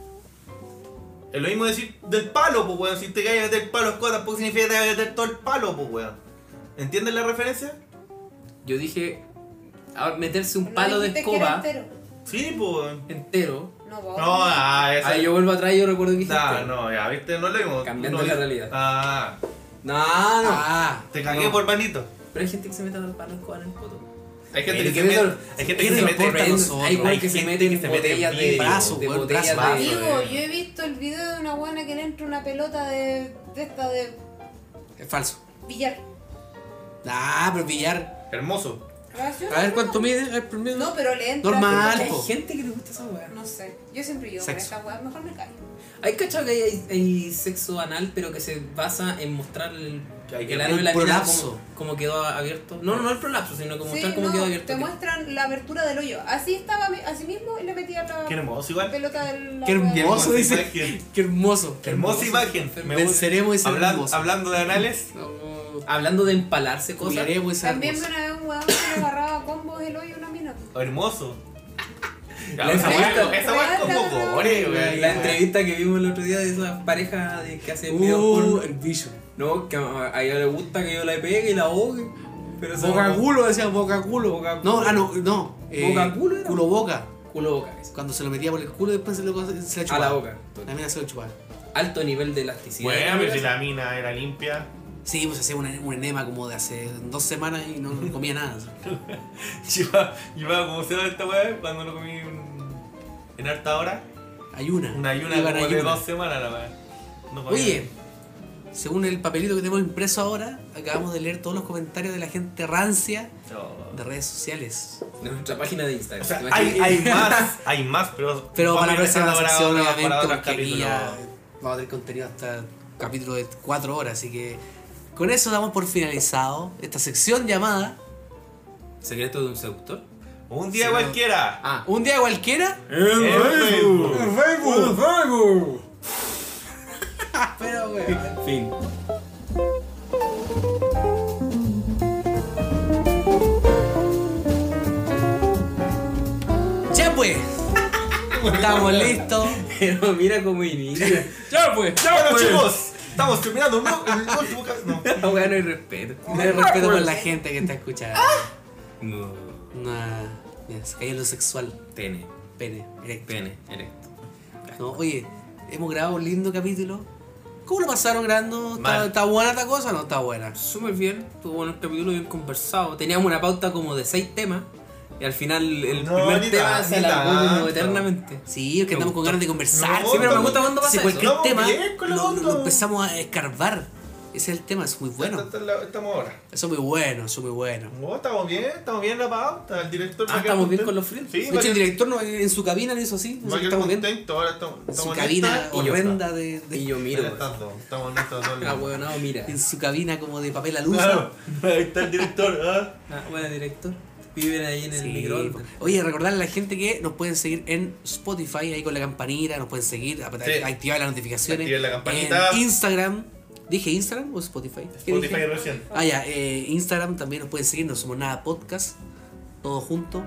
Es lo mismo decir del palo, pues weón. Si te caes a meter el palo, escoba, tampoco significa que te vayas a meter todo el palo, pues weón. ¿Entiendes la referencia? Yo dije, meterse un No palo de dijiste que era escoba entero. Sí, pues weón. entero. No, vos. No, eso. Ah, yo vuelvo atrás y yo recuerdo que dijiste. No, ya, viste, no lo vimos. Cambiando No, la realidad. Ah, No, no. Ah. te cagué No. por manito. Pero hay gente que se mete al palo de escoba en el poto. Hay gente Pero que que se mete. meto- Hay gente ¿qué que se nos mete. importa a nosotros? Hay güey Hay que se gente mete que en se mete en botellas de vidrio. Brazo, de weón, botellas brazo. de. Digo, yo he visto el video de una buena que le entra una pelota de esta de Es falso. billar. Ah, pero billar. Hermoso. A ver cuánto mide. A ver, promedio. No, pero le entra. Normal, así po. Hay gente que le gusta esa weá. No sé, yo siempre digo, con Sexo. esta weá mejor me callo. Hay cachado que hay sexo anal, pero que se basa en mostrar el Hay que- ano de el la mina prolapso. como quedó abierto. No el prolapso, sino como Sí, mostrar cómo no, quedó abierto. te muestran la abertura del hoyo. Así estaba, así mismo y le metía la Qué hermoso, igual. pelota del. Qué hermoso, hermosa dice. imagen. Qué hermoso. Hermosa imagen. Me gusta. Venceremos ese hermoso. Hablando de anales. Hablando de empalarse cosas. Jubilaremos ese También hermoso. me una vez un weón que le agarraba a combos el hoyo a una mina. Hermoso. La Esa entrevista- weá es como gore, güey. La entrevista que vimos el otro día de esa pareja que hacen videos porno. El bicho. No, que a ella le gusta que yo la pegue y la ahogue. Pero esa Boca weá- culo, decía boca culo. Boca No, culo. no. ¿Boca culo era? Culo boca. Culo boca. eso. Cuando se lo metía por el culo y después se la chupaba. A la boca. La mina se lo chupaba. Alto nivel de elasticidad. Bueno, pero si la mina era limpia. Sí, pues hacía un enema como de hace 2 semanas y no comía nada. Llevaba como se llama esta weá cuando lo comí en harta hora. Ayuna. Una ayuna Iba en como de ayuna. 2 semanas la weá. No comía Oye, según el papelito que tenemos impreso ahora, acabamos de leer todos los comentarios de la gente rancia nada. de redes sociales. De nuestra página de Instagram. O sea, ¿Te imaginas? hay más, pero. Pero vamos para a la ir próxima dejando sección, para obviamente, otros porque aquí capítulos. ya vamos a tener contenido hasta capítulo de 4 horas. Así que con eso damos por finalizado esta sección llamada ¿Secreto de un seductor? Un día Sí, cualquiera. Ah, Un día cualquiera. En Facebook. Facebook. Pero weón. Fin. Ya pues. Estamos listos. Pero mira cómo inicia. Ya pues. Bueno, chicos, estamos terminando el último capítulo. La weá no hay respeto. No hay respeto por la gente que está escuchando. No. Nah, mira, se cayó en lo sexual. Pene. Pene, erecto. Pene. Erecto. No, oye, hemos grabado un lindo capítulo. ¿Cómo lo pasaron grabando? Mal. ¿Está buena esta cosa o no está buena? Súper bien. Tuvo buenos capítulos, bien conversado. Teníamos una pauta como de 6 temas. Y al final el No, primer ni tema tan- se ni alargó como tanto. eternamente. Sí, es que andamos con ganas de conversar. No, Sí, pero me gusta cuando pasa Si eso. cualquier Estamos tema bien con la lo onda. empezamos a escarbar. Ese es el tema, es muy bueno. Estamos ahora. Eso es muy bueno, eso es muy bueno. No, estamos bien en la pauta. El director. Ah, va a quedar estamos bien contento. con los friends. Sí, De va a hecho, el quedar- director en su cabina lo hizo así. va a quedar Estamos bien. contento. Ahora estamos En su en cabina esta. horrenda de- Y yo miro. Estamos en esta. Ah, huevonao, mira. en su cabina como de papel alusa. Claro, ahí está el director. ¿Ah? Ah, bueno, director. Viven ahí en el Sí. microondas. Oye, recordarle a la gente que nos pueden seguir en Spotify, ahí con la campanita, nos pueden seguir, Sí. activar las notificaciones. Activen la campanita. En Instagram, ¿dije Instagram o Spotify? ¿Qué Spotify dije? recién. Ah, ya, Instagram también nos pueden seguir, no somos nada podcast, todo junto.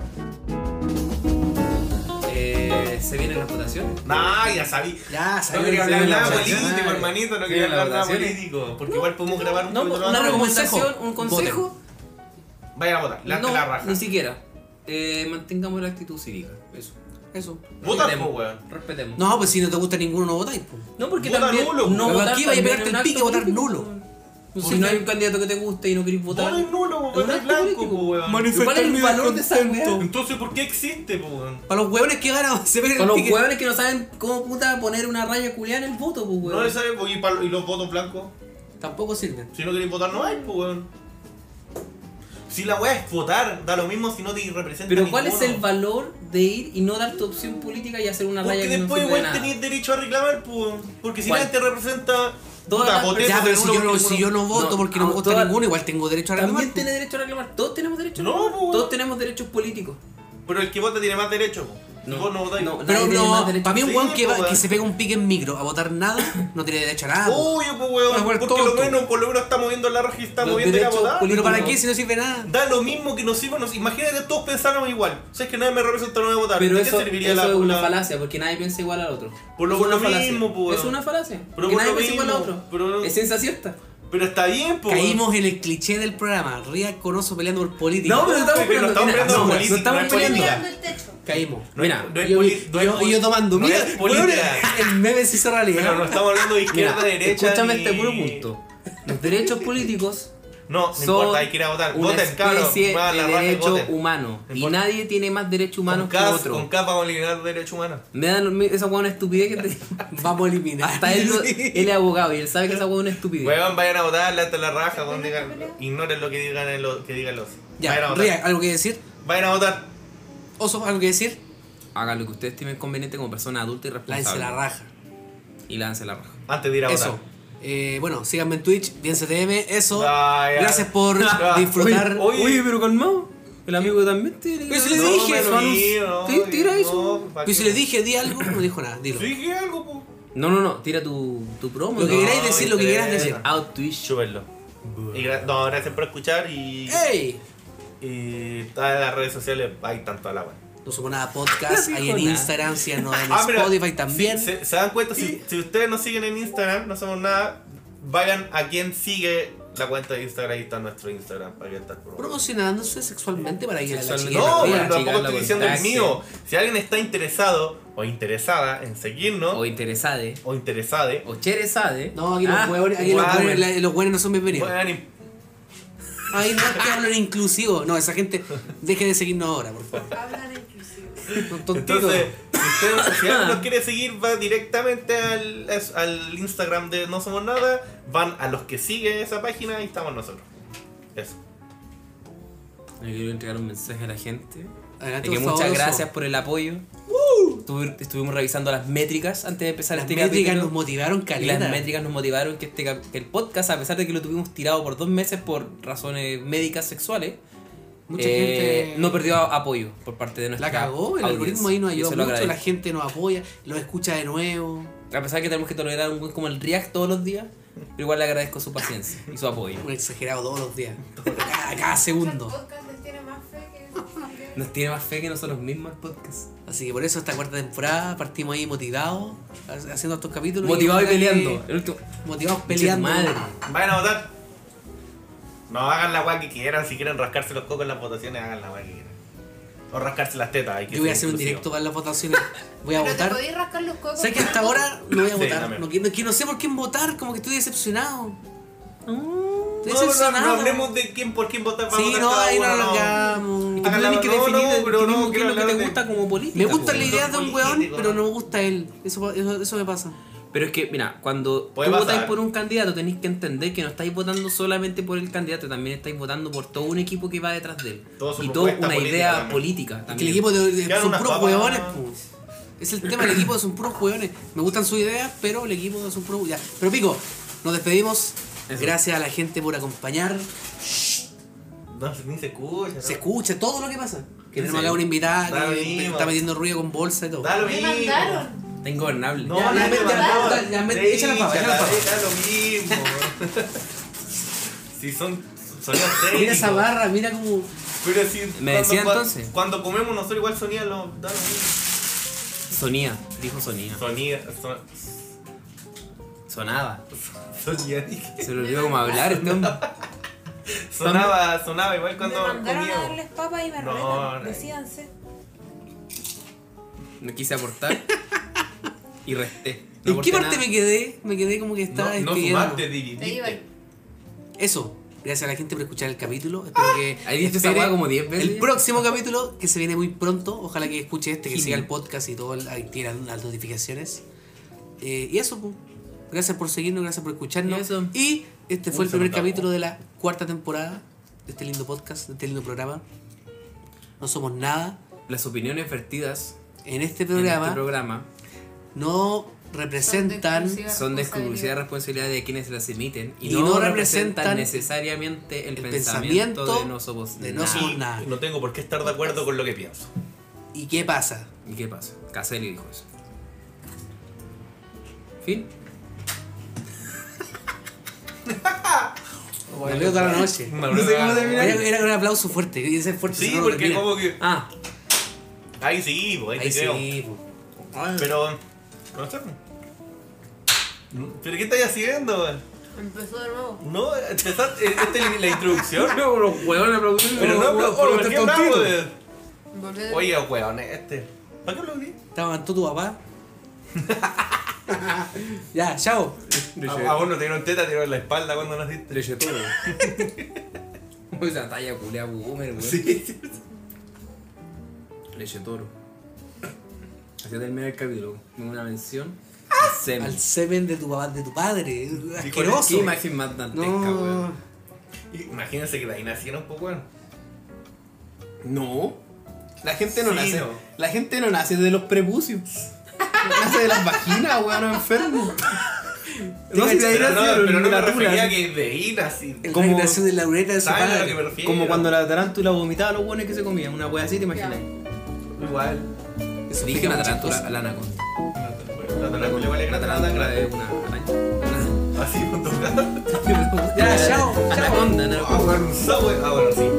¿Se vienen las votaciones? Nah, ya sabí. Ya, No salió quería el- hablar nada la- político, la- hermanito. No Sí, quería la hablar nada votación. político. Porque igual podemos grabar un No, capítulo una más. recomendación, un Voten. consejo. Vayan a votar, levante No, la raja. ni siquiera. Mantengamos la actitud cívica. Eso. Eso. Vota, Respetemos. po, weón. Respetemos. No, pues si no te gusta ninguno, no votáis. Pues. No, porque Vota también nulo, no pero votar aquí vaya a también pegarte es un el pique, acto votar político. nulo. Si no hay un candidato que te guste y no querés votar. Vota nulo, po, Es vota un acto blanco, político. po, weón. ¿Cuál es el valor de esa weá? Entonces, ¿por qué existe, po, weón? Para los huevones que ganan, se ven Con el los pique. huevones que no saben cómo puta poner una raya culiada en el voto, pues No huevón. le sabe, po, y los votos blancos. Tampoco sirven. Si no queréis votar, no hay, po, weón. Si la weá es votar, da lo mismo si no te representa Pero ¿cuál es ninguno. el valor de ir y no dar tu opción política y hacer una raya Porque que no después sirve de igual nada? tenés derecho a reclamar, pues. Porque si ¿Cuál? nadie te representa, Todas puta, las voté Ya, por pero el si uno yo, no, por si uno. yo no voto No, porque no me gusta todas- ninguno, igual tengo derecho a reclamar. También tiene derecho a reclamar. Todos tenemos derecho a No, reclamar. po. Todos tenemos derechos políticos. Pero el que vota tiene más derecho, po. Y vos no votáis. no, Pero nadie tiene más no, derecho. para mí un Sí, weón que, po, weón. que se pega un pique en micro a votar nada, no tiene derecho a nada. po. Obvio, pues weón, Una weá porque tonto. por lo menos está moviendo la raja y está Los moviendo ir a derechos votar. Pero ¿para político. qué si no sirve nada? Da lo mismo que nos sirva, imagínate todos pensáramos igual. O sea, es que nadie me representa, no voy a votar. Pero ¿De qué eso serviría es la una falacia, porque nadie piensa igual al otro. Por lo- Es por una lo falacia. mismo, po, Es weón. una falacia. Pero Que por nadie lo piensa igual al mismo, otro. pero- Es ciencia cierta. Pero está bien, pues. Caímos en el cliché del programa. Ría con oso peleando por política. No, pero estamos Pero no estamos mira, peleando no, por no política, estamos no es peleando. política. Mirando el techo. Caímos. No Mira, no es Yo, poli- no es yo poli- tomando. no Mira, es política. weón, el meme se hizo realidad. Pero no estamos hablando de izquierda, Mira, derecha. escúchame ni- este puro punto. Los derechos políticos No son importa, hay que ir a votar. una Voten, cabros. especie Muevan la de raja y derecho voten. humano. No Y importa. nadie tiene más derecho humano que Con otro. capa vamos a eliminar derechos humanos. Me dan esa hueá una estupidez que te... Vamos a eliminar. Hasta él, él es abogado y él sabe que esa hueá es una estupidez. Weón, vayan a votar, levanten la raja, weón, ignoren lo que digan que digan los. Vayan a Ya, votar. Ría, ¿algo que decir? Vayan a votar. Oso, ¿algo que decir? Hagan lo que ustedes estimen conveniente como persona adulta y Lánce responsable. la raja. Y lance la raja. Antes de ir a Eso. votar. Bueno, síganme en Twitch, bien CTM, eso. Ah, ya. Gracias por disfrutar. Oye. pero calmado. El amigo también tiene Pero si le No, dije, me Suanus. río, no, Sí, tira eso. no, ¿pa' Yo si qué? le dije, di algo, no dijo nada, dilo. Sí, dije algo, po. No, tira tu promo. Lo que ¿no? queráis decir, lo que quieras interesa. decir. Out Twitch. Chúpenlo. Y no, gracias por escuchar y. ¡Ey! Y todas las redes sociales, hay tanto a la web. No somos nada podcast, No ahí dijo en nada. Instagram, síganos en mira, Spotify también. ¿Se dan cuenta? Si ustedes nos siguen en Instagram, no somos nada, vayan a quien sigue la cuenta de Instagram, ahí está nuestro Instagram para que estar por Promocionándose sexualmente para ir a la Sexualmente. chiquilla. No, Mira, pero tampoco chica, estoy la diciendo el contacte. mío. Si alguien está interesado o interesada en seguirnos O interesade. o interesade, O cheresade. No, aquí los Ah, hueones bueno. los hueones no son bienvenidos. puedan im- Ahí no es que hablan inclusivo. No, esa gente, deje de seguirnos ahora, por favor. Hablan inclusivo. Son tontitos. Entonces, si alguien nos quiere seguir, va directamente al Instagram de No Somos Nada, van a los que siguen esa página y estamos nosotros. Eso. Le quiero entregar un mensaje a la gente. Adelante, De que por muchas favor, gracias Oso. por el apoyo. Estuvimos revisando las métricas antes de empezar Las este métricas capítulo. nos motivaron Y caleta. las métricas nos motivaron que que el podcast, a pesar de que lo tuvimos tirado por 2 meses por razones médicas sexuales, Mucha gente no perdió apoyo por parte de nuestra la cagó, el audiencia. algoritmo ahí nos Y ayudó eso lo mucho, la agradezco. gente nos apoya, los escucha de nuevo. A pesar de que tenemos que tolerar un buen como el React todos los días, pero igual le agradezco su paciencia y su apoyo. Un exagerado todos los días. Cada El segundo. podcast les tiene más fe que... Nos tiene más fe que nosotros mismos el podcast. Así que por eso esta cuarta temporada partimos ahí motivados, haciendo estos capítulos. Motivado y ojalá que- peleando. El último. Motivados Concha tu peleando. madre. Vayan a votar. No hagan la guay que quieran, si quieren rascarse los cocos en las votaciones, hagan la guay que quieran. O rascarse las tetas, hay que Yo voy a ser hacer un inclusivo. directo para las votaciones. Voy a Pero te votar. podéis rascar los cocos. ¿Sabes que hasta ahora no voy a Sí, votar? también. No sé por quién votar, como que estoy decepcionado. Estoy No, decepcionado. no hablemos de quién por quién votar. Sí, no, ahí no no. alargamos. Es que tú Háganla- tenés que no, definir, no, pero definir no qué quiero es lo que hablar te de- gusta como política. Me gusta po. la idea de un weón, político, pero ¿no? no me gusta él. Eso me pasa. Pero es que, mira, cuando tú Puede pasar. votáis por un candidato, tenéis que entender que no estáis votando solamente por el candidato, también estáis votando por todo un equipo que va detrás de él. Toda su Y toda propuesta una política idea también. política Que el también. equipo Quedan son unas puros papas. huevones, pues. Es el tema, el equipo son puros huevones. Me gustan sus ideas, pero el equipo son puros. Ya. Pero pico, nos despedimos. Eso. Gracias a la gente por acompañar. No, ni se escucha. ¿no? Se escucha todo lo que pasa. Que tenemos Sí. acá una invitada Da lo que mismo. está metiendo ruido con bolsa y todo. Da lo Me mismo. mandaron. Está ingobernable. No, Ya, no, ya, me ya, mandaron. ya, Sí, echa la papa, echa la papa. Da lo mismo. Si son sonidos técnicos. Mira esa barra, mira como. Pero si Me decía entonces. Cuando comemos nosotros igual sonía lo da lo mismo. Sonía, dijo sonía. Sonaba. Sonía, dije. Se le olvidó cómo hablar este hombre. Sonaba igual cuando Me mandaron a comíamos. darles papas y me No, retan. no. Decídanse. No quise aportar. Y resté. No ¿En qué aporté parte nada. me quedé? Me quedé como que estaba No despidiendo. fumaste, Te iba dividiste. ahí. Eso. Gracias a la gente por escuchar el capítulo. Espero que. Ahí viste esa espere weá como 10 veces. El próximo capítulo, que se viene muy pronto. Ojalá que escuche este, que Genial. siga el podcast y todo, ahí tiene las notificaciones. Y eso, pues. Gracias por seguirnos, gracias por escucharnos. Y eso. Y este fue el Se primer notaba. capítulo de la cuarta temporada. de este lindo podcast, de este lindo programa. No somos nada. Las opiniones vertidas En este en este programa programa no representan son de exclusiva responsabilidad de quienes las emiten y, Y no, no representan representan necesariamente el, el pensamiento pensamiento de no somos de no nada. somos nada. No tengo por qué estar de acuerdo con lo que pienso. ¿Y qué pasa? ¿Y qué pasa? Caselli dijo eso. Fin. Me río toda la noche. No sé cómo terminar. Era un aplauso fuerte. Y ese fuerte Sí, sonoro porque termina. como que. Ah, Ahí sí, pues ahí Ahí te creo. sí, po. Pero. ¿No sé? ¿Pero qué estáis haciendo? Empezó de nuevo. No, empezaste. Esta es la introducción. no, los huevones aplaudieron. Pero no, pero ¿por qué bravo? Volví de Oye, weón, ¿para qué aplaudí? ¿Te aguantó tu papá? Ya, chao. A vos no te dieron teta, te dieron la espalda cuando naciste. Leche todo. Esa talla culea boomer, weón. Sí. Leche toro. Así termina el capítulo. Con una mención al semen. Al semen de tu papá, de tu padre. Qué Asqueroso. imagen más dantesca, No. weón. Imagínense que de ahí nacieron, pues, weón. No. La gente no Sí, nace. no. La gente no nace de los prepucios. Nace de las vaginas, weón, enfermo. No, si de ahí Pero no, nacieron, pero no de me la refería tula. a que de ahí nací. El Como- nació de la uretra de su ¿Sabes a lo que padre. me refiero? Como cuando la tarántula vomitaba a los buenos que se comían. Una wea así, ¿te imaginas? Igual. Eso Dije explica una muchas tarántula, cosas. a la anaconda. La tarántula igual es La grande, tarántula grande. es una araña. Así, con tu cara. Ya, chao. Anaconda, anaconda. Ah, bueno, sí.